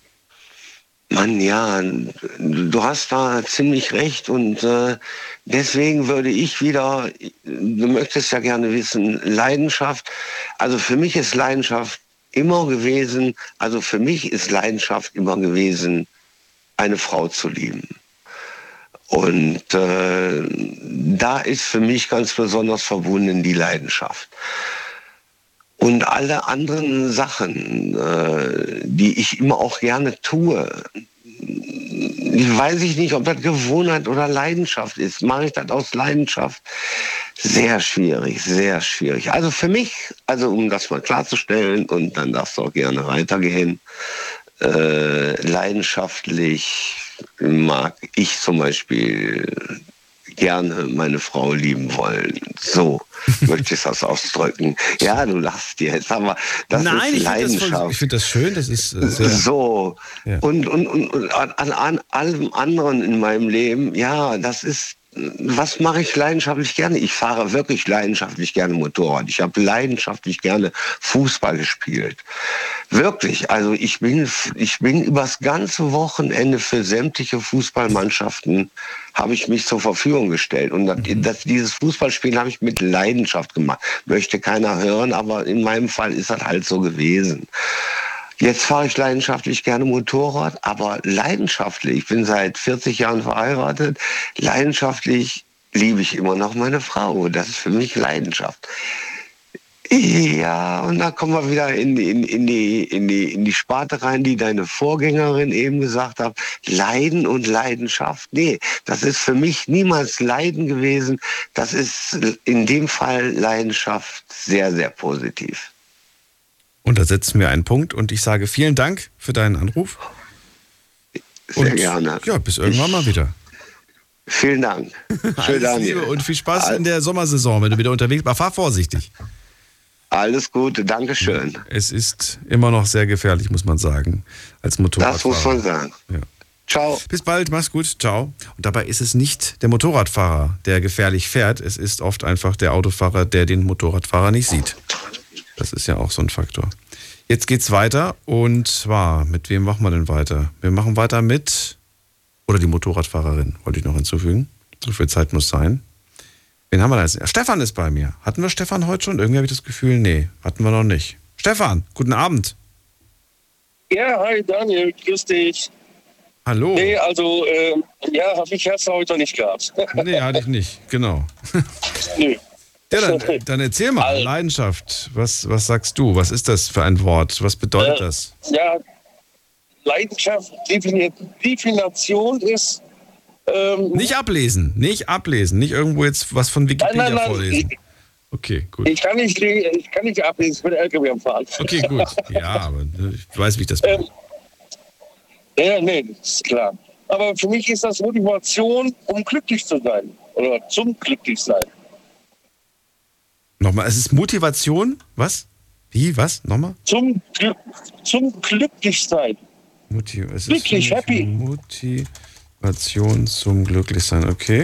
P: Mann, ja, du hast da ziemlich recht und äh, deswegen würde ich wieder, du möchtest ja gerne wissen, Leidenschaft, also für mich ist Leidenschaft immer gewesen, also für mich ist Leidenschaft immer gewesen, eine Frau zu lieben. Und äh, da ist für mich ganz besonders verbunden die Leidenschaft. Und alle anderen Sachen, äh, die ich immer auch gerne tue, ich weiß ich nicht, ob das Gewohnheit oder Leidenschaft ist. Mache ich das aus Leidenschaft? Sehr schwierig, sehr schwierig. Also für mich, also um das mal klarzustellen, und dann darfst du auch gerne weitergehen, äh, leidenschaftlich mag ich zum Beispiel gerne meine Frau lieben wollen. So möchte ich das ausdrücken. Ja, du lachst jetzt, aber das
C: Nein,
P: ist
C: ich finde das,
P: Leidenschaft.
C: voll- ich find das schön. Das ist äh, sehr,
P: So.
C: Ja.
P: Und, und, und, und an, an, an allem anderen in meinem Leben, ja, das ist, was mache ich leidenschaftlich gerne? Ich fahre wirklich leidenschaftlich gerne Motorrad. Ich habe leidenschaftlich gerne Fußball gespielt. Wirklich. Also ich bin, ich bin übers ganze Wochenende für sämtliche Fußballmannschaften habe ich mich zur Verfügung gestellt. Und das, das, dieses Fußballspielen habe ich mit Leidenschaft gemacht. Möchte keiner hören, aber in meinem Fall ist das halt so gewesen. Jetzt fahre ich leidenschaftlich gerne Motorrad, aber leidenschaftlich, ich bin seit vierzig Jahren verheiratet, leidenschaftlich liebe ich immer noch meine Frau. Das ist für mich Leidenschaft. Ja, und da kommen wir wieder in, in, in, die, in, die, in die Sparte rein, die deine Vorgängerin eben gesagt hat. Leiden und Leidenschaft. Nee, das ist für mich niemals Leiden gewesen. Das ist in dem Fall Leidenschaft sehr, sehr positiv.
C: Und da setzen wir einen Punkt und ich sage vielen Dank für deinen Anruf.
P: Sehr
C: und,
P: gerne.
C: Ja, bis irgendwann
P: Ich-
C: mal wieder.
P: Vielen Dank. Für
C: Alles Liebe und viel Spaß in der Sommersaison, wenn du wieder unterwegs bist. Aber fahr vorsichtig.
P: Alles Gute, Dankeschön.
C: Es ist immer noch sehr gefährlich, muss man sagen, als Motorradfahrer.
P: Das muss man sagen.
C: Ja.
P: Ciao.
C: Bis bald, mach's gut, ciao. Und dabei ist es nicht der Motorradfahrer, der gefährlich fährt. Es ist oft einfach der Autofahrer, der den Motorradfahrer nicht sieht. Das ist ja auch so ein Faktor. Jetzt geht's weiter und zwar, mit wem machen wir denn weiter? Wir machen weiter mit, oder die Motorradfahrerin, wollte ich noch hinzufügen. So viel Zeit muss sein. Wen haben wir da jetzt? Ja, Stefan ist bei mir. Hatten wir Stefan heute schon? Irgendwie habe ich das Gefühl, nee, hatten wir noch nicht. Stefan, guten Abend.
Q: Ja, hi Daniel, grüß dich.
C: Hallo.
Q: Nee, also, äh, ja, habe ich erst heute nicht gehabt.
C: Nee, hatte ich nicht, genau.
Q: Nö.
C: Ja, dann, dann erzähl mal, Leidenschaft, was, was sagst du? Was ist das für ein Wort? Was bedeutet
Q: Äh,
C: das?
Q: Ja, Leidenschaft, Defini- Definition ist... Ähm,
C: Nicht ablesen, nicht ablesen, nicht irgendwo jetzt was von Wikipedia
Q: nein, nein, nein,
C: vorlesen.
Q: Ich,
C: okay, gut.
Q: ich, kann nicht, le- ich kann nicht ablesen, ich bin L K W am Fahren.
C: Okay, gut. Ja, aber ich weiß, wie ich das
Q: ähm, Ja, nee, das ist klar. Aber für mich ist das Motivation, um glücklich zu sein. Oder zum Glücklichsein.
C: Nochmal, es ist Motivation, was? Wie, was? Nochmal?
Q: Zum, Glück, zum Glücklichsein.
C: Motiv es ist
Q: Glücklich,
C: für mich
Q: happy.
C: Motivation zum Glücklichsein, okay.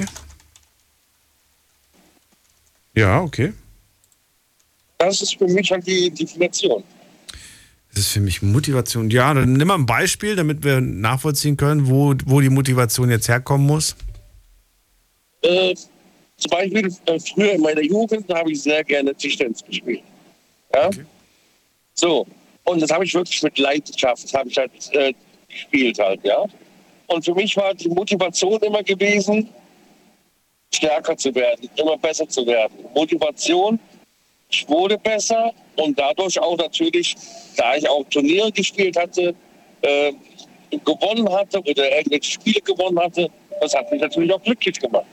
C: Ja, okay.
Q: Das ist für mich halt die Definition.
C: Das ist für mich Motivation. Ja, dann nimm mal ein Beispiel, damit wir nachvollziehen können, wo, wo die Motivation jetzt herkommen muss.
Q: Äh, zum Beispiel, äh, früher in meiner Jugend habe ich sehr gerne Tischtennis gespielt. Ja?
C: Okay.
Q: So, und das habe ich wirklich mit Leidenschaft, das habe ich halt äh, gespielt halt, ja. Und für mich war die Motivation immer gewesen, stärker zu werden, immer besser zu werden. Motivation, ich wurde besser und dadurch auch natürlich, da ich auch Turniere gespielt hatte, äh, gewonnen hatte oder irgendwelche Spiele gewonnen hatte, das hat mich natürlich auch glücklich gemacht.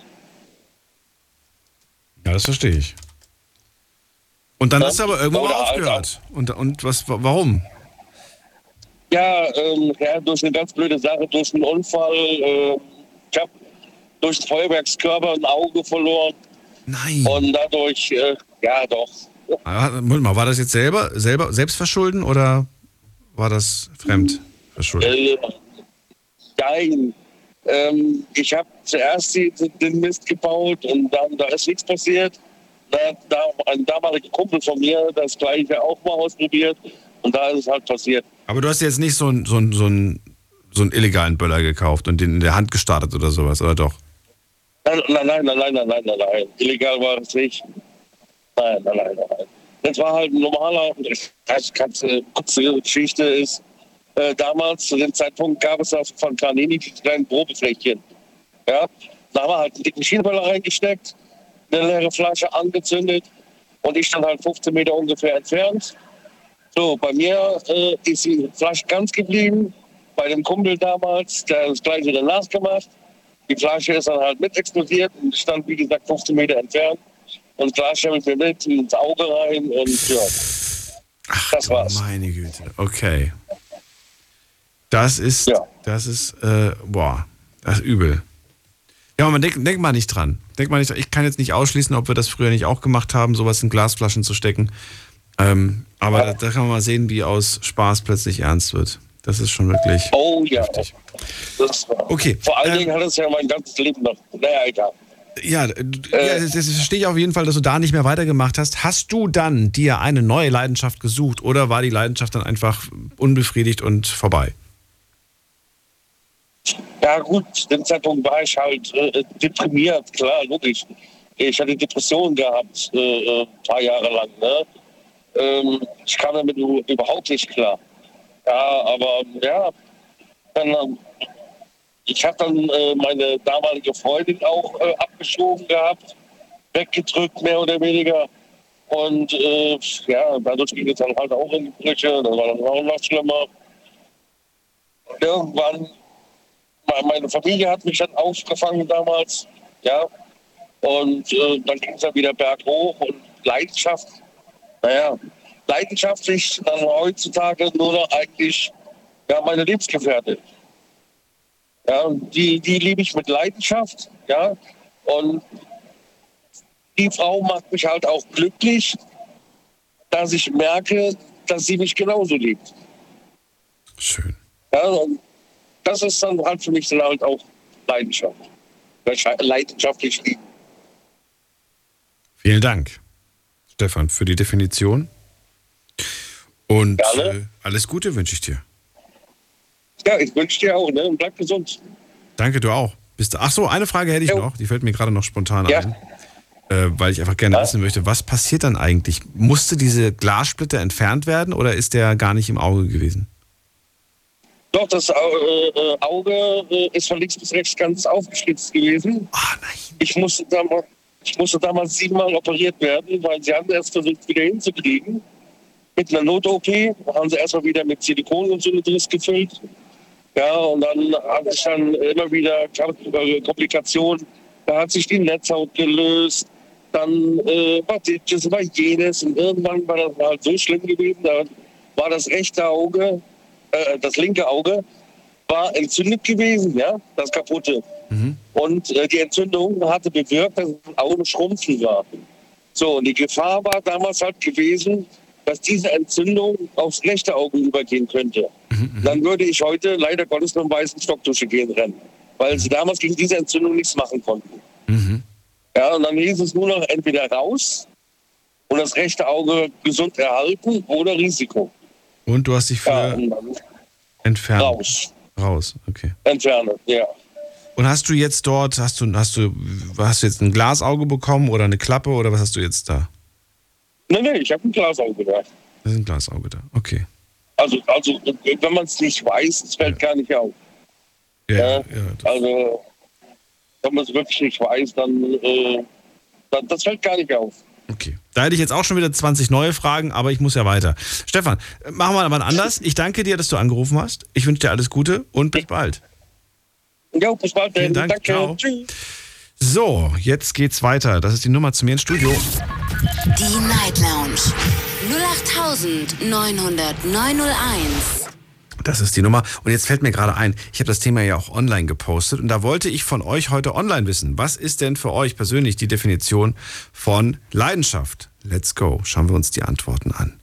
C: Ja, das verstehe ich. Und dann
Q: Ja?
C: hast du aber irgendwann mal
Q: Oder halt
C: aufgehört. Und, und was, warum?
Q: Ja, ähm, ja, durch eine ganz blöde Sache, durch einen Unfall. Äh, ich habe durch den Feuerwerkskörper ein Auge verloren.
C: Nein.
Q: Und dadurch, äh, ja doch.
C: Ah, Moment mal, war das jetzt selber, selber selbst verschulden oder war das fremd verschuldet?
Q: Äh, nein. Ähm, ich habe zuerst die, den Mist gebaut und dann da ist nichts passiert. Da, da, ein damaliger Kumpel von mir das gleiche auch mal ausprobiert und da ist es halt passiert.
C: Aber du hast jetzt nicht so einen so einen- so einen- so einen illegalen Böller gekauft und den in der Hand gestartet oder sowas, oder doch?
Q: Nein, nein, nein, nein, nein, nein, nein, nein, nein. Illegal war es nicht. Nein, nein, nein, nein. Das war halt ein normaler, das ganze kurze Geschichte ist, äh, damals, zu dem Zeitpunkt gab es auf von Planini die kleinen Probefläschchen. Ja, da haben wir halt einen dicken Schienenböller reingesteckt, eine leere Flasche angezündet und ich stand halt fünfzehn Meter ungefähr entfernt. So, bei mir äh, ist die Flasche ganz geblieben, bei dem Kumpel damals, der hat das gleiche danach gemacht. Die Flasche ist dann halt mit explodiert und ich stand, wie gesagt, fünfzehn Meter entfernt. Und klar stelle ich mir mit ins Auge rein und ja,
C: Ach,
Q: das war's.
C: Meine Güte, okay. Das ist,
Q: Ja.
C: das ist, äh, boah, das ist übel. Ja, aber man denkt denk mal nicht dran. Denk mal nicht dran. Ich kann jetzt nicht ausschließen, ob wir das früher nicht auch gemacht haben, sowas in Glasflaschen zu stecken. Ähm, aber
Q: Ja.
C: da, da kann man mal sehen, wie aus Spaß plötzlich ernst wird. Das ist schon wirklich.
Q: Oh ja. Das,
C: Okay.
Q: Vor allen Dingen hat es ja mein ganzes Leben noch. Naja, egal.
C: Ja, d- ja das, das verstehe ich auf jeden Fall, dass du da nicht mehr weitergemacht hast. Hast du dann dir eine neue Leidenschaft gesucht oder war die Leidenschaft dann einfach unbefriedigt und vorbei?
Q: Ja gut, zu dem Zeitpunkt war ich halt äh, deprimiert, klar, logisch. Ich hatte Depressionen gehabt, äh, ein paar Jahre lang. Ne? Ähm, ich kam damit überhaupt nicht klar. Ja, aber ja, dann, ähm, ich habe dann äh, meine damalige Freundin auch äh, abgeschoben gehabt, weggedrückt, mehr oder weniger. Und äh, ja, dadurch ging es dann halt auch in die Brüche, das war dann auch noch schlimmer. Irgendwann, meine Familie hat mich dann aufgefangen damals, ja. Und äh, dann ging es dann wieder berghoch und Leidenschaft, naja, leidenschaftlich dann heutzutage nur noch eigentlich ja, meine Lebensgefährtin. Ja, die, die liebe ich mit Leidenschaft. Ja, und die Frau macht mich halt auch glücklich, dass ich merke, dass sie mich genauso liebt.
C: Schön.
Q: Ja, und das ist dann halt für mich dann halt auch Leidenschaft. Leidenschaftlich lieben.
C: Vielen Dank, Stefan, für die Definition. Und äh, alles Gute wünsche ich dir.
Q: Ja, ich wünsche dir auch, ne? Und bleib gesund.
C: Danke, du auch. Bist du, ach so, eine Frage hätte ich jo. noch, die fällt mir gerade noch spontan ja. ein. Äh, weil ich einfach gerne ja. wissen möchte, was passiert dann eigentlich? Musste diese Glassplitter entfernt werden oder ist der gar nicht im Auge gewesen?
Q: Doch, das äh, Auge äh, ist von links bis rechts ganz aufgeschlitzt gewesen.
C: Ah, nein.
Q: Ich musste, damals, ich musste damals siebenmal operiert werden, weil sie haben erst versucht, wieder hinzukriegen. Mit einer Not-O P haben sie erstmal wieder mit Silikon und so eine Driss gefüllt. Ja, und dann hatte ich dann immer wieder Komplikationen. Da hat sich die Netzhaut gelöst, dann äh, war das war jenes. Und irgendwann war das halt so schlimm gewesen, da war das rechte Auge, äh, das linke Auge, war entzündet gewesen, ja, das kaputte. Mhm. Und äh, die Entzündung hatte bewirkt, dass das Auge schrumpfen war. So, und die Gefahr war damals halt gewesen, dass diese Entzündung aufs rechte Auge übergehen könnte. Mhm. Dann würde ich heute leider Gottes mit dem weißen Stock durch die Gegend rennen, weil sie damals gegen diese Entzündung nichts machen konnten. Mhm. Ja, und dann hieß es nur noch entweder raus und das rechte Auge gesund erhalten oder Risiko.
C: Und du hast dich für
Q: ja,
C: entfernt?
Q: Raus.
C: Raus, okay.
Q: Entfernen, ja.
C: Und hast du jetzt dort, hast du, hast du, hast du jetzt ein Glasauge bekommen oder eine Klappe oder was hast du jetzt da?
Q: Nein, nein, ich habe ein Glasauge da.
C: Das ist ein Glasauge da, okay.
Q: Also, also wenn man es nicht weiß, es fällt ja. gar nicht auf.
C: Ja,
Q: ja,
C: ja,
Q: also, wenn man es wirklich nicht weiß, dann, äh, dann das fällt gar nicht auf.
C: Okay. Da hätte ich jetzt auch schon wieder zwanzig neue Fragen, aber ich muss ja weiter. Stefan, machen wir aber anders. Ich danke dir, dass du angerufen hast. Ich wünsche dir alles Gute und bis bald.
Q: Ja, bis bald.
C: Vielen Dank.
Q: Danke.
C: Ciao.
Q: Tschüss.
C: So, jetzt geht's weiter. Das ist die Nummer zu mir ins Studio.
B: Die Night Lounge null acht neun null null neun null eins.
C: Das ist die Nummer. Und jetzt fällt mir gerade ein, ich habe das Thema ja auch online gepostet und da wollte ich von euch heute online wissen. Was ist denn für euch persönlich die Definition von Leidenschaft? Let's go. Schauen wir uns die Antworten an.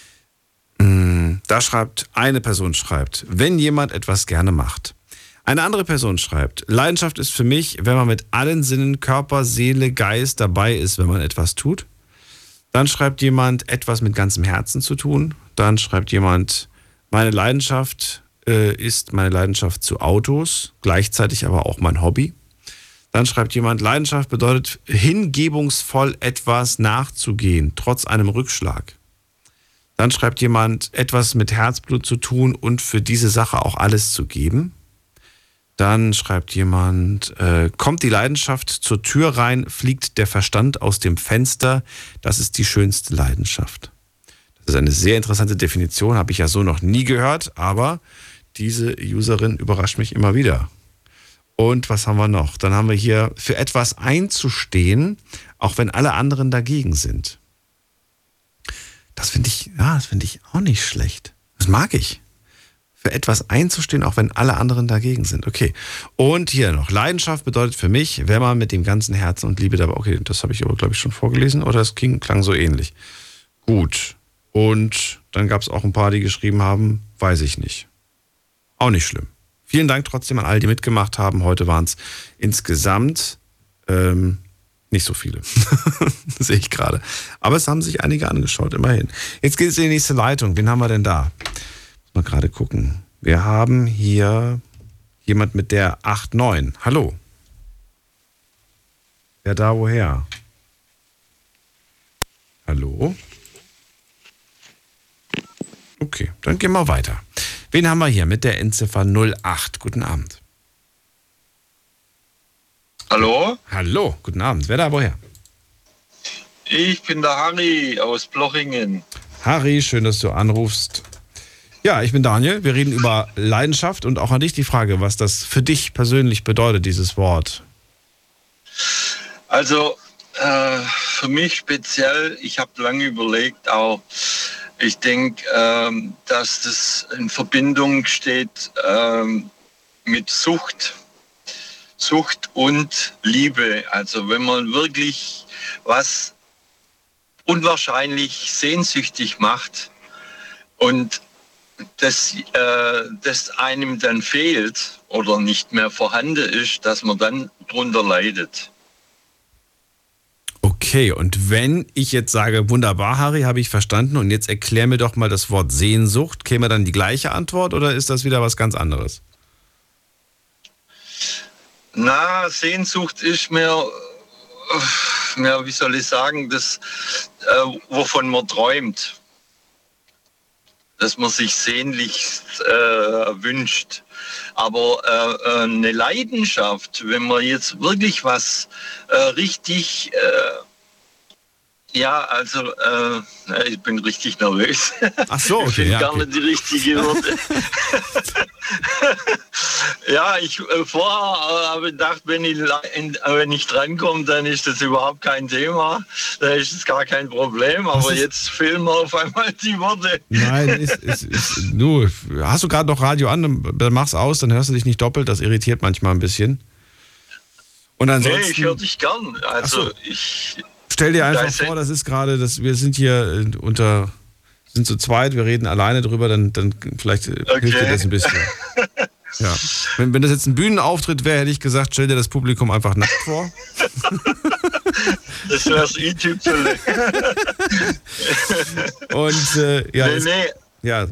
C: Da schreibt, eine Person schreibt, wenn jemand etwas gerne macht. Eine andere Person schreibt, Leidenschaft ist für mich, wenn man mit allen Sinnen, Körper, Seele, Geist dabei ist, wenn man etwas tut. Dann schreibt jemand, etwas mit ganzem Herzen zu tun. Dann schreibt jemand, meine Leidenschaft äh, ist meine Leidenschaft zu Autos, gleichzeitig aber auch mein Hobby. Dann schreibt jemand, Leidenschaft bedeutet hingebungsvoll etwas nachzugehen, trotz einem Rückschlag. Dann schreibt jemand, etwas mit Herzblut zu tun und für diese Sache auch alles zu geben. Dann schreibt jemand, äh, kommt die Leidenschaft zur Tür rein, fliegt der Verstand aus dem Fenster. Das ist die schönste Leidenschaft. Das ist eine sehr interessante Definition, habe ich ja so noch nie gehört, aber diese Userin überrascht mich immer wieder. Und was haben wir noch? Dann haben wir hier, für etwas einzustehen, auch wenn alle anderen dagegen sind. Das finde ich, ja, das finde ich auch nicht schlecht. Das mag ich. Für etwas einzustehen, auch wenn alle anderen dagegen sind. Okay. Und hier noch, Leidenschaft bedeutet für mich, wenn man mit dem ganzen Herzen und Liebe dabei, okay, das habe ich aber, glaube ich, schon vorgelesen, oder es klang, klang so ähnlich. Gut. Und dann gab es auch ein paar, die geschrieben haben, weiß ich nicht. Auch nicht schlimm. Vielen Dank trotzdem an alle, die mitgemacht haben. Heute waren es insgesamt ähm, nicht so viele. Sehe ich gerade. Aber es haben sich einige angeschaut, immerhin. Jetzt geht es in die nächste Leitung. Wen haben wir denn da? Mal gerade gucken. Wir haben hier jemand mit der acht neun. Hallo. Wer da woher? Hallo? Okay, dann gehen wir weiter. Wen haben wir hier mit der Endziffer null acht? Guten Abend.
R: Hallo?
C: Hallo, guten Abend. Wer da woher?
R: Ich bin der Harry aus Blochingen.
C: Harry, schön, dass du anrufst. Ja, ich bin Daniel. Wir reden über Leidenschaft und auch an dich die Frage, was das für dich persönlich bedeutet, dieses Wort.
R: Also äh, für mich speziell, ich habe lange überlegt, auch ich denke, ähm, dass das in Verbindung steht ähm, mit Sucht. Sucht und Liebe. Also wenn man wirklich was unwahrscheinlich sehnsüchtig macht und das, äh, das einem dann fehlt oder nicht mehr vorhanden ist, dass man dann drunter leidet.
C: Okay, und wenn ich jetzt sage, wunderbar, Harry, habe ich verstanden, und jetzt erklär mir doch mal das Wort Sehnsucht, käme dann die gleiche Antwort oder ist das wieder was ganz anderes?
R: Na, Sehnsucht ist mehr, mehr, wie soll ich sagen, das, äh, wovon man träumt. Dass man sich sehnlichst äh, wünscht. Aber äh, eine Leidenschaft, wenn man jetzt wirklich was äh, richtig, äh, ja, also äh, ich bin richtig nervös.
C: Ach so, okay.
R: Ich finde
C: ja,
R: gar
C: okay.
R: nicht die richtige Worte. Ja, ich äh, vorher äh, habe gedacht, wenn ich, in, wenn ich drankomme, dann ist das überhaupt kein Thema. Dann ist es gar kein Problem. Aber jetzt fehlen mir auf einmal die Worte.
C: Nein, ist, ist, ist, du, hast du gerade noch Radio an, dann, dann mach's aus, dann hörst du dich nicht doppelt, das irritiert manchmal ein bisschen. Und ansonsten,
R: nee, ich höre dich gern. Also
C: so.
R: ich
C: stell dir einfach
R: das
C: vor, das ist gerade, das, wir sind hier unter, sind zu zweit, wir reden alleine drüber, dann, dann vielleicht okay. hilft dir das ein bisschen. Ja. Wenn, wenn das jetzt ein Bühnenauftritt wäre, hätte ich gesagt, stell dir das Publikum einfach nackt vor.
R: Das wäre das i-Tüpfel.
C: Und äh, ja,
R: nee,
C: es,
R: nee.
C: ja.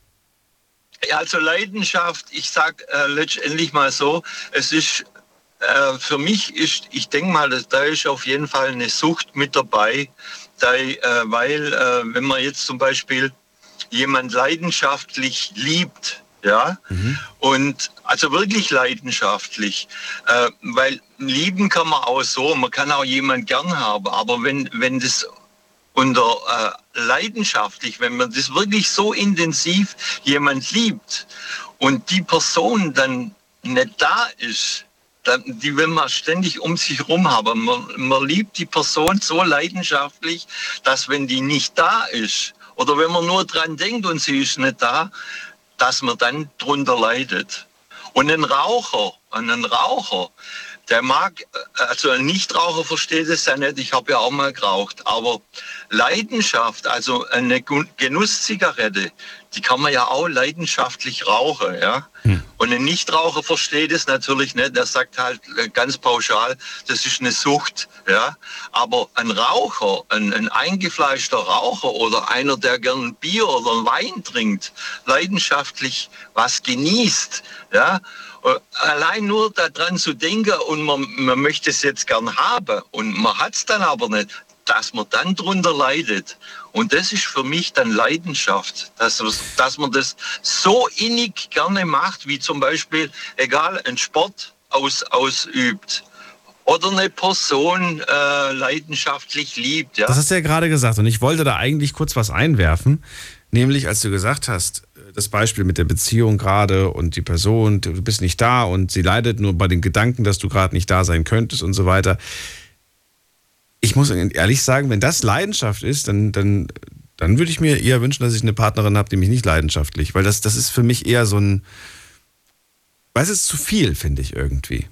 R: Also Leidenschaft, ich sag äh, letztendlich mal so, es ist äh, für mich ist, ich denke mal, dass, da ist auf jeden Fall eine Sucht mit dabei, da, äh, weil äh, wenn man jetzt zum Beispiel jemand leidenschaftlich liebt, ja, mhm. und also wirklich leidenschaftlich, äh, weil lieben kann man auch so, man kann auch jemand gern haben, aber wenn, wenn das unter äh, leidenschaftlich, wenn man das wirklich so intensiv jemand liebt und die Person dann nicht da ist, dann, die will man ständig um sich herum haben. Man, man liebt die Person so leidenschaftlich, dass wenn die nicht da ist oder wenn man nur dran denkt und sie ist nicht da, dass man dann drunter leidet. Und ein Raucher, ein Raucher, der mag, also ein Nichtraucher versteht es ja nicht, ich habe ja auch mal geraucht, aber Leidenschaft, also eine Genusszigarette, die kann man ja auch leidenschaftlich rauchen, ja. Hm. Und ein Nichtraucher versteht es natürlich nicht, der sagt halt ganz pauschal, das ist eine Sucht, ja. Aber ein Raucher, ein, ein eingefleischter Raucher oder einer, der gern Bier oder Wein trinkt, leidenschaftlich was genießt, ja. Allein nur daran zu denken und man, man möchte es jetzt gern haben und man hat es dann aber nicht, dass man dann drunter leidet. Und das ist für mich dann Leidenschaft, dass, dass man das so innig gerne macht, wie zum Beispiel, egal, ein Sport aus, ausübt oder eine Person äh, leidenschaftlich liebt. Ja?
C: Das hast du ja gerade gesagt und ich wollte da eigentlich kurz was einwerfen, nämlich als du gesagt hast, das Beispiel mit der Beziehung gerade und die Person, du bist nicht da und sie leidet nur bei dem Gedanken, dass du gerade nicht da sein könntest und so weiter. Ich muss ehrlich sagen, wenn das Leidenschaft ist, dann, dann, dann würde ich mir eher wünschen, dass ich eine Partnerin habe, die mich nicht leidenschaftlich, weil das, das ist für mich eher so ein, weiß es ist zu viel, finde ich irgendwie.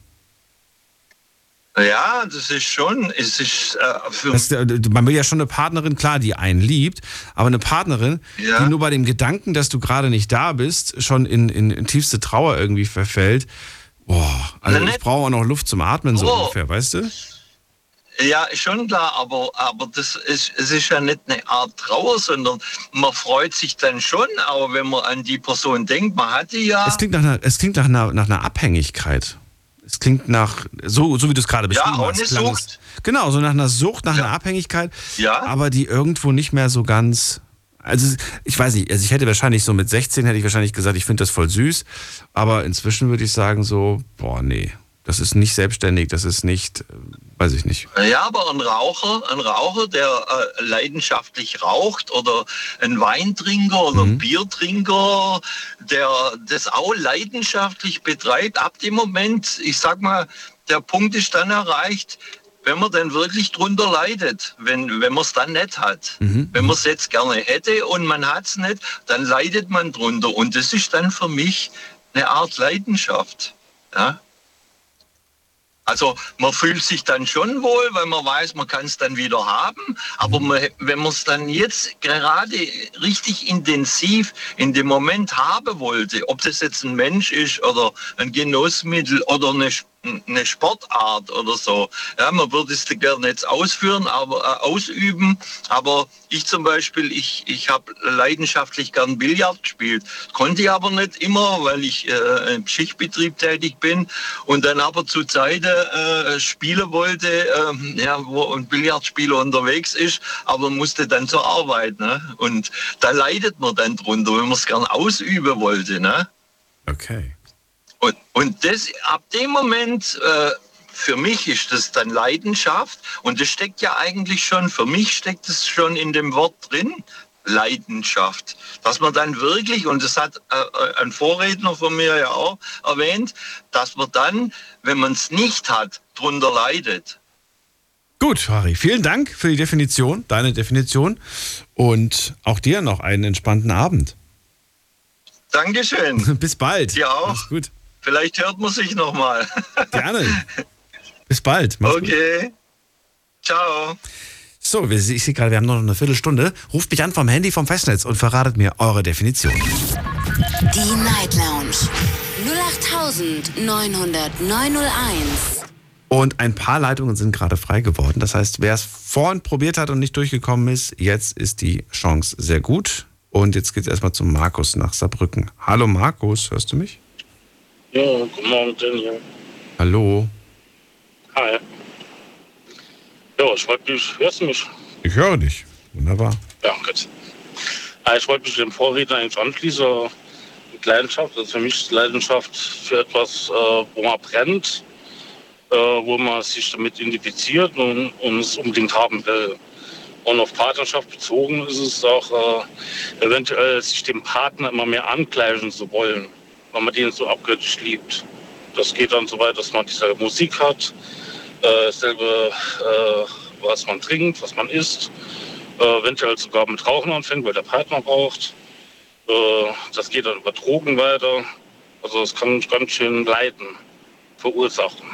R: Ja, das ist schon, es ist äh, für
C: das, man will ja schon eine Partnerin, klar, die einen liebt, aber eine Partnerin, ja. die nur bei dem Gedanken, dass du gerade nicht da bist, schon in, in, in tiefste Trauer irgendwie verfällt. Boah, also Na, ich brauche auch noch Luft zum Atmen, so oh. ungefähr, weißt du?
R: Ja, schon klar, aber, aber das ist, es ist ja nicht eine Art Trauer, sondern man freut sich dann schon, auch wenn man an die Person denkt, man hat die ja.
C: Es klingt nach einer, es klingt nach einer, nach einer Abhängigkeit. Es klingt nach, so, so wie du es gerade beschrieben
R: ja,
C: hast.
R: Ja, eine Sucht.
C: Es, genau, so nach einer Sucht, nach ja. einer Abhängigkeit, ja. aber die irgendwo nicht mehr so ganz, also ich weiß nicht, also ich hätte wahrscheinlich so mit sechzehn hätte ich wahrscheinlich gesagt, ich finde das voll süß, aber inzwischen würde ich sagen so, boah, nee, das ist nicht selbstständig, das ist nicht, weiß ich nicht.
R: Ja, aber ein Raucher, ein Raucher, der äh, leidenschaftlich raucht oder ein Weintrinker oder mhm. ein Biertrinker, der das auch leidenschaftlich betreibt, ab dem Moment, ich sag mal, der Punkt ist dann erreicht, wenn man dann wirklich drunter leidet, wenn, wenn man es dann nicht hat. Mhm. Wenn man es jetzt gerne hätte und man hat es nicht, dann leidet man drunter. Und das ist dann für mich eine Art Leidenschaft. Ja? Also man fühlt sich dann schon wohl, weil man weiß, man kann es dann wieder haben. Aber man, wenn man es dann jetzt gerade richtig intensiv in dem Moment haben wollte, ob das jetzt ein Mensch ist oder ein Genussmittel oder eine, eine Sportart oder so, ja, man würde es gerne jetzt ausführen, aber äh, ausüben. Aber ich zum Beispiel, ich, ich habe leidenschaftlich gern Billard gespielt. Konnte ich aber nicht immer, weil ich äh, im Schichtbetrieb tätig bin und dann aber zu Zeiten äh, spielen wollte, äh, ja, wo ein Billardspieler unterwegs ist, aber musste dann zur Arbeit. Ne? Und da leidet man dann drunter, wenn man es gern ausüben wollte. Ne?
C: Okay.
R: Und, und das, ab dem Moment, äh, für mich ist das dann Leidenschaft und das steckt ja eigentlich schon, für mich steckt es schon in dem Wort drin, Leidenschaft. Dass man dann wirklich, und das hat äh, ein Vorredner von mir ja auch erwähnt, dass man dann, wenn man es nicht hat, drunter leidet.
C: Gut, Harry, vielen Dank für die Definition, deine Definition und auch dir noch einen entspannten Abend.
R: Dankeschön.
C: Bis bald.
R: Ja auch.
C: Mach's gut.
R: Vielleicht hört man sich noch mal.
C: Gerne. Bis bald. Mach's
R: okay.
C: Gut.
R: Ciao.
C: So, ich sehe gerade, wir haben noch eine Viertelstunde. Ruft mich an vom Handy vom Festnetz und verratet mir eure Definition.
B: Die Night Lounge null acht neun null null neun null eins.
C: Und ein paar Leitungen sind gerade frei geworden. Das heißt, wer es vorhin probiert hat und nicht durchgekommen ist, jetzt ist die Chance sehr gut. Und jetzt geht es erstmal zum Markus nach Saarbrücken. Hallo Markus, hörst du mich?
Q: Ja, guten Morgen, Daniel.
C: Hallo.
Q: Hi. Ja, ich wollte mich, hörst du mich?
C: Ich höre dich. Wunderbar.
Q: Ja, gut. Also ich wollte mich dem Vorredner eigentlich anschließen. Mit Leidenschaft, also für mich ist Leidenschaft für etwas, äh, wo man brennt, äh, wo man sich damit identifiziert und, und es unbedingt haben will. Und auf Partnerschaft bezogen ist es auch äh, eventuell, sich dem Partner immer mehr angleichen zu wollen, weil man den so abgöttisch liebt. Das geht dann so weit, dass man dieselbe Musik hat, äh, dasselbe, äh, was man trinkt, was man isst, äh, eventuell sogar mit Rauchen anfängt, weil der Partner braucht. Äh, das geht dann über Drogen weiter. Also es kann ganz schön Leiden verursachen.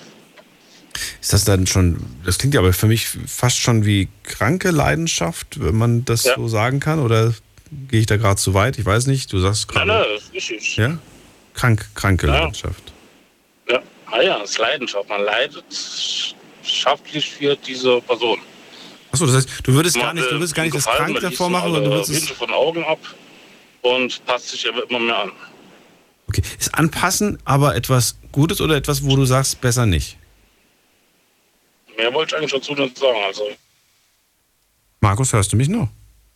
C: Ist das dann schon, das klingt ja aber für mich fast schon wie kranke Leidenschaft, wenn man das ja. so sagen kann, oder gehe ich da gerade zu weit? Ich weiß nicht, du sagst gerade.
Q: Nein, nein, das ist richtig.
C: Ja? Krank, kranke
Q: ja.
C: Leidenschaft.
Q: Ja, ah ja, es ist Leidenschaft. Man leidet schaftlich für diese Person.
C: Achso, das heißt, du würdest
Q: man,
C: gar nicht, du würdest gar nicht das
Q: Gefallen,
C: krank davor machen, sondern du würdest es
Q: von Augen ab und passt sich immer mehr an.
C: Okay, ist anpassen aber etwas Gutes oder etwas, wo du sagst, besser nicht?
Q: Mehr wollte ich eigentlich dazu nicht sagen. Also.
C: Markus, hörst du mich noch?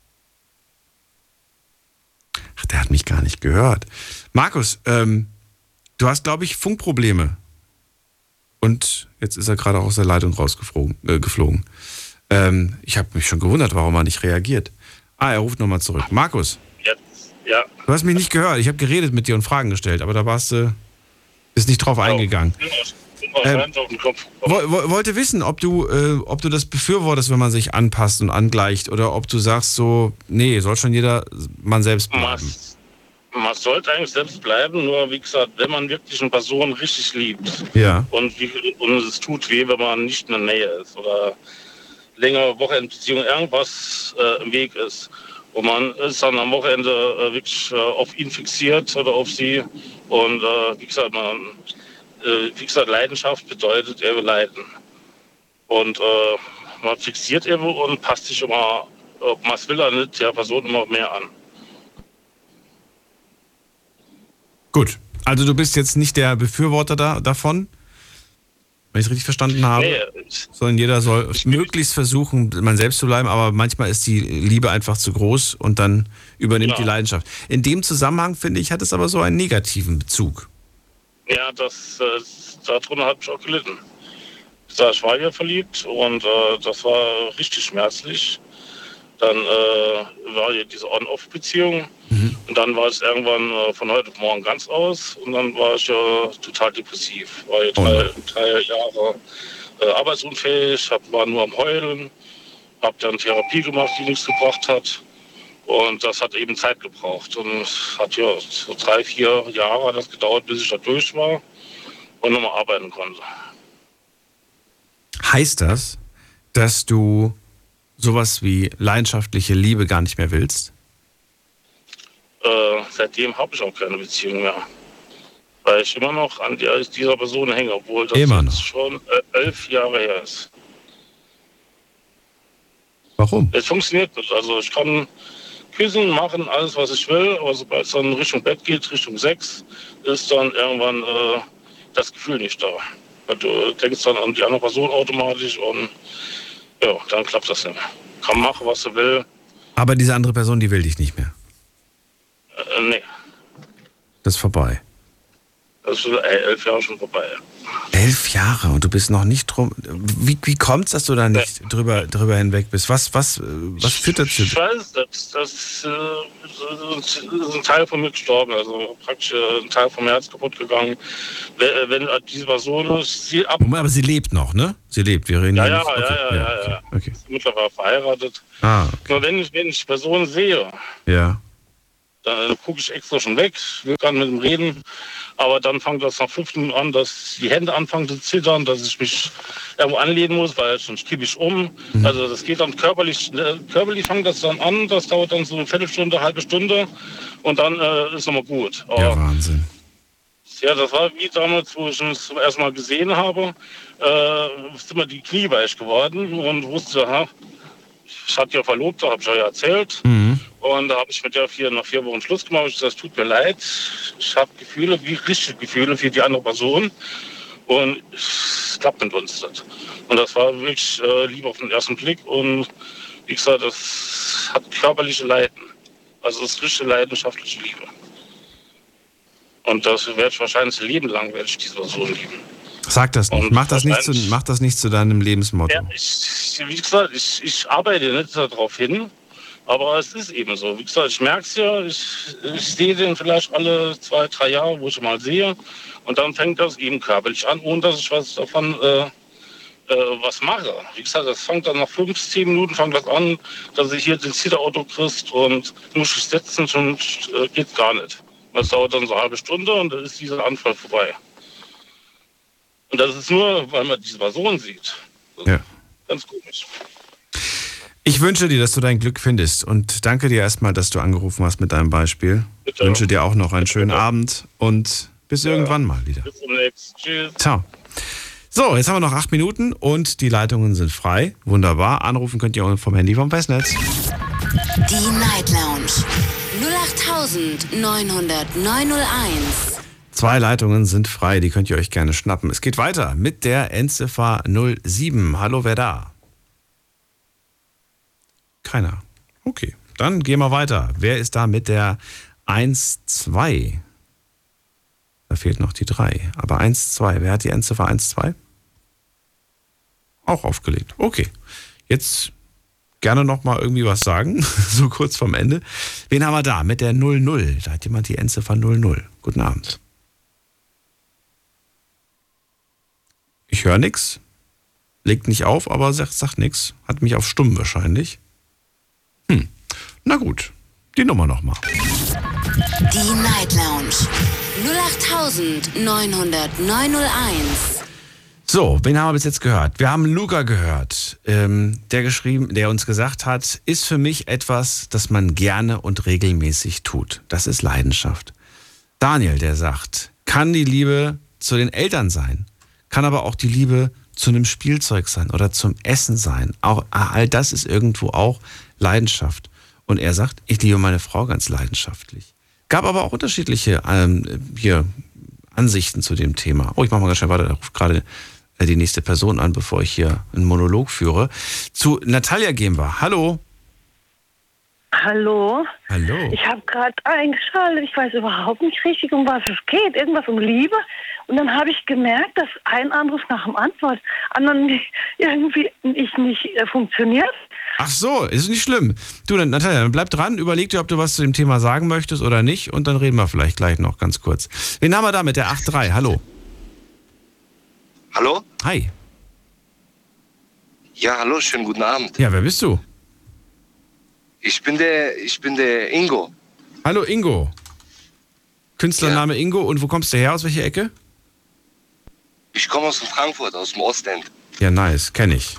C: Ach, der hat mich gar nicht gehört. Markus, ähm, du hast, glaube ich, Funkprobleme. Und jetzt ist er gerade aus der Leitung rausgeflogen. Äh, geflogen. Ähm, ich habe mich schon gewundert, warum er nicht reagiert. Ah, er ruft nochmal zurück. Markus.
Q: Jetzt, ja.
C: Du hast mich nicht gehört. Ich habe geredet mit dir und Fragen gestellt, aber da warst du, bist nicht drauf eingegangen. Ähm, wo, wollte wissen, ob du, äh, ob du das befürwortest, wenn man sich anpasst und angleicht, oder ob du sagst so, nee, soll schon jeder man selbst bleiben.
Q: Man, man sollte eigentlich selbst bleiben, nur wie gesagt, wenn man wirklich eine Person richtig liebt
C: ja.
Q: und, wie, und es tut weh, wenn man nicht in der Nähe ist oder längere Wochenendbeziehung irgendwas äh, im Weg ist, und man ist dann am Wochenende äh, wirklich äh, auf ihn fixiert oder auf sie und äh, wie gesagt, man wie gesagt, Leidenschaft bedeutet, er will leiden. Und äh, man fixiert irgendwo und passt sich immer, ob man es will oder nicht, der Person immer mehr an.
C: Gut, also du bist jetzt nicht der Befürworter da, davon, wenn ich es richtig verstanden habe.
Q: Nee.
C: Sondern jeder soll möglichst versuchen, man selbst zu bleiben, aber manchmal ist die Liebe einfach zu groß und dann übernimmt ja. die Leidenschaft. In dem Zusammenhang, finde ich, hat es aber so einen negativen Bezug.
Q: Ja, das, äh, darunter hat mich auch gelitten. Ich war hier verliebt und äh, das war richtig schmerzlich. Dann äh, war hier diese On-Off-Beziehung mhm. und dann war es irgendwann äh, von heute auf morgen ganz aus und dann war ich äh, total depressiv. War hier drei, oh. drei Jahre äh, arbeitsunfähig, hab, war nur am Heulen, habe dann Therapie gemacht, die nichts gebracht hat Und das hat eben Zeit gebraucht. Und es hat ja so drei, vier Jahre hat das gedauert, bis ich da durch war und nochmal arbeiten konnte.
C: Heißt das, dass du sowas wie leidenschaftliche Liebe gar nicht mehr willst?
Q: Äh, seitdem habe ich auch keine Beziehung mehr. Weil ich immer noch an der, dieser Person hänge, obwohl das
C: Immer
Q: jetzt
C: noch.
Q: schon äh, elf Jahre her ist.
C: Warum?
Q: Es funktioniert nicht. Also ich kann küssen, machen, alles was ich will, aber sobald es dann Richtung Bett geht, Richtung Sex, ist dann irgendwann äh, das Gefühl nicht da. Weil du denkst dann an die andere Person automatisch und ja, dann klappt das nicht mehr. Kann machen, was du will.
C: Aber diese andere Person, die will dich nicht mehr.
Q: Äh, nee,
C: Das ist vorbei.
Q: das ist äh, elf Jahre schon vorbei.
C: Elf Jahre und du bist noch nicht drum. Wie, wie kommt es, dass du da nicht drüber, drüber hinweg bist? Was, was, äh, was führt dazu?
Q: Ich weiß, das, das, äh, das ist ein Teil von mir gestorben, also praktisch äh, ein Teil vom Herz kaputt gegangen. Wenn, wenn diese Person sie ab.
C: Aber sie lebt noch, ne? Sie lebt. Wir reden
Q: Ja,
C: hier
Q: ja,
C: nicht-
Q: ja,
C: okay,
Q: ja, ja, ja.
C: Okay.
Q: Ist mittlerweile verheiratet.
C: Ah,
Q: Nur wenn ich, wenn ich die Person sehe,
C: ja.
Q: dann gucke ich extra schon weg, will gar nicht mit ihm reden. Aber dann fängt das nach fünf Minuten an, dass die Hände anfangen zu zittern, dass ich mich irgendwo anlehnen muss, weil sonst kippe ich um.
C: Mhm.
Q: Also das geht dann körperlich, äh, körperlich fängt das dann an, das dauert dann so eine Viertelstunde, eine halbe Stunde und dann äh, ist nochmal gut. Aber,
C: Ja, Wahnsinn.
Q: ja, das war wie damals, wo ich ihn zum ersten Mal gesehen habe, äh, sind mir die Knie weich geworden und wusste, ha, ich hatte ja verlobt, habe ich ja erzählt.
C: Mhm.
Q: Und da habe ich mit der vier, nach vier Wochen Schluss gemacht. Ich gesagt, es tut mir leid. Ich habe Gefühle, wie richtige Gefühle für die andere Person. Und es klappt mit uns nicht. Und das war wirklich äh, Liebe auf den ersten Blick. Und wie gesagt, das hat körperliche Leiden. Also es ist richtige leidenschaftliche Liebe. Und das werde ich wahrscheinlich das Leben lang werde ich diese Person lieben.
C: Sag das nicht.
Q: Und
C: Mach das nicht, zu,
Q: wahrscheinlich-
C: mach das nicht zu deinem Lebensmotto.
Q: Ja, ich, wie gesagt, ich, ich arbeite nicht darauf hin, aber es ist eben so. Wie gesagt, ich merke es ja, ich, ich sehe den vielleicht alle zwei, drei Jahre, wo ich ihn mal sehe. Und dann fängt das eben körperlich an, ohne dass ich was davon äh, äh, was mache. Wie gesagt, das fängt dann nach fünf, zehn Minuten fängt das an, dass ich hier den Zitterauto kriegst und muss ich setzen, schon äh, geht gar nicht. Das dauert dann so eine halbe Stunde und dann ist dieser Anfall vorbei. Und das ist nur, weil man diese Person sieht.
C: Ja.
Q: Ganz komisch.
C: Ich wünsche dir, dass du dein Glück findest und danke dir erstmal, dass du angerufen hast mit deinem Beispiel. Ich wünsche dir auch noch einen schönen Abend und bis irgendwann mal wieder.
Q: Bis zum nächsten. Tschüss.
C: Ciao. So, jetzt haben wir noch acht Minuten und die Leitungen sind frei. Wunderbar. Anrufen könnt ihr vom Handy vom Festnetz.
B: Die Night Lounge null acht neun null null neun null eins.
C: Zwei Leitungen sind frei, die könnt ihr euch gerne schnappen. Es geht weiter mit der Endziffer null sieben. Hallo, wer da? Keiner. Okay, dann gehen wir weiter. Wer ist da mit der eins zwei? Da fehlt noch die drei. Aber eins zwei, wer hat die Endziffer eins zwei? Auch aufgelegt. Okay, jetzt gerne noch mal irgendwie was sagen, so kurz vorm Ende. Wen haben wir da mit der null null? Da hat jemand die Endziffer null null. Guten Abend. Ich höre nichts, legt nicht auf, aber sagt, sagt nichts. Hat mich auf stumm wahrscheinlich. Hm, na gut, die Nummer nochmal.
B: Die Night Lounge null acht neun null null neun null eins.
C: So, wen haben wir bis jetzt gehört? Wir haben Luca gehört, ähm, der geschrieben, der uns gesagt hat, ist für mich etwas, das man gerne und regelmäßig tut. Das ist Leidenschaft. Daniel, der sagt, kann die Liebe zu den Eltern sein, kann aber auch die Liebe zu einem Spielzeug sein oder zum Essen sein. Auch all das ist irgendwo auch Leidenschaft. Und er sagt, ich liebe meine Frau ganz leidenschaftlich. Gab aber auch unterschiedliche ähm, hier Ansichten zu dem Thema. Oh, ich mache mal ganz schnell weiter, da ruft gerade äh, die nächste Person an, bevor ich hier einen Monolog führe. Zu Natalia gehen wir. Hallo.
S: Hallo.
C: Hallo.
S: Ich habe gerade eingeschaltet. Ich weiß überhaupt nicht richtig, um was es geht. Irgendwas um Liebe. Und dann habe ich gemerkt, dass ein Anruf nach dem Antwort anderen irgendwie nicht, nicht äh, funktioniert.
C: Ach so, ist nicht schlimm. Du, dann, Natalia, dann bleib dran, überleg dir, ob du was zu dem Thema sagen möchtest oder nicht und dann reden wir vielleicht gleich noch ganz kurz. Wen haben wir da mit der acht drei? Hallo.
T: Hallo?
C: Hi.
T: Ja, hallo, schönen guten Abend.
C: Ja, wer bist du?
T: Ich bin der, ich bin der Ingo.
C: Hallo Ingo. Künstlername ja. Ingo. Und wo kommst du her? Aus welcher Ecke?
T: Ich komme aus Frankfurt, aus dem Ostend.
C: Ja, nice. Kenne ich.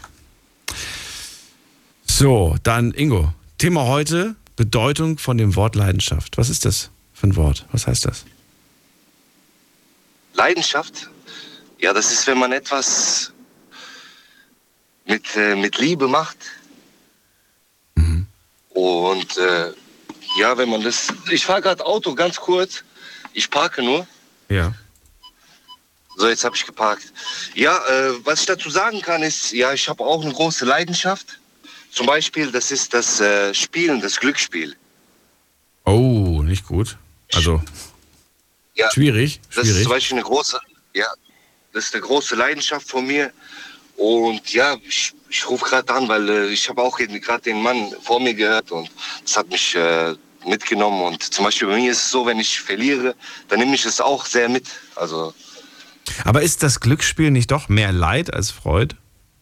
C: So, dann Ingo. Thema heute, Bedeutung von dem Wort Leidenschaft. Was ist das für ein Wort? Was heißt das?
T: Leidenschaft? Ja, das ist, wenn man etwas mit, äh, mit Liebe macht. Mhm. Und äh, ja, wenn man das... Ich fahre gerade Auto, ganz kurz. Ich parke nur.
C: Ja.
T: So, jetzt habe ich geparkt. Ja, äh, was ich dazu sagen kann, ist, ja, ich habe auch eine große Leidenschaft. Zum Beispiel, das ist das äh, Spielen, das Glücksspiel.
C: Oh, nicht gut. Also,
T: ja,
C: schwierig,
T: Das
C: schwierig.
T: ist zum Beispiel eine große, ja, das ist eine große Leidenschaft von mir. Und ja, ich, ich rufe gerade an, weil äh, ich habe auch gerade den Mann vor mir gehört und das hat mich äh, mitgenommen. Und zum Beispiel bei mir ist es so, wenn ich verliere, dann nehme ich es auch sehr mit. Also.
C: Aber ist das Glücksspiel nicht doch mehr Leid als Freude?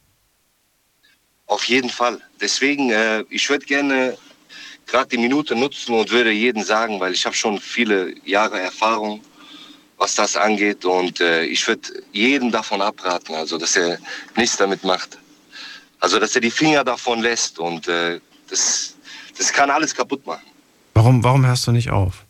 T: Auf jeden Fall. Deswegen, äh, ich würde gerne gerade die Minute nutzen und würde jedem sagen, weil ich habe schon viele Jahre Erfahrung, was das angeht. Und äh, ich würde jedem davon abraten, also dass er nichts damit macht. Also dass er die Finger davon lässt und äh, das, das kann alles kaputt machen.
C: Warum, warum hörst du nicht auf?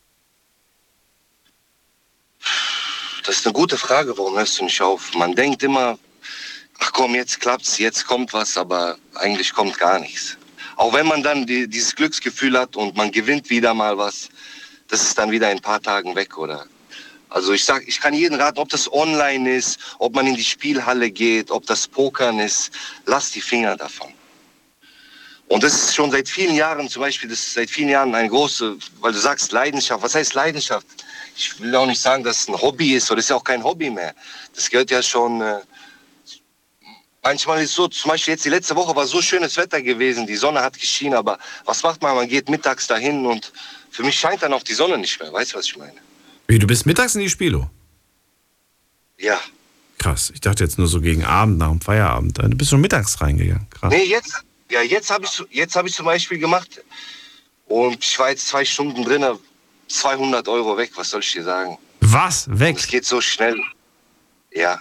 T: Das ist eine gute Frage, warum hörst du nicht auf? Man denkt immer, ach komm, jetzt klappt's, jetzt kommt was, aber eigentlich kommt gar nichts. Auch wenn man dann die, dieses Glücksgefühl hat und man gewinnt wieder mal was, das ist dann wieder in ein paar Tagen weg, oder? Also ich sag, ich kann jeden raten, ob das online ist, ob man in die Spielhalle geht, ob das Pokern ist, lass die Finger davon. Und das ist schon seit vielen Jahren, zum Beispiel, das ist seit vielen Jahren eine große, weil du sagst Leidenschaft, was heißt Leidenschaft? Ich will auch nicht sagen, dass es ein Hobby ist, oder das ist ja auch kein Hobby mehr. Das gehört ja schon... Äh, Manchmal ist es so, zum Beispiel jetzt die letzte Woche war so schönes Wetter gewesen, die Sonne hat geschienen, aber was macht man? Man geht mittags dahin und für mich scheint dann auch die Sonne nicht mehr. Weißt du, was ich meine?
C: Wie, du bist mittags in die Spielo?
T: Ja.
C: Krass, ich dachte jetzt nur so gegen Abend, nach dem Feierabend. Du bist schon mittags reingegangen. Krass.
T: Nee, jetzt, ja, jetzt habe ich, jetzt hab ich zum Beispiel gemacht und ich war jetzt zwei Stunden drin, zweihundert Euro weg, was soll ich dir sagen?
C: Was? Weg?
T: Es geht so schnell. Ja.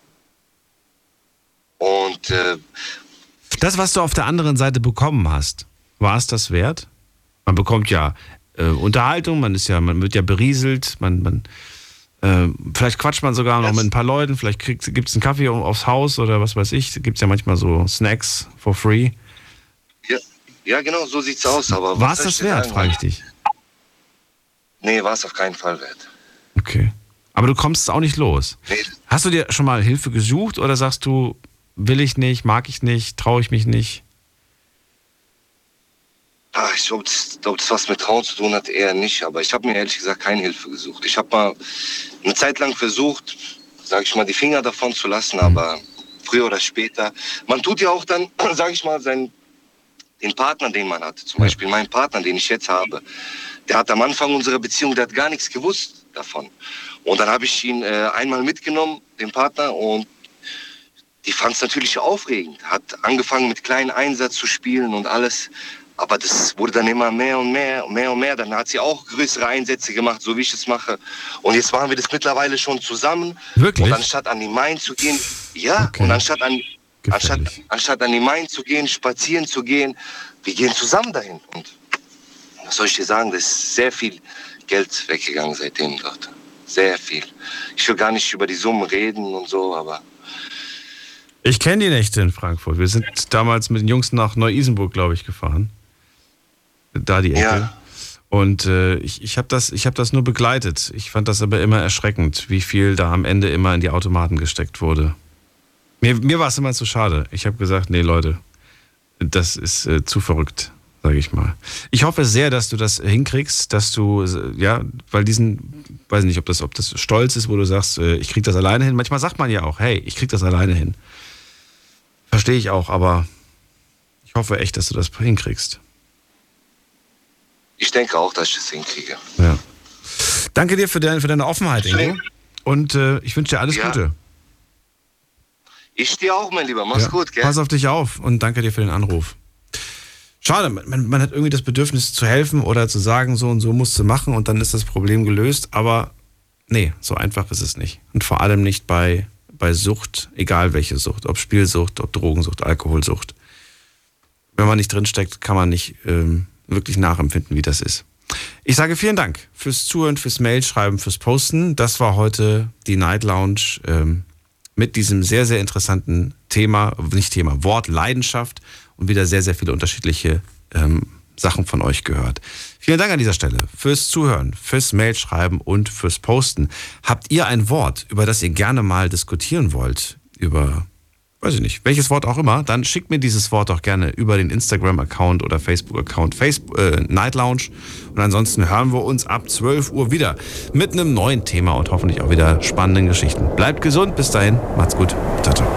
T: Und äh,
C: das, was du auf der anderen Seite bekommen hast, war es das wert? Man bekommt ja äh, Unterhaltung, man ist ja, man wird ja berieselt, man, man äh, vielleicht quatscht man sogar noch mit ein paar Leuten, vielleicht gibt es einen Kaffee aufs Haus oder was weiß ich, gibt es ja manchmal so Snacks for free.
T: Ja, ja genau, so sieht's aus. Aber
C: war es das wert, frage ich dich?
T: Nee, war es auf keinen Fall wert.
C: Okay. Aber du kommst auch nicht los.
T: Nee.
C: Hast du dir schon mal Hilfe gesucht oder sagst du, will ich nicht, mag ich nicht, traue ich mich nicht?
T: Ach, ich glaube, das, glaub, das was mit Trauen zu tun hat, eher nicht. Aber ich habe mir ehrlich gesagt keine Hilfe gesucht. Ich habe mal eine Zeit lang versucht, sage ich mal, die Finger davon zu lassen, mhm. aber früher oder später. Man tut ja auch dann, sage ich mal, seinen, den Partner, den man hat. Zum ja. Beispiel meinen Partner, den ich jetzt habe. Der hat am Anfang unserer Beziehung, der hat gar nichts gewusst davon. Und dann habe ich ihn äh, einmal mitgenommen, den Partner, und die fand es natürlich aufregend. Hat angefangen mit kleinen Einsatz zu spielen und alles. Aber das wurde dann immer mehr und mehr und mehr und mehr. Dann hat sie auch größere Einsätze gemacht, so wie ich es mache. Und jetzt machen wir das mittlerweile schon zusammen.
C: Wirklich?
T: Und anstatt an die Main zu gehen, ja, okay. und anstatt an, anstatt, anstatt an die Main zu gehen, spazieren zu gehen, wir gehen zusammen dahin. Und was soll ich dir sagen, das ist sehr viel Geld weggegangen seitdem dort. Sehr viel. Ich will gar nicht über die Summen reden und so, aber...
C: Ich kenne die Nächte in Frankfurt. Wir sind damals mit den Jungs nach Neu-Isenburg, glaube ich, gefahren. Da die Ecke. Ja. Und äh, ich, ich habe das, ich hab das nur begleitet. Ich fand das aber immer erschreckend, wie viel da am Ende immer in die Automaten gesteckt wurde. Mir, mir war es immer zu schade. Ich habe gesagt, nee Leute, das ist äh, zu verrückt, sage ich mal. Ich hoffe sehr, dass du das hinkriegst, dass du, ja, weil diesen, weiß nicht, ob das, ob das Stolz ist, wo du sagst, äh, ich krieg das alleine hin. Manchmal sagt man ja auch, hey, ich krieg das alleine hin. Verstehe ich auch, aber ich hoffe echt, dass du das hinkriegst.
T: Ich denke auch, dass ich das hinkriege.
C: Ja. Danke dir für deine, für deine Offenheit, Ingo. Und äh, ich wünsche dir alles
T: ja.
C: Gute.
T: Ich dir auch, mein Lieber. Mach's
C: ja.
T: gut, gell?
C: Pass auf dich auf und danke dir für den Anruf. Schade, man, man hat irgendwie das Bedürfnis zu helfen oder zu sagen, so und so musst du machen und dann ist das Problem gelöst. Aber nee, so einfach ist es nicht. Und vor allem nicht bei, bei Sucht, egal welche Sucht, ob Spielsucht, ob Drogensucht, Alkoholsucht. Wenn man nicht drinsteckt, kann man nicht ähm, wirklich nachempfinden, wie das ist. Ich sage vielen Dank fürs Zuhören, fürs Mailschreiben, fürs Posten. Das war heute die Night Lounge ähm, mit diesem sehr, sehr interessanten Thema, nicht Thema, Wort Leidenschaft und wieder sehr, sehr viele unterschiedliche ähm, Sachen von euch gehört. Vielen Dank an dieser Stelle fürs Zuhören, fürs Mailschreiben und fürs Posten. Habt ihr ein Wort, über das ihr gerne mal diskutieren wollt, über, weiß ich nicht, welches Wort auch immer, dann schickt mir dieses Wort auch gerne über den Instagram-Account oder Facebook-Account Facebook, äh, Night Lounge. Und ansonsten hören wir uns ab zwölf Uhr wieder mit einem neuen Thema und hoffentlich auch wieder spannenden Geschichten. Bleibt gesund, bis dahin, macht's gut, ciao, ciao.